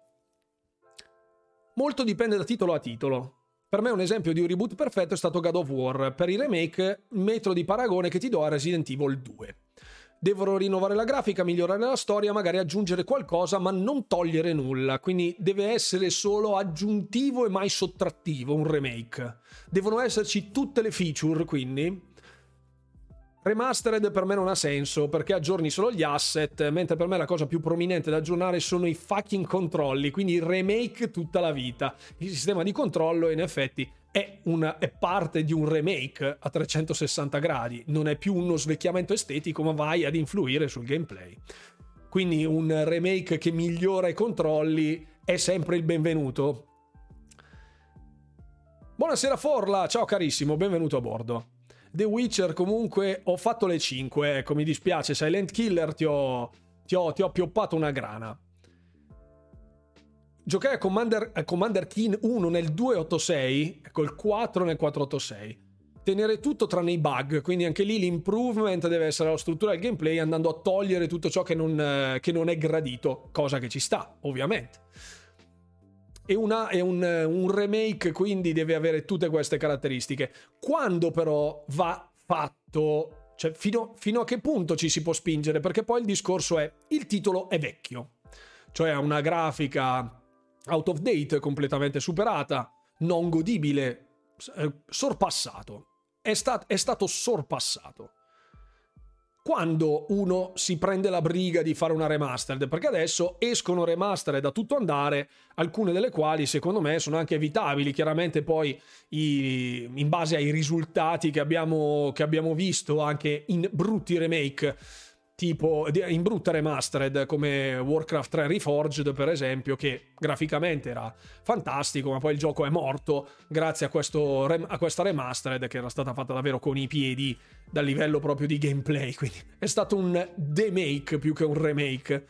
Molto dipende da titolo a titolo. Per me un esempio di un reboot perfetto è stato God of War. Per i remake, metro di paragone che ti do a Resident Evil due. Devono rinnovare la grafica, migliorare la storia, magari aggiungere qualcosa, ma non togliere nulla. Quindi deve essere solo aggiuntivo e mai sottrattivo un remake. Devono esserci tutte le feature, quindi. Remastered per me non ha senso, perché aggiorni solo gli asset, mentre per me la cosa più prominente da aggiornare sono i fucking controlli, quindi il remake tutta la vita. Il sistema di controllo in effetti è, una, è parte di un remake a trecentosessanta gradi, non è più uno svecchiamento estetico, ma vai ad influire sul gameplay. Quindi un remake che migliora i controlli è sempre il benvenuto. Buonasera Forla, ciao carissimo, benvenuto a bordo. The Witcher comunque ho fatto le cinque, ecco, mi dispiace, Silent Killer ti ho, ti ho, ti ho pioppato una grana. Giocai a Commander, a Commander Keen uno nel duecentoottantasei, ecco il quattro nel quattrocentoottantasei. Tenere tutto tranne i bug, quindi anche lì l'improvement deve essere la struttura del gameplay, andando a togliere tutto ciò che non, che non è gradito, cosa che ci sta, ovviamente. E, una, e un, un remake quindi deve avere tutte queste caratteristiche. Quando però va fatto, cioè fino, fino a che punto ci si può spingere? Perché poi il discorso è, il titolo è vecchio, cioè ha una grafica out of date, completamente superata, non godibile, sorpassato, è, stat- è stato sorpassato. Quando uno si prende la briga di fare una remastered, perché adesso escono remastered da tutto andare, alcune delle quali secondo me sono anche evitabili, chiaramente poi i, in base ai risultati che abbiamo, che abbiamo visto anche in brutti remake, tipo in brutta remastered come Warcraft tre Reforged per esempio, che graficamente era fantastico, ma poi il gioco è morto grazie a, questo, a questa remastered che era stata fatta davvero con i piedi dal livello proprio di gameplay, quindi è stato un demake più che un remake.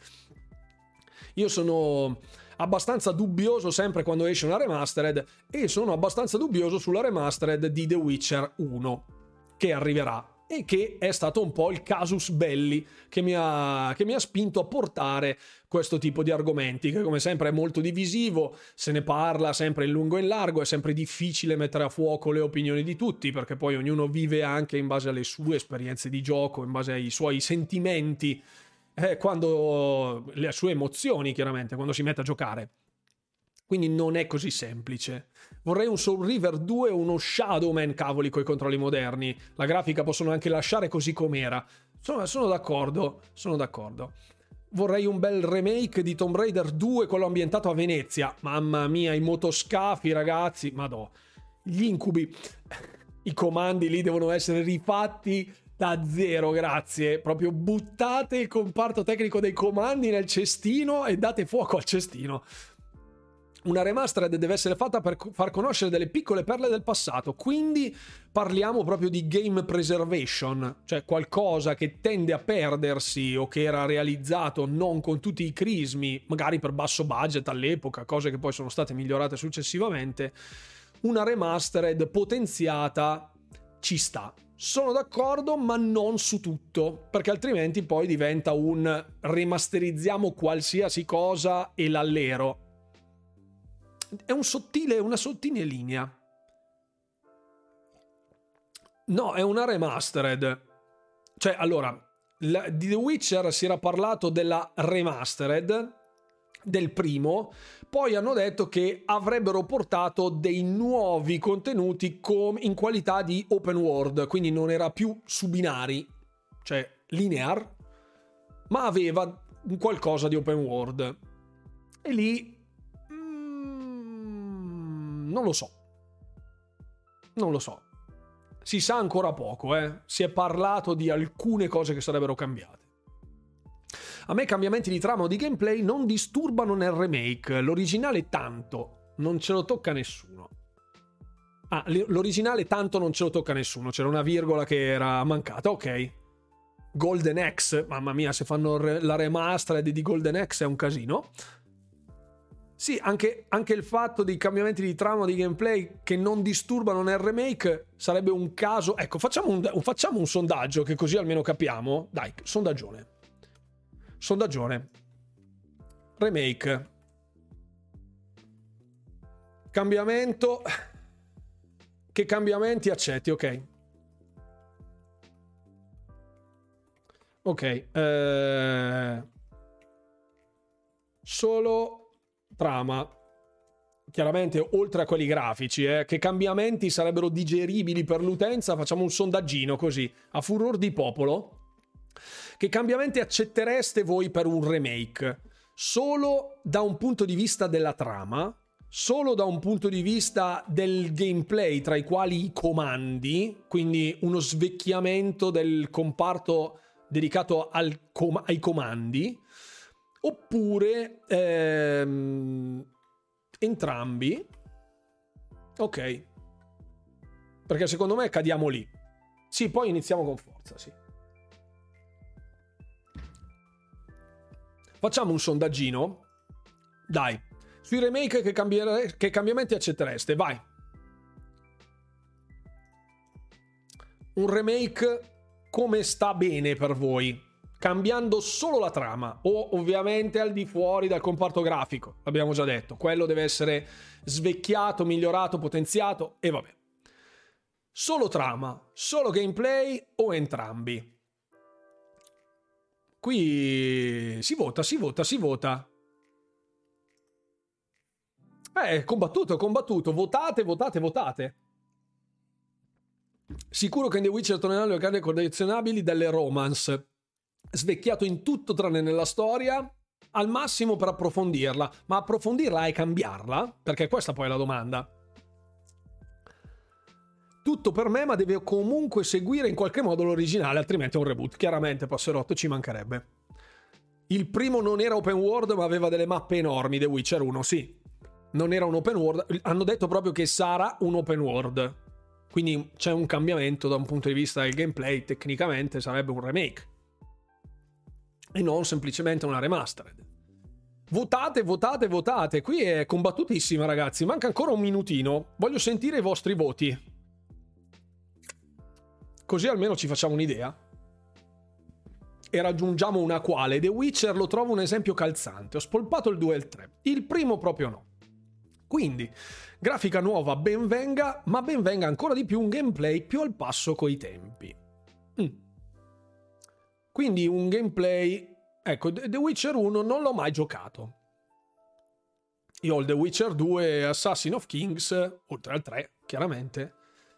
Io sono abbastanza dubbioso sempre quando esce una remastered, e sono abbastanza dubbioso sulla remastered di The Witcher uno che arriverà, e che è stato un po' il casus belli che mi ha, che mi ha spinto a portare questo tipo di argomenti, che come sempre è molto divisivo, se ne parla sempre in lungo e in largo, è sempre difficile mettere a fuoco le opinioni di tutti, perché poi ognuno vive anche in base alle sue esperienze di gioco, in base ai suoi sentimenti, eh, quando le sue emozioni chiaramente, quando si mette a giocare. Quindi non è così semplice. Vorrei un Soul River due o uno Shadow Man, cavoli, coi controlli moderni. La grafica possono anche lasciare così com'era. Sono, sono d'accordo, sono d'accordo. Vorrei un bel remake di Tomb Raider due, quello ambientato a Venezia. Mamma mia, i motoscafi, ragazzi, madò. Gli incubi, i comandi lì devono essere rifatti da zero, grazie. Proprio buttate il comparto tecnico dei comandi nel cestino e date fuoco al cestino. Una remastered deve essere fatta per far conoscere delle piccole perle del passato, quindi parliamo proprio di game preservation, cioè qualcosa che tende a perdersi o che era realizzato non con tutti i crismi, magari per basso budget all'epoca, cose che poi sono state migliorate successivamente. Una remastered potenziata ci sta. Sono d'accordo, ma non su tutto, perché altrimenti poi diventa un remasterizziamo qualsiasi cosa e l'allero. È un sottile, una sottile linea. No, è una remastered. Cioè, allora, la, di The Witcher si era parlato della remastered del primo, poi hanno detto che avrebbero portato dei nuovi contenuti com- in qualità di open world, quindi non era più su binari, cioè linear, ma aveva un qualcosa di open world. E lì non lo so, non lo so, si sa ancora poco, eh? Si è parlato di alcune cose che sarebbero cambiate. A me cambiamenti di trama o di gameplay non disturbano nel remake, l'originale tanto, non ce lo tocca nessuno. Ah, l'originale tanto non ce lo tocca nessuno, c'era una virgola che era mancata, ok. Golden Axe, mamma mia, se fanno la remastered di Golden Axe è un casino. Sì, anche, anche il fatto dei cambiamenti di trama o di gameplay che non disturbano nel remake sarebbe un caso. Ecco, facciamo un, facciamo un sondaggio che così almeno capiamo. Dai, sondaggione. Sondaggione. Remake. Cambiamento. Che cambiamenti accetti? Ok. Ok. Eh... Solo... trama, chiaramente oltre a quelli grafici, eh, che cambiamenti sarebbero digeribili per l'utenza, facciamo un sondaggino così, a furor di popolo. Che cambiamenti accettereste voi per un remake? Solo da un punto di vista della trama, solo da un punto di vista del gameplay, tra i quali i comandi, quindi uno svecchiamento del comparto dedicato al com- ai comandi, oppure ehm, entrambi. Ok, perché secondo me cadiamo lì. Sì, poi iniziamo con forza, sì. Facciamo un sondaggino. Dai, sui remake che, cambiere- che cambiamenti accettereste? Vai. Un remake come sta bene per voi? Cambiando solo la trama o ovviamente al di fuori dal comparto grafico, l'abbiamo già detto, quello deve essere svecchiato, migliorato, potenziato e vabbè. Solo trama, solo gameplay o entrambi? Qui si vota, si vota, si vota. Eh, combattuto, combattuto, votate, votate, votate. Sicuro che in The Witcher torneranno le carte collezionabili delle romance. Svecchiato in tutto tranne nella storia, al massimo per approfondirla, ma approfondirla e cambiarla? Perché questa poi è la domanda. Tutto per me, ma deve comunque seguire in qualche modo l'originale, altrimenti è un reboot. Chiaramente, Passerotto, ci mancherebbe. Il primo non era open world, ma aveva delle mappe enormi. The Witcher uno, sì. Non era un open world. Hanno detto proprio che sarà un open world. Quindi c'è un cambiamento da un punto di vista del gameplay. Tecnicamente sarebbe un remake. E non semplicemente una remastered. Votate, votate, votate. Qui è combattutissima, ragazzi. Manca ancora un minutino. Voglio sentire i vostri voti. Così almeno ci facciamo un'idea. E raggiungiamo una quale. The Witcher lo trovo un esempio calzante. Ho spolpato il due e il tre. Il primo proprio no. Quindi, grafica nuova ben venga, ma ben venga ancora di più un gameplay più al passo coi tempi. Mm. Quindi un gameplay... Ecco, The Witcher uno non l'ho mai giocato. Io ho il The Witcher due e Assassin of Kings, oltre al tre, chiaramente.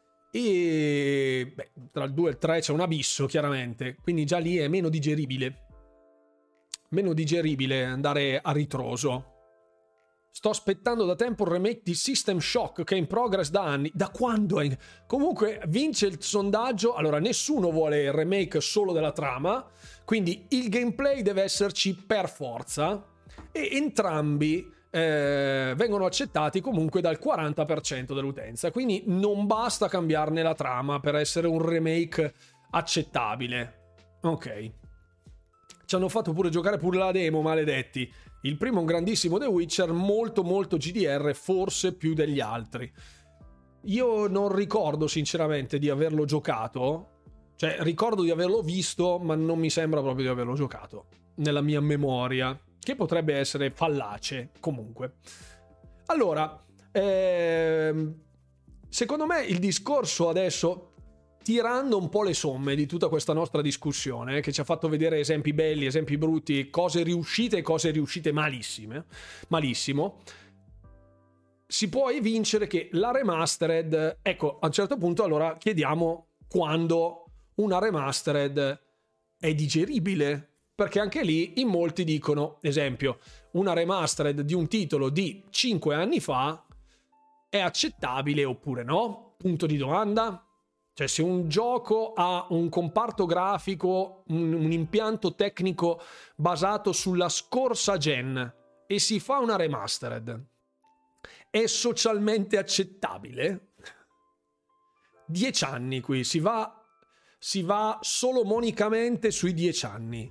E beh, tra il due e il tre c'è un abisso, chiaramente. Quindi già lì è meno digeribile. Meno digeribile andare a ritroso. Sto aspettando da tempo il remake di System Shock che è in progress da anni. Da quando è? Comunque vince il sondaggio. Allora, nessuno vuole il remake solo della trama, quindi il gameplay deve esserci per forza, e entrambi eh, vengono accettati comunque dal quaranta per cento dell'utenza. Quindi non basta cambiarne la trama per essere un remake accettabile. Ok. Ci hanno fatto pure giocare pure la demo, maledetti. Il primo è un grandissimo The Witcher, molto molto G D R, forse più degli altri. Io non ricordo sinceramente di averlo giocato, cioè ricordo di averlo visto, ma non mi sembra proprio di averlo giocato, nella mia memoria, che potrebbe essere fallace, comunque. Allora, ehm, secondo me il discorso adesso, tirando un po' le somme di tutta questa nostra discussione, che ci ha fatto vedere esempi belli, esempi brutti, cose riuscite e cose riuscite malissime, malissimo, si può evincere che la remastered, ecco, a un certo punto allora chiediamo quando una remastered è digeribile, perché anche lì in molti dicono, esempio, una remastered di un titolo di cinque anni fa è accettabile oppure no? Punto di domanda. Cioè, se un gioco ha un comparto grafico, un, un impianto tecnico basato sulla scorsa gen e si fa una remastered, è socialmente accettabile? Dieci anni qui, si va, si va solomonicamente sui dieci anni.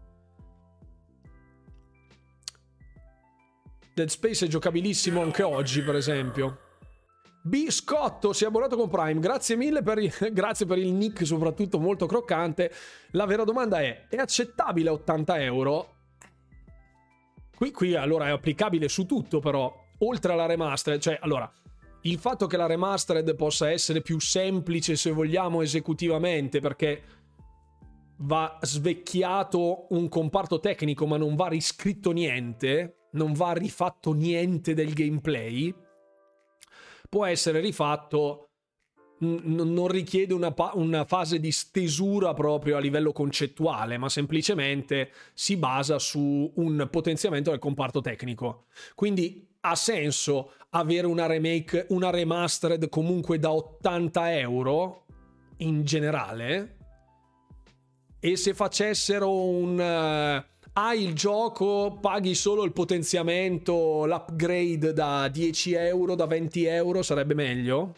Dead Space è giocabilissimo anche oggi, per esempio. Biscotto si è abbonato con Prime, grazie mille per il, grazie per il nick, soprattutto molto croccante. La vera domanda è: è accettabile a ottanta euro? Qui, qui allora è applicabile su tutto, però oltre alla remastered, cioè allora il fatto che la remastered possa essere più semplice, se vogliamo, esecutivamente, perché va svecchiato un comparto tecnico ma non va riscritto niente, non va rifatto niente del gameplay, può essere rifatto, n- non richiede una, pa- una fase di stesura proprio a livello concettuale, ma semplicemente si basa su un potenziamento del comparto tecnico. Quindi ha senso avere una remake, una remastered comunque da ottanta euro in generale, e se facessero un... Uh, hai il gioco, paghi solo il potenziamento, l'upgrade da dieci euro, da venti euro, sarebbe meglio?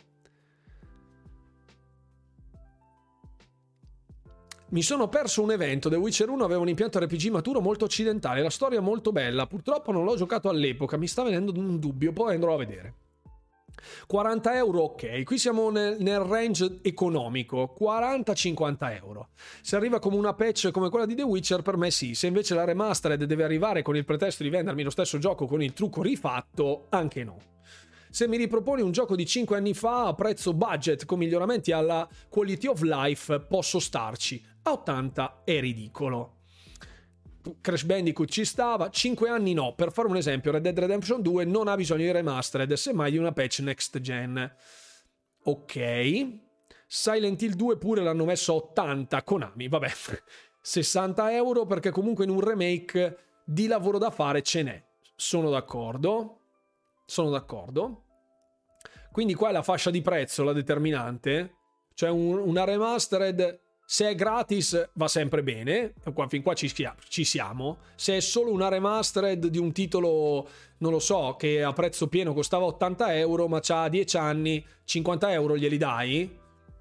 Mi sono perso un evento. The Witcher uno aveva un impianto R P G maturo molto occidentale, la storia molto bella, purtroppo non l'ho giocato all'epoca, mi sta venendo un dubbio, poi andrò a vedere. quaranta euro, ok, qui siamo nel, nel range economico, quaranta cinquanta euro. Se arriva come una patch come quella di The Witcher, per me sì. Se invece la remastered deve arrivare con il pretesto di vendermi lo stesso gioco con il trucco rifatto, anche no. Se mi riproponi un gioco di cinque anni fa a prezzo budget con miglioramenti alla quality of life, posso starci. A ottanta è ridicolo. Crash Bandicoot ci stava, cinque anni no. Per fare un esempio, Red Dead Redemption due non ha bisogno di remastered, semmai di una patch next gen. Ok. Silent Hill due pure l'hanno messo a ottanta, Konami, vabbè. sessanta euro, perché comunque in un remake di lavoro da fare ce n'è. Sono d'accordo. Sono d'accordo. Quindi qua è la fascia di prezzo la determinante. Cioè un, una remastered, se è gratis va sempre bene, fin qua ci, ci siamo. Se è solo una remastered di un titolo, non lo so, che a prezzo pieno costava ottanta euro ma c'ha dieci anni, cinquanta euro glieli dai?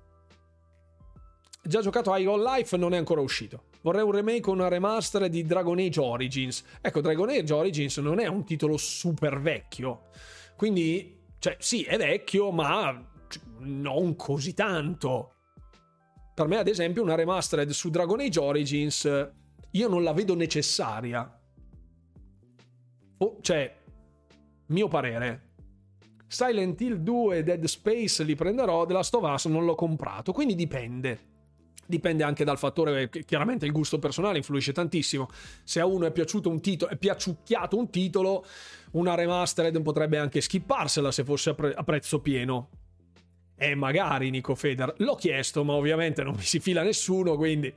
Già giocato a High on Life, non è ancora uscito. Vorrei un remake o una remaster di Dragon Age Origins. Ecco, Dragon Age Origins non è un titolo super vecchio, quindi, cioè, sì, è vecchio, ma non così tanto. Per me, ad esempio, una remastered su Dragon Age Origins io non la vedo necessaria. Oh, cioè, mio parere. Silent Hill due e Dead Space li prenderò, The Last of Us non l'ho comprato, quindi dipende. Dipende anche dal fattore che chiaramente il gusto personale influisce tantissimo. Se a uno è piaciuto un titolo, è piaciucchiato un titolo, una remastered potrebbe anche skipparsela se fosse a, pre- a prezzo pieno. E magari, Nico Feder, l'ho chiesto, ma ovviamente non mi si fila nessuno, quindi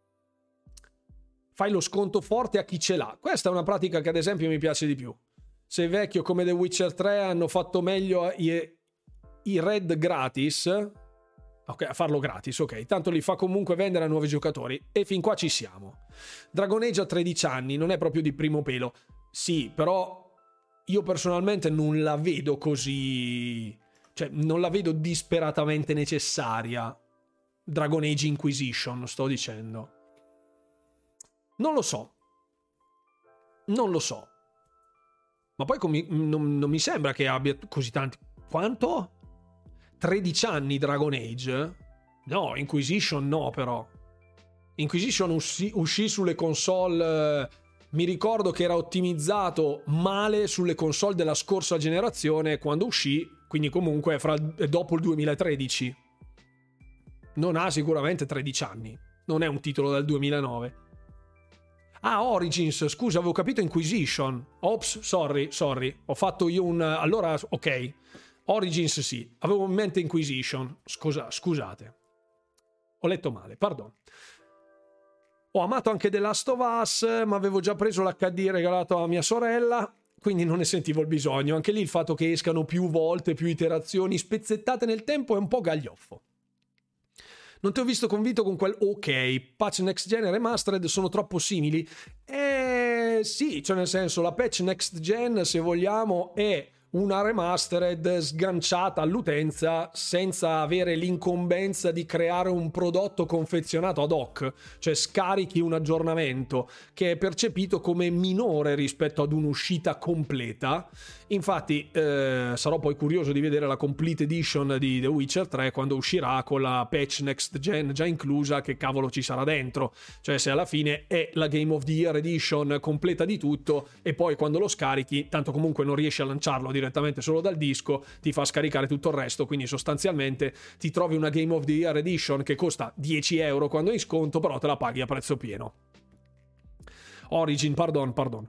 fai lo sconto forte a chi ce l'ha. Questa è una pratica che ad esempio mi piace di più. sei vecchio come The Witcher tre, hanno fatto meglio i, i Red gratis. Ok, a farlo gratis, ok. Tanto li fa comunque vendere a nuovi giocatori. E fin qua ci siamo. Dragon Age ha tredici anni, non è proprio di primo pelo. Sì, però io personalmente non la vedo così... Cioè, non la vedo disperatamente necessaria. Dragon Age Inquisition, sto dicendo. Non lo so. Non lo so. Ma poi com- non, non mi sembra che abbia così tanti... Quanto? tredici anni Dragon Age? No, Inquisition no, però. Inquisition uscì, uscì sulle console... Mi ricordo che era ottimizzato male sulle console della scorsa generazione quando uscì, quindi comunque fra, dopo il duemilatredici. Non ha sicuramente tredici anni. Non è un titolo del duemilanove. Ah, Origins, scusa, avevo capito Inquisition. Ops, sorry, sorry. Ho fatto io un... Allora, ok. Origins sì. Avevo in mente Inquisition. Scusa, scusate. Ho letto male, pardon. Ho amato anche The Last of Us, ma avevo già preso l'H D regalato a mia sorella, quindi non ne sentivo il bisogno. Anche lì il fatto che escano più volte, più iterazioni spezzettate nel tempo è un po' gaglioffo. Non ti ho visto convinto con quel ok, patch next gen e remastered sono troppo simili? Eh sì, cioè nel senso la patch next gen, se vogliamo, è una remastered sganciata all'utenza senza avere l'incombenza di creare un prodotto confezionato ad hoc, cioè scarichi un aggiornamento che è percepito come minore rispetto ad un'uscita completa. Infatti eh, sarò poi curioso di vedere la complete edition di The Witcher tre quando uscirà con la patch next gen già inclusa, che cavolo ci sarà dentro, cioè se alla fine è la Game of the Year edition completa di tutto e poi quando lo scarichi, tanto comunque non riesci a lanciarlo direttamente solo dal disco, ti fa scaricare tutto il resto, quindi sostanzialmente ti trovi una Game of the Year edition che costa dieci euro quando è in sconto, però te la paghi a prezzo pieno. Origin, pardon, pardon.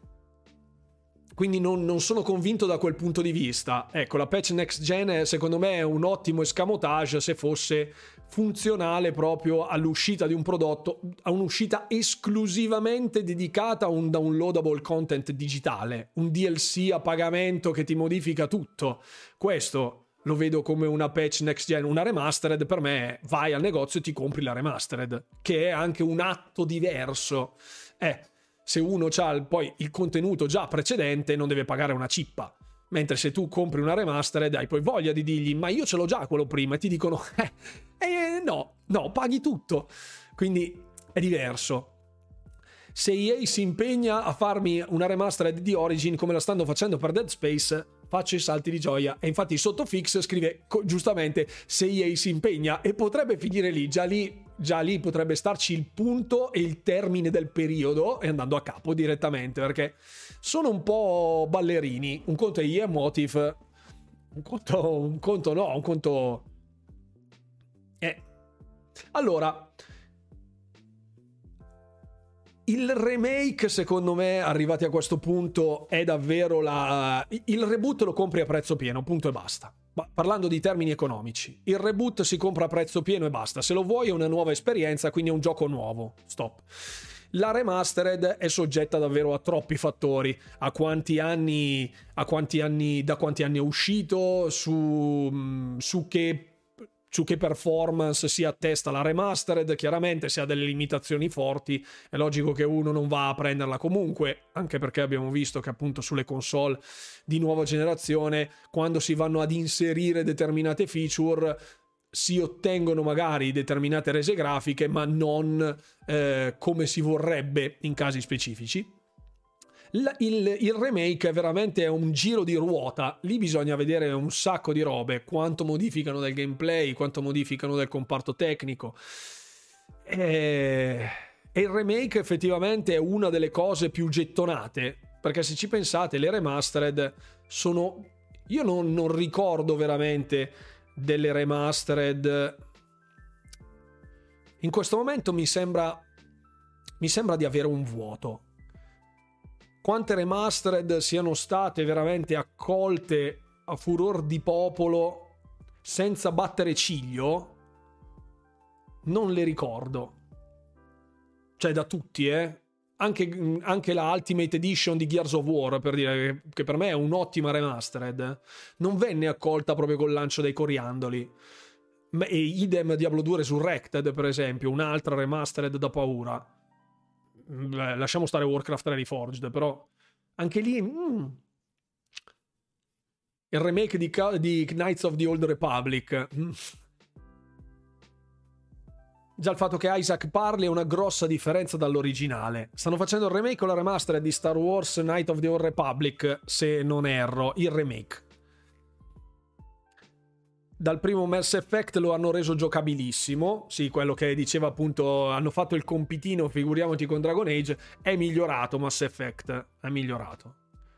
Quindi non, non sono convinto da quel punto di vista. Ecco, la patch next gen secondo me è un ottimo escamotage se fosse funzionale proprio all'uscita di un prodotto, a un'uscita esclusivamente dedicata a un downloadable content digitale, un D L C a pagamento che ti modifica tutto. Questo lo vedo come una patch next gen. Una remastered per me vai al negozio e ti compri la remastered, che è anche un atto diverso. Eh, se uno ha poi il contenuto già precedente non deve pagare una cippa, mentre se tu compri una remastered hai poi voglia di dirgli ma io ce l'ho già quello prima, e ti dicono eh, eh no, no, paghi tutto, quindi è diverso. Se E A si impegna a farmi una remastered di Origin come la stanno facendo per Dead Space, faccio i salti di gioia. E infatti Sottofix scrive giustamente se E A si impegna, e potrebbe finire lì, già lì già lì potrebbe starci il punto e il termine del periodo, e andando a capo direttamente, perché sono un po' ballerini. Un conto è E A Motive, un conto, un conto no, un conto eh. Allora, il remake, secondo me, arrivati a questo punto, è davvero la... Il reboot lo compri a prezzo pieno, punto e basta. Ma parlando di termini economici, il reboot si compra a prezzo pieno e basta. Se lo vuoi è una nuova esperienza, quindi è un gioco nuovo. Stop. La remastered è soggetta davvero a troppi fattori, a quanti anni, a quanti anni, da quanti anni è uscito, su, su che su che performance si attesta la remastered. Chiaramente se ha delle limitazioni forti è logico che uno non va a prenderla comunque, anche perché abbiamo visto che appunto sulle console di nuova generazione, quando si vanno ad inserire determinate feature, si ottengono magari determinate rese grafiche, ma non eh, come si vorrebbe in casi specifici. Il, il, il remake è veramente un giro di ruota. Lì bisogna vedere un sacco di robe, quanto modificano del gameplay, quanto modificano del comparto tecnico, e, e il remake effettivamente è una delle cose più gettonate, perché se ci pensate le remastered sono... io non, non ricordo veramente delle remastered. In questo momento mi sembra mi sembra di avere un vuoto. Quante remastered siano state veramente accolte a furor di popolo senza battere ciglio, non le ricordo. Cioè da tutti, eh? anche, anche la Ultimate Edition di Gears of War, per dire che per me è un'ottima remastered, non venne accolta proprio col lancio dei coriandoli. E idem Diablo due Resurrected, per esempio, un'altra remastered da paura. Beh, lasciamo stare Warcraft Reforged, però anche lì mm, il remake di, di Knights of the Old Republic, mm. Già il fatto che Isaac parli è una grossa differenza dall'originale. Stanno facendo il remake o la remastered di Star Wars Knights of the Old Republic, se non erro, il remake. Dal primo Mass Effect lo hanno reso giocabilissimo, sì, quello che diceva appunto, hanno fatto il compitino, figuriamoci con Dragon Age, è migliorato Mass Effect, è migliorato.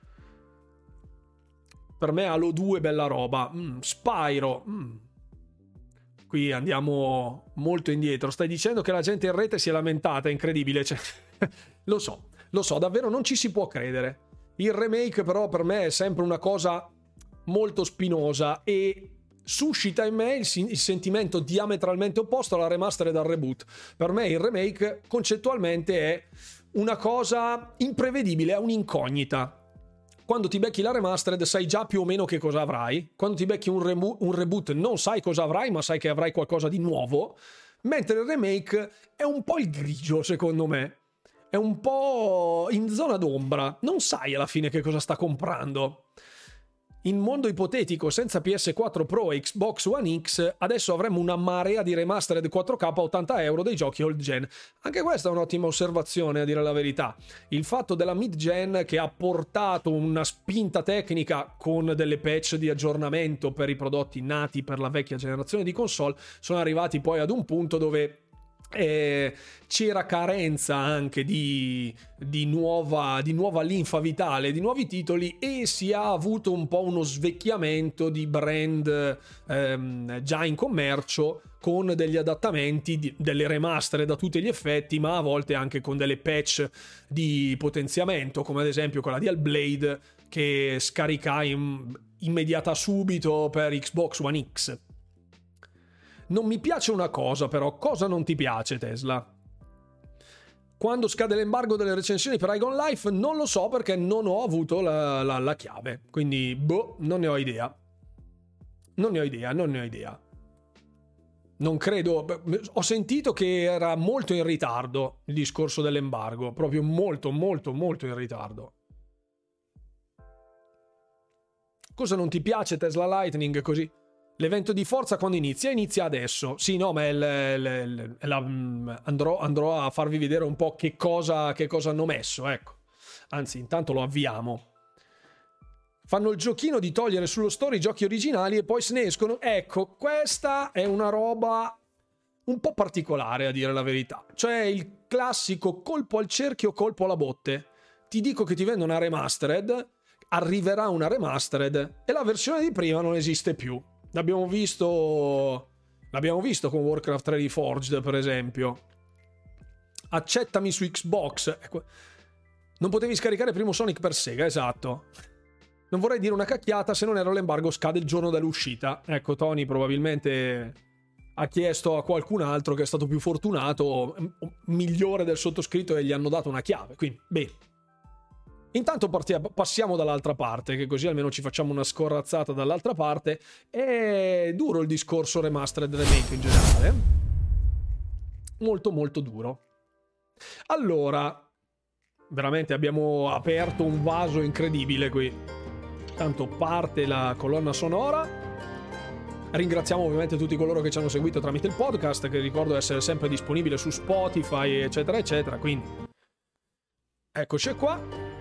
Per me Halo due bella roba, mm, Spyro, mm. Qui andiamo molto indietro, stai dicendo che la gente in rete si è lamentata, è incredibile, cioè, lo so, lo so, davvero non ci si può credere. Il remake però per me è sempre una cosa molto spinosa e suscita in me il, il sentimento diametralmente opposto alla remaster e dal reboot. Per me il remake concettualmente è una cosa imprevedibile, è un'incognita. Quando ti becchi la remastered sai già più o meno che cosa avrai. Quando ti becchi un, remo- un reboot non sai cosa avrai, ma sai che avrai qualcosa di nuovo. Mentre il remake è un po' il grigio, secondo me. È un po' in zona d'ombra. Non sai alla fine che cosa sta comprando. In mondo ipotetico, senza P S quattro Pro e Xbox One X, adesso avremmo una marea di remastered quattro K a ottanta euro dei giochi old gen. Anche questa è un'ottima osservazione, a dire la verità. Il fatto della mid gen che ha portato una spinta tecnica con delle patch di aggiornamento per i prodotti nati per la vecchia generazione di console, sono arrivati poi ad un punto dove Eh, c'era carenza anche di, di, nuova, di nuova linfa vitale, di nuovi titoli, e si ha avuto un po' uno svecchiamento di brand ehm, già in commercio, con degli adattamenti, di, delle remaster da tutti gli effetti, ma a volte anche con delle patch di potenziamento, come ad esempio quella di Hellblade che scarica in, immediata subito per Xbox One X. Non mi piace una cosa, però. Cosa non ti piace, Tesla? Quando scade l'embargo delle recensioni per Igon Life? Non lo so, perché non ho avuto la, la, la chiave. Quindi, boh, non ne ho idea. Non ne ho idea, non ne ho idea. Non credo... Ho sentito che era molto in ritardo il discorso dell'embargo. Proprio molto, molto, molto in ritardo. Cosa non ti piace, Tesla Lightning, così? L'evento di Forza quando inizia? Inizia adesso. Sì, no, ma è l, l, l, la, andrò, andrò a farvi vedere un po' che cosa, che cosa hanno messo, ecco. Anzi, intanto lo avviamo. Fanno il giochino di togliere sullo store i giochi originali e poi se ne escono. Ecco, questa è una roba un po' particolare, a dire la verità. Cioè il classico colpo al cerchio, colpo alla botte. Ti dico che ti vendo una remastered, arriverà una remastered e la versione di prima non esiste più. L'abbiamo visto l'abbiamo visto con Warcraft tre Reforged, per esempio. Accettami su Xbox. Non potevi scaricare il primo Sonic per Sega, esatto. Non vorrei dire una cacchiata, se non ero l'embargo scade il giorno dell'uscita. Ecco, Tony probabilmente ha chiesto a qualcun altro che è stato più fortunato, migliore del sottoscritto, e gli hanno dato una chiave. Quindi, bene. Intanto partiamo, passiamo dall'altra parte, che così almeno ci facciamo una scorrazzata dall'altra parte. È duro il discorso remastered remake in generale. Molto molto duro. Allora, veramente abbiamo aperto un vaso incredibile qui. Tanto parte la colonna sonora. Ringraziamo ovviamente tutti coloro che ci hanno seguito tramite il podcast, che ricordo essere sempre disponibile su Spotify, eccetera eccetera. Quindi eccoci qua.